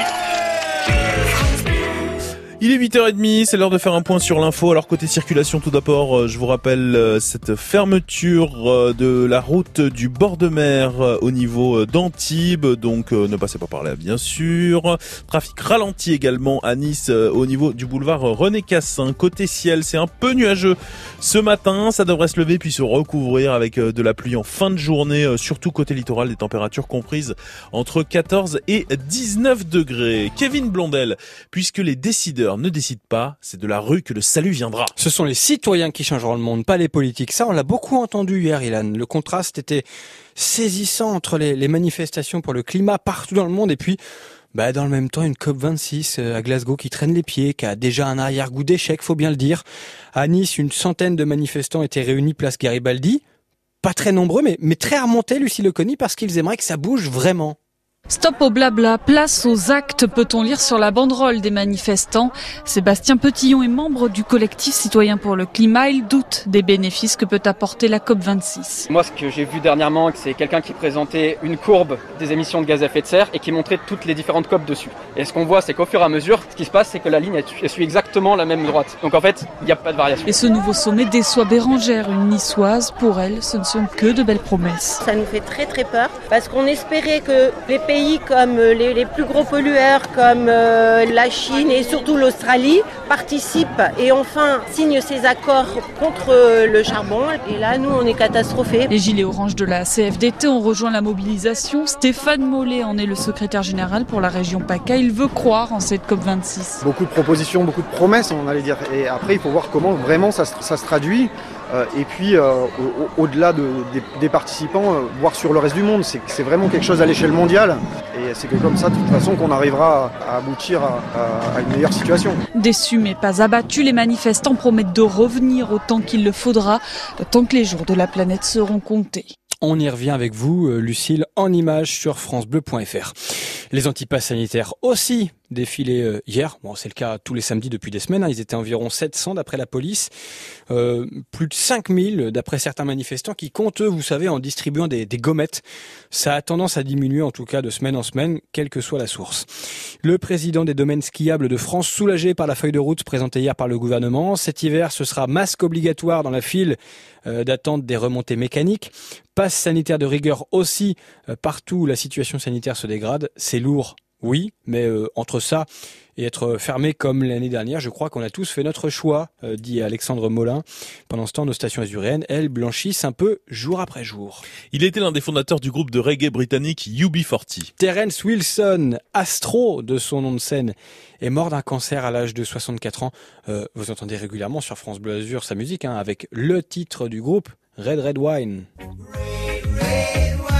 Il est huit heures trente, c'est l'heure de faire un point sur l'info. Alors côté circulation, tout d'abord, je vous rappelle cette fermeture de la route du bord de mer au niveau d'Antibes, donc ne passez pas par là bien sûr. Trafic ralenti également à Nice au niveau du boulevard René Cassin. Côté ciel, c'est un peu nuageux ce matin, ça devrait se lever puis se recouvrir avec de la pluie en fin de journée, surtout côté littoral, des températures comprises entre quatorze et dix-neuf degrés. Kevin Blondel, puisque les décideurs ne décide pas, c'est de la rue que le salut viendra. Ce sont les citoyens qui changeront le monde, pas les politiques. Ça, on l'a beaucoup entendu hier, Ilan. Le contraste était saisissant entre les, les manifestations pour le climat partout dans le monde et puis, bah, dans le même temps, une COP vingt-six à Glasgow qui traîne les pieds, qui a déjà un arrière-goût d'échec, faut bien le dire. À Nice, une centaine de manifestants étaient réunis place Garibaldi. Pas très nombreux, mais, mais très remontés, Lucie Leconi, parce qu'ils aimeraient que ça bouge vraiment. Stop au blabla, place aux actes, peut-on lire sur la banderole des manifestants. Sébastien Petillon est membre du collectif Citoyens pour le climat. Il doute des bénéfices que peut apporter la COP vingt-six. Moi, ce que j'ai vu dernièrement, c'est quelqu'un qui présentait une courbe des émissions de gaz à effet de serre et qui montrait toutes les différentes COP dessus. Et ce qu'on voit, c'est qu'au fur et à mesure, ce qui se passe, c'est que la ligne, elle suit exactement la même droite. Donc en fait, il n'y a pas de variation. Et ce nouveau sommet déçoit Bérangère, une niçoise. Pour elle, ce ne sont que de belles promesses. Ça nous fait très très peur parce qu'on espérait que les pays pays comme les, les plus gros pollueurs comme euh, la Chine et surtout l'Australie participent et enfin signent ces accords contre euh, le charbon. Et là, nous, on est catastrophés. Les gilets oranges de la C F D T ont rejoint la mobilisation. Stéphane Mollet en est le secrétaire général pour la région PACA. Il veut croire en cette COP vingt-six. Beaucoup de propositions, beaucoup de promesses, on allait dire. Et après, il faut voir comment vraiment ça, ça se traduit. Euh, et puis, euh, au, au-delà de, des, des participants, euh, voir sur le reste du monde. C'est, c'est vraiment quelque chose à l'échelle mondiale. Et c'est que comme ça, de toute façon, qu'on arrivera à, à aboutir à, à, à une meilleure situation. Déçus mais pas abattus, les manifestants promettent de revenir autant qu'il le faudra, tant que les jours de la planète seront comptés. On y revient avec vous, Lucille, en images sur francebleu point f r. Les antipasses sanitaires aussi défilé hier. Bon, c'est le cas tous les samedis depuis des semaines. Hein. Ils étaient environ sept cents d'après la police. Euh, plus de cinq mille d'après certains manifestants qui comptent, eux, vous savez, en distribuant des, des gommettes. Ça a tendance à diminuer, en tout cas, de semaine en semaine, quelle que soit la source. Le président des domaines skiables de France, soulagé par la feuille de route présentée hier par le gouvernement. Cet hiver, ce sera masque obligatoire dans la file euh, d'attente des remontées mécaniques. Passe sanitaire de rigueur aussi, euh, partout où la situation sanitaire se dégrade. C'est lourd. Oui, mais euh, entre ça et être fermé comme l'année dernière, je crois qu'on a tous fait notre choix, euh, dit Alexandre Molin. Pendant ce temps, nos stations azuréennes, elles, blanchissent un peu jour après jour. Il était l'un des fondateurs du groupe de reggae britannique U B quarante. Terence Wilson, Astro de son nom de scène, est mort d'un cancer à l'âge de soixante-quatre ans. Euh, vous entendez régulièrement sur France Bleu Azur sa musique, hein, avec le titre du groupe, Red Red Wine. Red, red wine.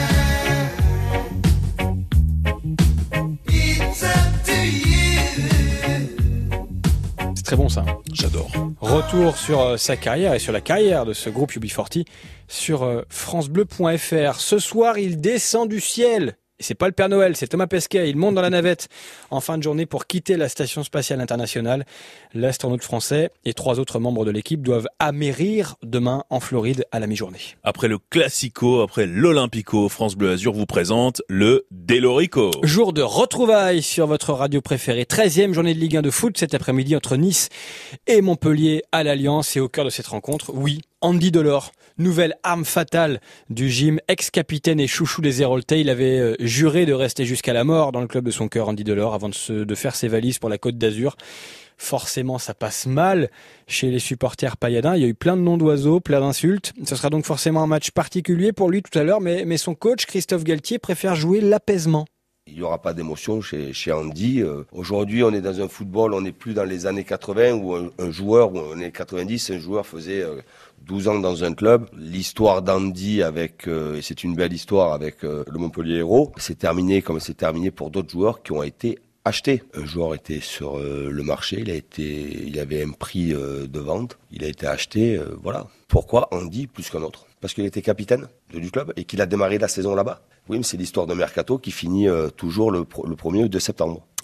Très bon ça. J'adore. Retour sur euh, sa carrière et sur la carrière de ce groupe U B quarante sur euh, francebleu point f r. Ce soir, il descend du ciel. Et c'est pas le Père Noël, c'est Thomas Pesquet. Il monte dans la navette en fin de journée pour quitter la Station Spatiale Internationale. L'astronaute français et trois autres membres de l'équipe doivent amérir demain en Floride à la mi-journée. Après le Classico, après l'Olympico, France Bleu Azur vous présente le Delorico. Jour de retrouvailles sur votre radio préférée. treizième journée de Ligue un de foot cet après-midi entre Nice et Montpellier à l'Alliance. Et au cœur de cette rencontre, oui, Andy Delors, nouvelle arme fatale du gym, ex-capitaine et chouchou des Héroltais. Il avait euh, juré de rester jusqu'à la mort dans le club de son cœur, Andy Delors, avant de, se, de faire ses valises pour la Côte d'Azur. Forcément, ça passe mal chez les supporters pailladins. Il y a eu plein de noms d'oiseaux, plein d'insultes. Ce sera donc forcément un match particulier pour lui tout à l'heure, mais, mais son coach, Christophe Galtier, préfère jouer l'apaisement. Il n'y aura pas d'émotion chez, chez Andy. Euh, aujourd'hui, on est dans un football, on n'est plus dans les années quatre-vingts où un, un joueur, ou on est quatre-vingt-dix, un joueur faisait euh, douze ans dans un club. L'histoire d'Andy avec, euh, et c'est une belle histoire avec euh, le Montpellier Hérault, c'est terminé comme c'est terminé pour d'autres joueurs qui ont été achetés. Un joueur était sur euh, le marché, il a été, il avait un prix euh, de vente, il a été acheté, euh, voilà. Pourquoi Andy plus qu'un autre ? Parce qu'il était capitaine du club et qu'il a démarré la saison là-bas. Oui, mais c'est l'histoire de Mercato qui finit euh, toujours le, le premier de septembre.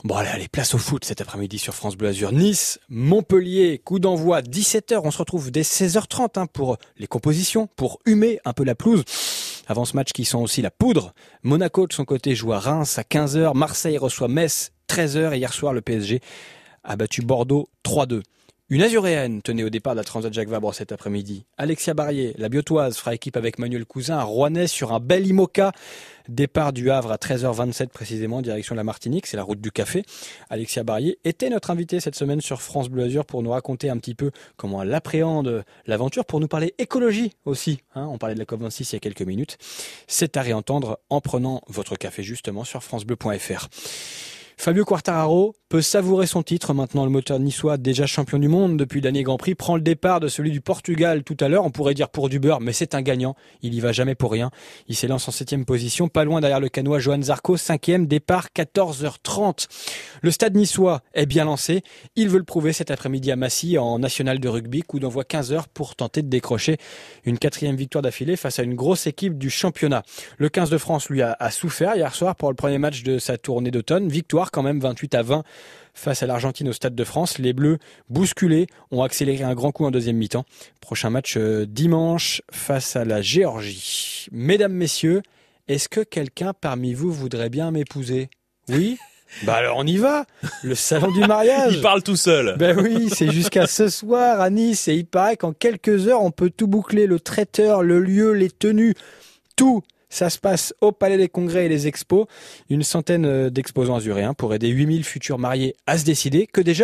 Bon allez, allez, place au foot cet après-midi sur France Bleu Azur. Nice, Montpellier, coup d'envoi dix-sept heures. On se retrouve dès seize heures trente hein, pour les compositions, pour humer un peu la pelouse. Avant ce match qui sent aussi la poudre, Monaco de son côté joue à Reims à quinze heures. Marseille reçoit Metz treize heures. Et hier soir, le P S G a battu Bordeaux trois deux. Une Azuréenne tenait au départ de la Transat Jacques Vabre cet après-midi. Alexia Barrier, la Biotoise, fera équipe avec Manuel Cousin à Rouennais sur un bel IMOCA. Départ du Havre à treize heures vingt-sept précisément, direction la Martinique, c'est la route du café. Alexia Barrier était notre invitée cette semaine sur France Bleu Azur pour nous raconter un petit peu comment elle appréhende l'aventure, pour nous parler écologie aussi. Hein, on parlait de la COP vingt-six il y a quelques minutes. C'est à réentendre en prenant votre café justement sur francebleu point f r. Fabio Quartararo peut savourer son titre. Maintenant, le moteur niçois, déjà champion du monde depuis le dernier Grand Prix, prend le départ de celui du Portugal tout à l'heure. On pourrait dire pour du beurre, mais c'est un gagnant. Il y va jamais pour rien. Il s'élance en septième position, pas loin derrière le Canois Johan Zarco, cinquième, départ quatorze heures trente. Le stade niçois est bien lancé. Il veut le prouver cet après-midi à Massy en national de rugby. Coup d'envoi quinze heures pour tenter de décrocher une quatrième victoire d'affilée face à une grosse équipe du championnat. Le quinze de France, lui, a, a souffert hier soir pour le premier match de sa tournée d'automne. Victoire quand même vingt-huit à vingt face à l'Argentine au Stade de France. Les Bleus, bousculés, ont accéléré un grand coup en deuxième mi-temps. Prochain match euh, dimanche face à la Géorgie. Mesdames, messieurs, est-ce que quelqu'un parmi vous voudrait bien m'épouser ? Oui ? Bah alors on y va. Le salon du mariage. Il parle tout seul. Ben oui, c'est jusqu'à ce soir à Nice et il paraît qu'en quelques heures on peut tout boucler, le traiteur, le lieu, les tenues, tout. Ça se passe au Palais des Congrès et les Expos. Une centaine d'exposants azuréens pour aider huit mille futurs mariés à se décider. Que des jeunes ?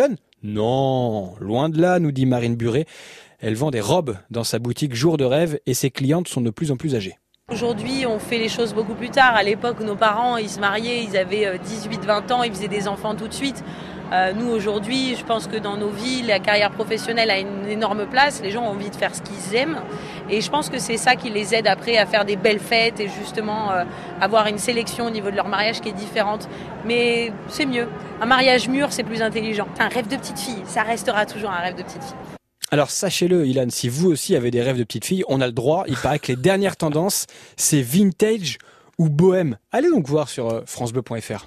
Non, loin de là, nous dit Marine Buret. Elle vend des robes dans sa boutique Jour de rêve et ses clientes sont de plus en plus âgées. Aujourd'hui, on fait les choses beaucoup plus tard. À l'époque, nos parents, ils se mariaient, ils avaient dix-huit vingt ans, ils faisaient des enfants tout de suite. Euh, nous, aujourd'hui, je pense que dans nos vies, la carrière professionnelle a une énorme place. Les gens ont envie de faire ce qu'ils aiment. Et je pense que c'est ça qui les aide après à faire des belles fêtes et justement euh, avoir une sélection au niveau de leur mariage qui est différente. Mais c'est mieux. Un mariage mûr, c'est plus intelligent. Un rêve de petite fille, ça restera toujours un rêve de petite fille. Alors sachez-le, Ilan, si vous aussi avez des rêves de petite fille, on a le droit. Il paraît que les dernières tendances, c'est vintage ou bohème. Allez donc voir sur euh, francebleu point f r.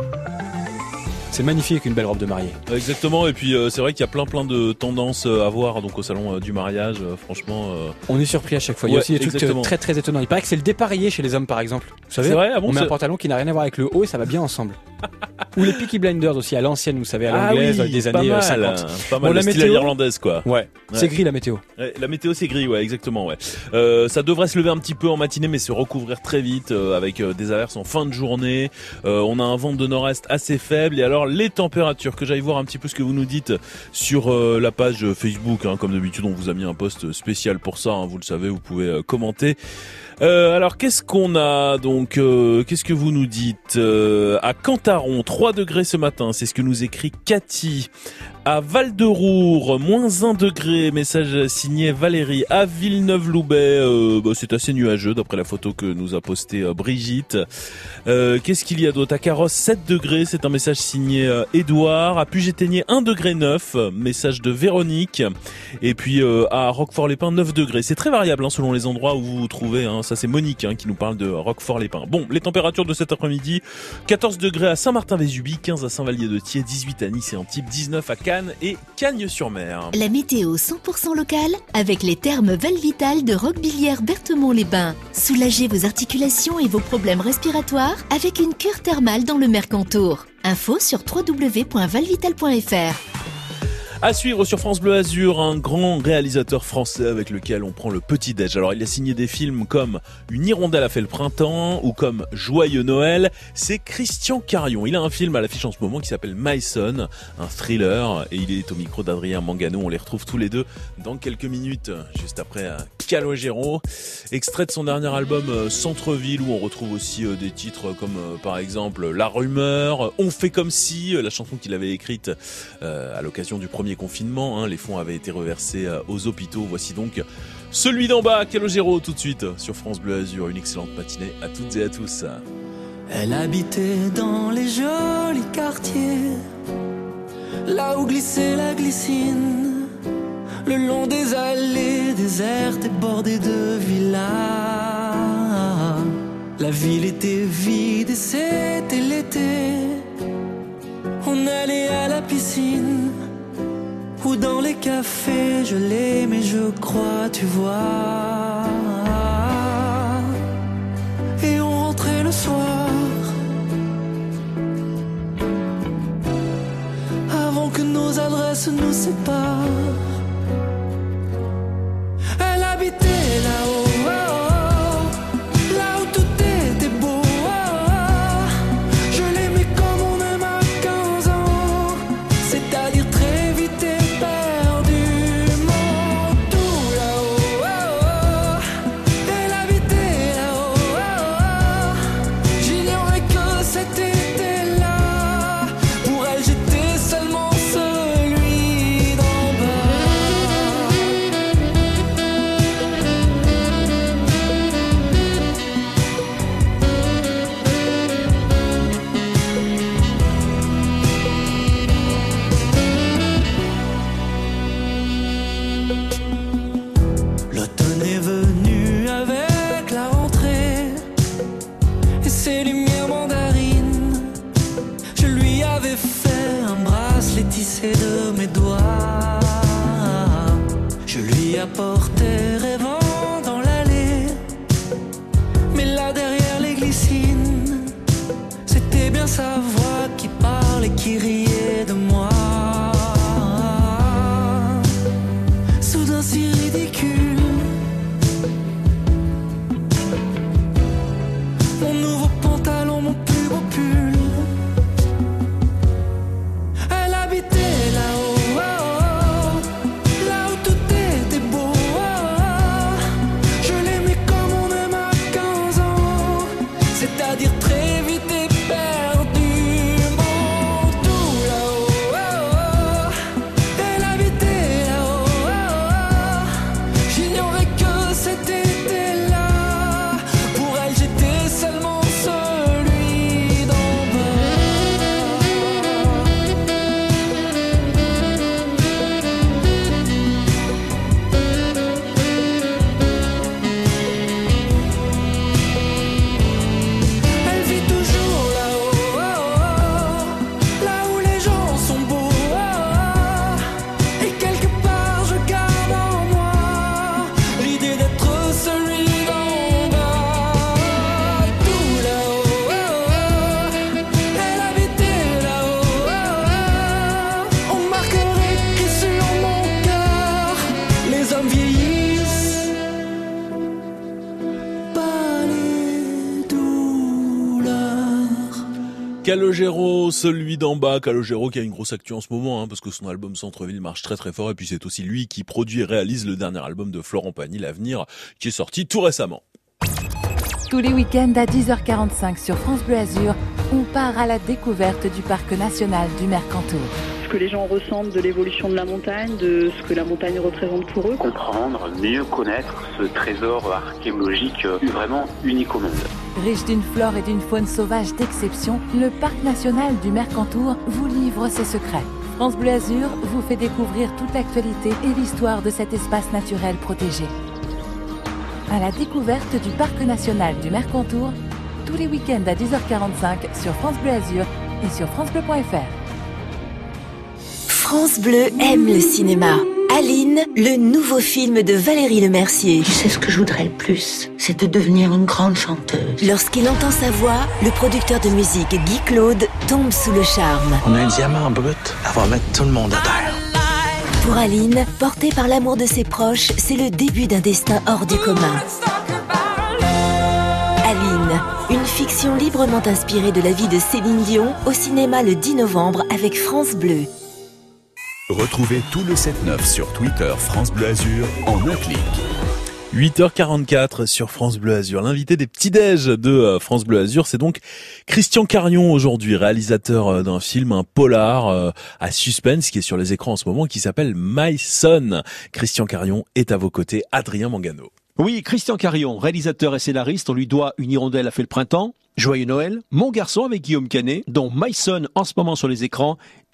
C'est magnifique, une belle robe de mariée. Exactement, et puis euh, c'est vrai qu'il y a plein plein de tendances à voir donc au salon euh, du mariage, euh, franchement... Euh... On est surpris à chaque fois, il y a ouais, aussi des trucs exactement. très très étonnants. Il paraît que c'est le dépareillé chez les hommes par exemple. Vous savez, c'est vrai, ah bon, on met c'est... un pantalon qui n'a rien à voir avec le haut et ça va bien ensemble. Ou les Peaky Blinders aussi, à l'ancienne, vous savez, à l'anglaise, ah oui, des pas années mal, cinquante. Pas mal, bon, la style météo, irlandaise quoi. Ouais, ouais. C'est gris la météo. Ouais, la météo c'est gris, ouais, exactement, ouais. Euh, ça devrait se lever un petit peu en matinée, mais se recouvrir très vite euh, avec euh, des averses en fin de journée. Euh, on a un vent de nord-est assez faible et alors les températures, que j'aille voir un petit peu ce que vous nous dites sur euh, la page Facebook, hein, comme d'habitude on vous a mis un post spécial pour ça, hein, vous le savez, vous pouvez euh, commenter. Euh, alors qu'est-ce qu'on a donc euh, qu'est-ce que vous nous dites euh, à Cantaron, trois degrés ce matin, c'est ce que nous écrit Cathy. À Val-de-Roure, moins un degré, message signé Valérie. À Villeneuve-Loubet, euh, bah, c'est assez nuageux d'après la photo que nous a postée euh, Brigitte. Euh, qu'est-ce qu'il y a d'autre? À Carrosse, sept degrés, c'est un message signé euh, Édouard. À Puget-Théniers, un degré neuf, message de Véronique. Et puis euh, à Roquefort-les-Pins, neuf degrés. C'est très variable hein, selon les endroits où vous vous trouvez. Hein. Ça c'est Monique hein, qui nous parle de Roquefort-les-Pins. Bon, les températures de cet après-midi, quatorze degrés à Saint-Martin-Vésubie, quinze à Saint-Vallier-de-Thiers, dix-huit à Nice et Antibes, dix-neuf à Cannes et Cagnes-sur-Mer. La météo cent pour cent locale avec les thermes Valvital de Roquebillière-Berthemont-les-Bains. Soulagez vos articulations et vos problèmes respiratoires avec une cure thermale dans le Mercantour. Info sur w w w point valvital point f r. À suivre sur France Bleu Azur, un grand réalisateur français avec lequel on prend le petit-déj. Alors il a signé des films comme Une hirondelle a fait le printemps ou comme Joyeux Noël. C'est Christian Carion. Il a un film à l'affiche en ce moment qui s'appelle My Son, un thriller, et il est au micro d'Adrien Mangano. On les retrouve tous les deux dans quelques minutes, juste après Calogero. Extrait de son dernier album Centre-Ville, où on retrouve aussi des titres comme par exemple La Rumeur, On fait comme si, la chanson qu'il avait écrite à l'occasion du premier confinement, hein, les fonds avaient été reversés euh, aux hôpitaux. Voici donc celui d'en bas, Calogero, tout de suite sur France Bleu Azur. Une excellente matinée à toutes et à tous. Elle habitait dans les jolis quartiers, là où glissait la glycine, le long des allées désertes et bordées de villas. La ville était vide et c'était l'été. On on allait à la piscine ou dans les cafés, je l'aimais, je crois, tu vois. Et on rentrait le soir avant que nos adresses nous séparent. Elle habitait là-haut, oh, oh, là où tout était beau, oh, oh. Je l'aimais comme on aime à quinze ans, c'est-à-dire très vite éperdument. Tout là-haut, oh, oh. Elle habitait là-haut, oh, oh. J'ignorais que cet été-là, pour elle j'étais seulement celui d'en bas. L'automne est venu avec la rentrée et ses lumières mandarines. Je lui avais fait un bracelet tissé de mes doigts. Je lui apportais rêvant dans l'allée, mais là derrière les glycines, c'était bien sa voix qui parlait, qui riait de moi. Soudain si ridicule, mon nouveau pantalon, mon plus beau pull. Elle habitait là-haut, oh, oh, là où tout était beau, oh, oh. Je l'aimais comme on aime à quinze ans, c'est-à-dire très vite éperdument. Tout là-haut, oh, oh. Elle habitait là-haut, oh, oh. J'ignorais que cet été-là, pour elle j'étais seulement celui d'en bas. Elle vit toujours là-haut, oh, oh, là où les gens sont beaux, oh, oh. Et quelque part je garde en moi l'idée d'être celui d'en bas. Tout là-haut, oh, oh. Elle habitait là-haut, oh, oh. On marquerait écrit sur mon cœur: les hommes vieillissent, pas les douleurs. Calogero, celui d'en bas. Calogero qui a une grosse actu en ce moment, hein, parce que son album Centre-Ville marche très très fort, et puis c'est aussi lui qui produit et réalise le dernier album de Florent Pagny, L'Avenir, qui est sorti tout récemment. Tous les week-ends à dix heures quarante-cinq sur France Bleu Azur, on part à la découverte du parc national du Mercantour. Ce que les gens ressentent de l'évolution de la montagne, de ce que la montagne représente pour eux. Comprendre, mieux connaître ce trésor archéologique vraiment unique au monde. Riche d'une flore et d'une faune sauvage d'exception, le parc national du Mercantour vous livre ses secrets. France Bleu Azur vous fait découvrir toute l'actualité et l'histoire de cet espace naturel protégé. À la découverte du parc national du Mercantour, tous les week-ends à dix heures quarante-cinq sur France Bleu Azur et sur francebleu point f r. France Bleu aime le cinéma. Aline, le nouveau film de Valérie Lemercier. Tu sais ce que je voudrais le plus, c'est de devenir une grande chanteuse. Lorsqu'il entend sa voix, le producteur de musique Guy Claude tombe sous le charme. On a un diamant brut, elle va mettre tout le monde à terre. Pour Aline, portée par l'amour de ses proches, c'est le début d'un destin hors du commun. Aline, une fiction librement inspirée de la vie de Céline Dion, au cinéma le dix novembre avec France Bleu. Retrouvez tout le sept neuf sur Twitter France Bleu Azur en un clic. huit heures quarante-quatre sur France Bleu Azur. L'invité des petits-déj de France Bleu Azur, c'est donc Christian Carion aujourd'hui, réalisateur d'un film, un polar à suspense qui est sur les écrans en ce moment, qui s'appelle My Son. Christian Carion est à vos côtés, Adrien Mangano. Oui, Christian Carion, réalisateur et scénariste, on lui doit Une hirondelle a fait le printemps, Joyeux Noël, Mon garçon avec Guillaume Canet, dont My Son en ce moment sur les écrans,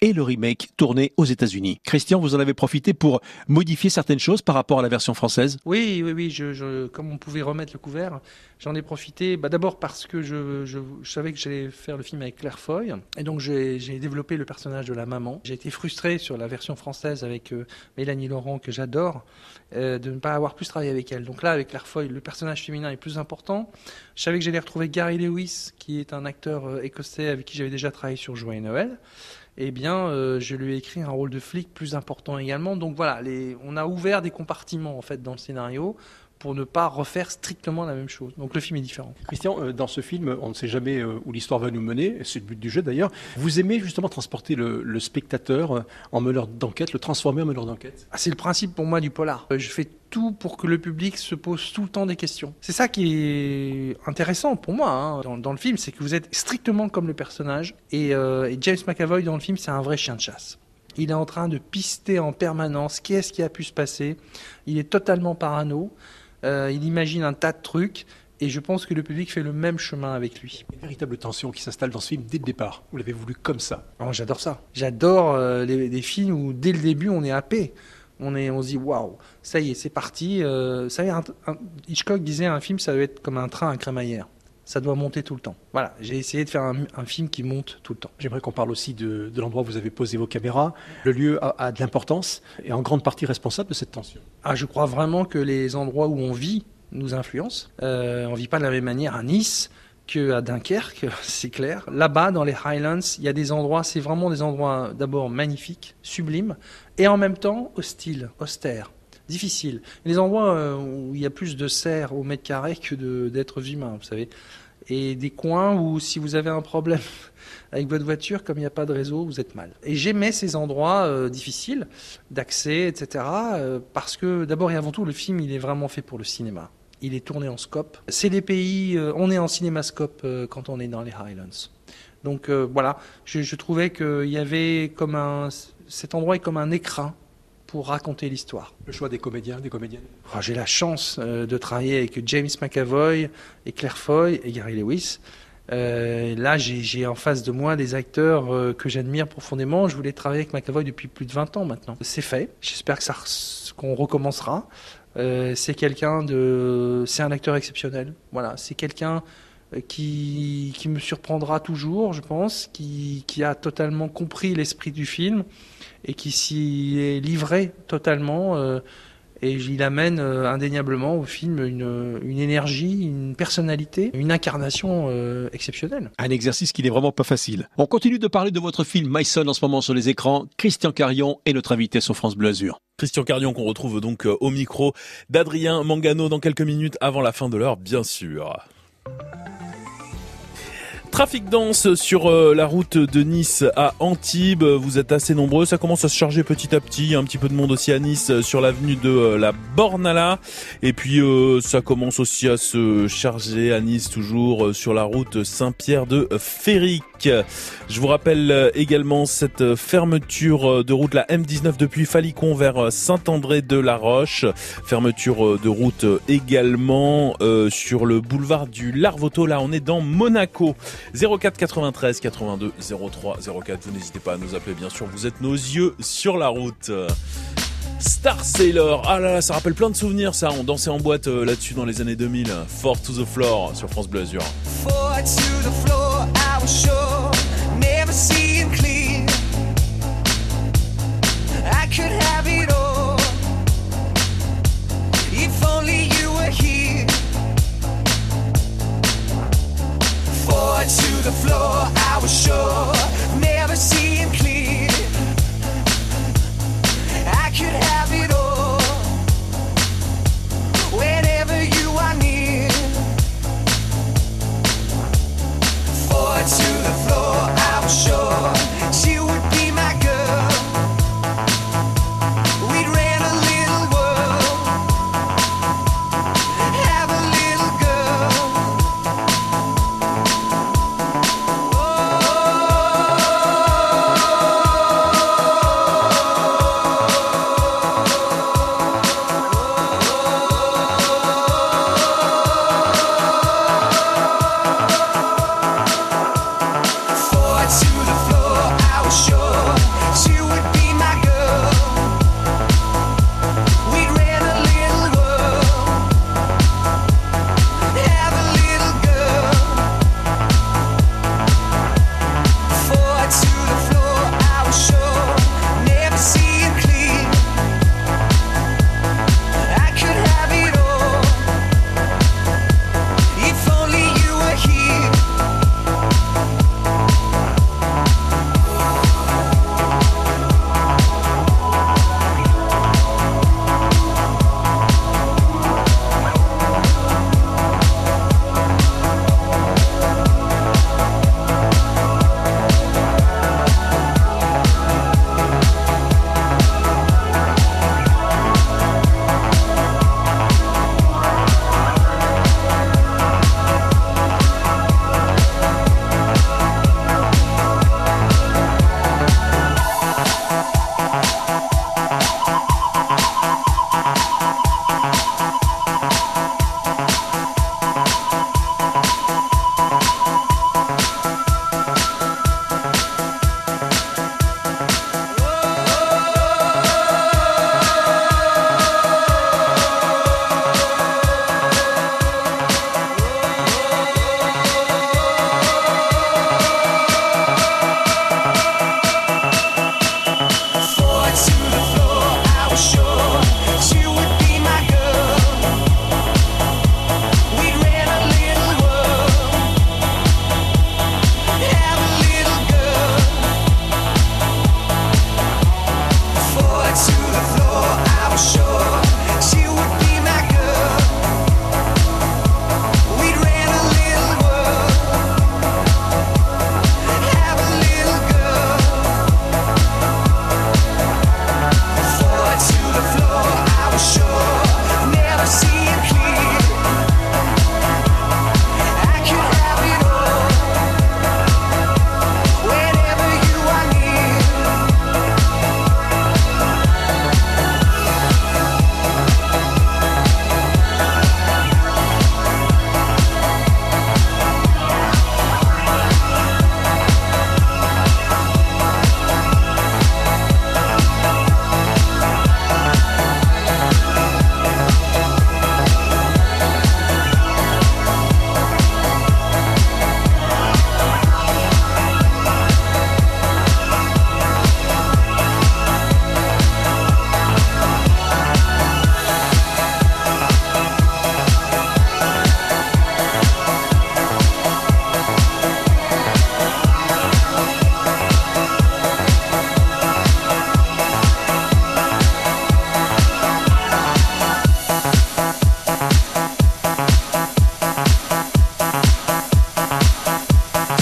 et le remake tourné aux États-Unis. Christian, vous en avez profité pour modifier certaines choses par rapport à la version française ? Oui, oui, oui. Je, je, comme on pouvait remettre le couvert, j'en ai profité. Bah, d'abord parce que je, je, je savais que j'allais faire le film avec Claire Foy, et donc j'ai, j'ai développé le personnage de la maman. J'ai été frustré sur la version française avec euh, Mélanie Laurent, que j'adore, euh, de ne pas avoir plus travaillé avec elle. Donc là, avec Claire Foy, le personnage féminin est plus important. Je savais que j'allais retrouver Gary Lewis, qui est un acteur euh, écossais avec qui j'avais déjà travaillé sur Joyeux Noël. Eh bien, euh, je lui ai écrit un rôle de flic plus important également. Donc voilà, les, on a ouvert des compartiments en fait dans le scénario pour ne pas refaire strictement la même chose. Donc le film est différent. Christian, euh, dans ce film, on ne sait jamais euh, où l'histoire va nous mener, c'est le but du jeu d'ailleurs. Vous aimez justement transporter le, le spectateur euh, en meneur d'enquête, le transformer en meneur d'enquête ? Ah, c'est le principe pour moi du polar. Euh, je fais tout pour que le public se pose tout le temps des questions. C'est ça qui est intéressant pour moi hein, dans, dans le film, c'est que vous êtes strictement comme le personnage. Et, euh, et James McAvoy dans le film, c'est un vrai chien de chasse. Il est en train de pister en permanence qu'est-ce qui a pu se passer. Il est totalement parano. Euh, il imagine un tas de trucs et je pense que le public fait le même chemin avec lui. Une véritable tension qui s'installe dans ce film dès le départ. Vous l'avez voulu comme ça. Oh, j'adore ça. J'adore euh, les, les films où dès le début on est happé. On, est, on se dit waouh, ça y est, c'est parti. Euh, ça y est, un, un, Hitchcock disait un film ça doit être comme un train à crémaillère. Ça doit monter tout le temps. Voilà, j'ai essayé de faire un, un film qui monte tout le temps. J'aimerais qu'on parle aussi de, de l'endroit où vous avez posé vos caméras. Le lieu a, a de l'importance et en grande partie responsable de cette tension. Ah, je crois vraiment que les endroits où on vit nous influencent. Euh, on ne vit pas de la même manière à Nice qu'à Dunkerque, c'est clair. Là-bas, dans les Highlands, il y a des endroits, c'est vraiment des endroits d'abord magnifiques, sublimes, et en même temps hostiles, austères. Difficile. Les endroits où il y a plus de cerfs au mètre carré que de, d'êtres humains, vous savez. Et des coins où, si vous avez un problème avec votre voiture, comme il n'y a pas de réseau, vous êtes mal. Et j'aimais ces endroits euh, difficiles d'accès, et cetera. Euh, parce que, d'abord et avant tout, le film, il est vraiment fait pour le cinéma. Il est tourné en scope. C'est les pays... Euh, on est en cinémascope euh, quand on est dans les Highlands. Donc euh, voilà, je, je trouvais qu'il y avait comme un... Cet endroit est comme un écrin pour raconter l'histoire. Le choix des comédiens, des comédiennes. Oh, j'ai la chance euh, de travailler avec James McAvoy et Claire Foy et Gary Lewis. Euh, là, j'ai, j'ai en face de moi des acteurs euh, que j'admire profondément. Je voulais travailler avec McAvoy depuis plus de vingt ans maintenant. C'est fait. J'espère que ça, qu'on recommencera. Euh, c'est quelqu'un de, c'est un acteur exceptionnel. Voilà, c'est quelqu'un qui, qui me surprendra toujours, je pense, qui, qui a totalement compris l'esprit du film et qui s'y est livré totalement. Euh, et il amène euh, indéniablement au film une, une énergie, une personnalité, une incarnation euh, exceptionnelle. Un exercice qui n'est vraiment pas facile. On continue de parler de votre film My Son en ce moment sur les écrans. Christian Carion est notre invité sur France Bleu Azur. Christian Carion qu'on retrouve donc au micro d'Adrien Mangano dans quelques minutes avant la fin de l'heure, bien sûr. Trafic dense sur euh, la route de Nice à Antibes. Vous êtes assez nombreux. Ça commence à se charger petit à petit. Il y a un petit peu de monde aussi à Nice euh, sur l'avenue de euh, la Bornala. Et puis euh, ça commence aussi à se charger à Nice toujours euh, sur la route Saint-Pierre de Féric. Je vous rappelle euh, également cette fermeture de route, la M dix-neuf depuis Falicon vers Saint-André-de-la-Roche. Fermeture euh, de route également euh, sur le boulevard du Larvoto. Là, on est dans Monaco. zéro quatre quatre-vingt-treize quatre-vingt-deux zéro trois zéro quatre, vous n'hésitez pas à nous appeler, bien sûr, vous êtes nos yeux sur la route. Star Sailor, ah là là, ça rappelle plein de souvenirs ça, on dansait en boîte euh, là-dessus dans les années deux mille. Four to the floor sur France Bleu Azur. Four to the floor, I was sure, never seeing clear. I could have it all, if only you were here. Forward to the floor, I was sure, never seeing clear. I could have it all, whenever you are near. Forward to the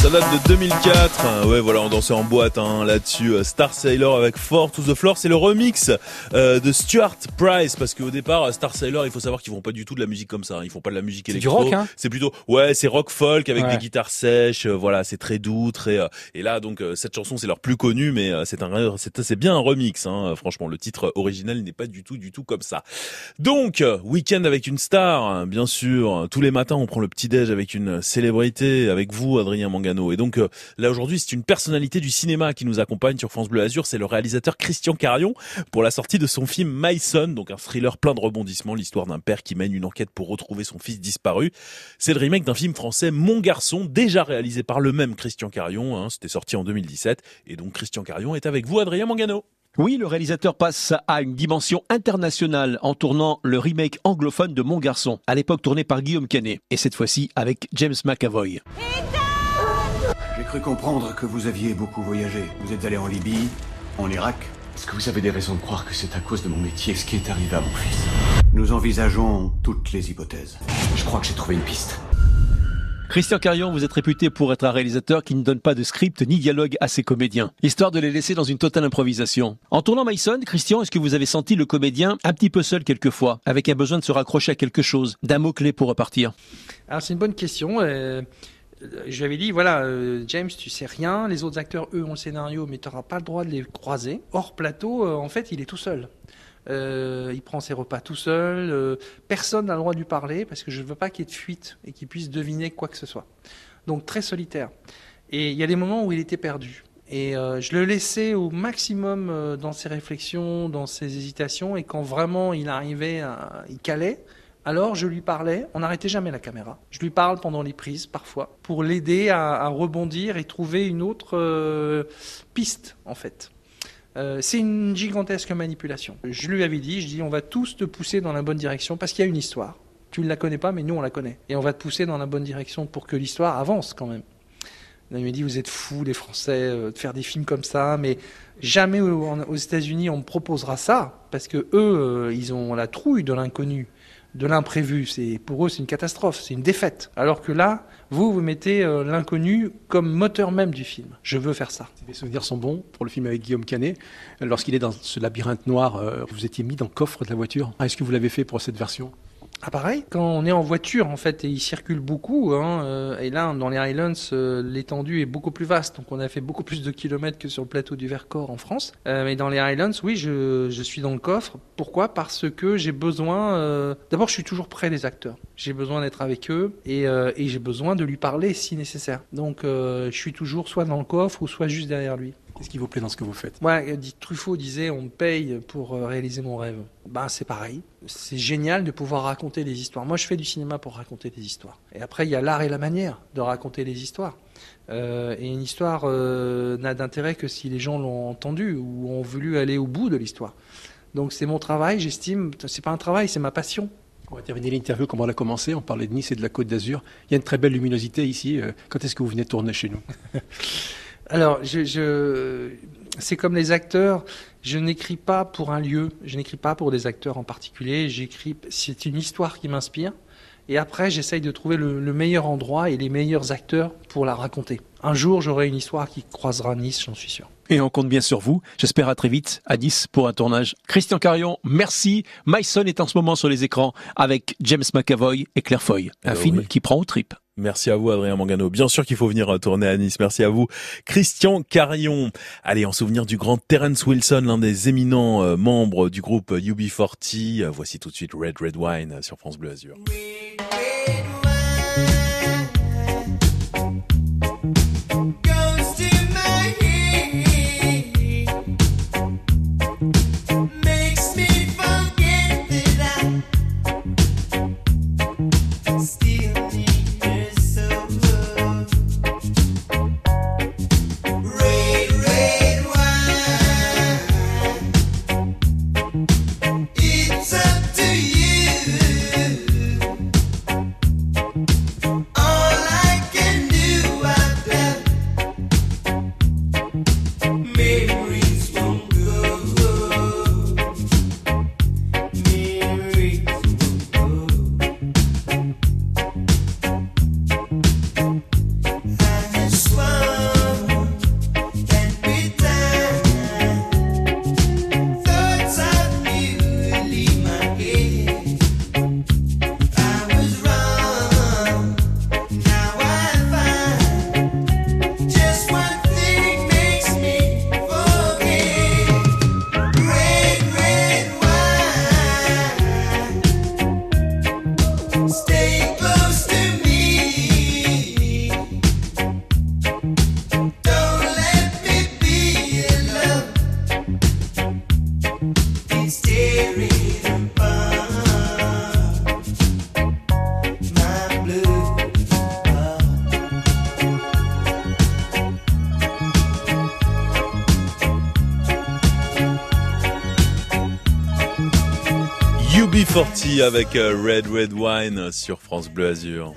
date de deux mille quatre. Ouais, voilà, on dansait en boîte hein, là-dessus. Star Sailor avec Four to the Floor. C'est le remix euh, de Stuart Price. Parce qu'au départ, Star Sailor, il faut savoir qu'ils font pas du tout de la musique comme ça. Ils font pas de la musique électro. C'est du rock, hein. C'est plutôt, ouais, c'est rock folk avec ouais. des guitares sèches. Euh, voilà, c'est très doux, très. Euh, et là, donc, euh, cette chanson, c'est leur plus connue, mais euh, c'est un, c'est, c'est bien un remix. Hein, franchement, le titre original n'est pas du tout, du tout comme ça. Donc, week-end avec une star, bien sûr. Tous les matins, on prend le petit-déj avec une célébrité, avec vous, Adrien Mangano. Et donc, euh, là, aujourd'hui, c'est une personnalité du cinéma qui nous accompagne sur France Bleu Azur. C'est le réalisateur Christian Carion pour la sortie de son film My Son, donc un thriller plein de rebondissements, l'histoire d'un père qui mène une enquête pour retrouver son fils disparu. C'est le remake d'un film français, Mon Garçon, déjà réalisé par le même Christian Carion. Hein, c'était sorti en deux mille dix-sept. Et donc, Christian Carion est avec vous, Adrien Mangano. Oui, le réalisateur passe à une dimension internationale en tournant le remake anglophone de Mon Garçon, à l'époque tourné par Guillaume Canet, et cette fois-ci avec James McAvoy. J'ai cru comprendre que vous aviez beaucoup voyagé. Vous êtes allé en Libye, en Irak. Est-ce que vous avez des raisons de croire que c'est à cause de mon métier ce qui est arrivé à mon fils? Nous envisageons toutes les hypothèses. Je crois que j'ai trouvé une piste. Christian Carion, vous êtes réputé pour être un réalisateur qui ne donne pas de script ni dialogue à ses comédiens, histoire de les laisser dans une totale improvisation. En tournant My Son, Christian, est-ce que vous avez senti le comédien un petit peu seul quelquefois, avec un besoin de se raccrocher à quelque chose, d'un mot-clé pour repartir? Alors c'est une bonne question. Euh, je lui avais dit, voilà, euh, James, tu sais rien, les autres acteurs, eux, ont le scénario, mais tu n'auras pas le droit de les croiser. Hors plateau, euh, en fait, il est tout seul. Euh, il prend ses repas tout seul, euh, personne n'a le droit de lui parler parce que je ne veux pas qu'il y ait de fuite et qu'il puisse deviner quoi que ce soit. Donc très solitaire. Et il y a des moments où il était perdu. Et euh, je le laissais au maximum euh, dans ses réflexions, dans ses hésitations, et quand vraiment il arrivait, à, il calait, alors je lui parlais, on n'arrêtait jamais la caméra. Je lui parle pendant les prises parfois, pour l'aider à, à rebondir et trouver une autre euh, piste en fait. Euh, c'est une gigantesque manipulation. Je lui avais dit, je dis, on va tous te pousser dans la bonne direction parce qu'il y a une histoire. Tu ne la connais pas, mais nous on la connaît. Et on va te pousser dans la bonne direction pour que l'histoire avance quand même. Il m'a dit, vous êtes fous les Français euh, de faire des films comme ça, mais jamais aux, aux États-Unis on me proposera ça parce que eux, euh, ils ont la trouille de l'inconnu, de l'imprévu. C'est, pour eux, c'est une catastrophe, c'est une défaite. Alors que là, vous, vous mettez euh, l'inconnu comme moteur même du film. Je veux faire ça. Les souvenirs sont bons pour le film avec Guillaume Canet. Lorsqu'il est dans ce labyrinthe noir, euh, vous étiez mis dans le coffre de la voiture. Ah, est-ce que vous l'avez fait pour cette version ? Ah pareil, quand on est en voiture en fait et il circule beaucoup, hein, euh, et là dans les Highlands euh, l'étendue est beaucoup plus vaste, donc on a fait beaucoup plus de kilomètres que sur le plateau du Vercors en France. Euh, mais dans les Highlands, oui, je, je suis dans le coffre. Pourquoi ? Parce que j'ai besoin. Euh... D'abord, je suis toujours près des acteurs. J'ai besoin d'être avec eux et, euh, et j'ai besoin de lui parler si nécessaire. Donc euh, je suis toujours soit dans le coffre ou soit juste derrière lui. Qu'est-ce qui vous plaît dans ce que vous faites ? Ouais, Truffaut disait on me paye pour réaliser mon rêve. Ben c'est pareil. C'est génial de pouvoir raconter des histoires. Moi je fais du cinéma pour raconter des histoires. Et après il y a l'art et la manière de raconter les histoires. Euh, et une histoire euh, n'a d'intérêt que si les gens l'ont entendue ou ont voulu aller au bout de l'histoire. Donc c'est mon travail, j'estime. C'est pas un travail, c'est ma passion. On va terminer l'interview comme on l'a commencé. On parlait de Nice et de la Côte d'Azur. Il y a une très belle luminosité ici. Quand est-ce que vous venez tourner chez nous ? Alors, je, je, c'est comme les acteurs, je n'écris pas pour un lieu, je n'écris pas pour des acteurs en particulier, j'écris, c'est une histoire qui m'inspire, et après j'essaye de trouver le, le meilleur endroit et les meilleurs acteurs pour la raconter. Un jour, j'aurai une histoire qui croisera Nice, j'en suis sûr. Et on compte bien sur vous. J'espère à très vite à Nice pour un tournage. Christian Carion, merci. My Son est en ce moment sur les écrans avec James McAvoy et Claire Foy. Un Alors film oui. qui prend aux tripes. Merci à vous, Adrien Mangano. Bien sûr qu'il faut venir tourner à Nice. Merci à vous, Christian Carion. Allez, en souvenir du grand Terence Wilson, l'un des éminents euh, membres du groupe U B quarante. Euh, voici tout de suite Red Red Wine sur France Bleu Azur. It's up to you. U quarante avec Red Red Wine sur France Bleu Azur.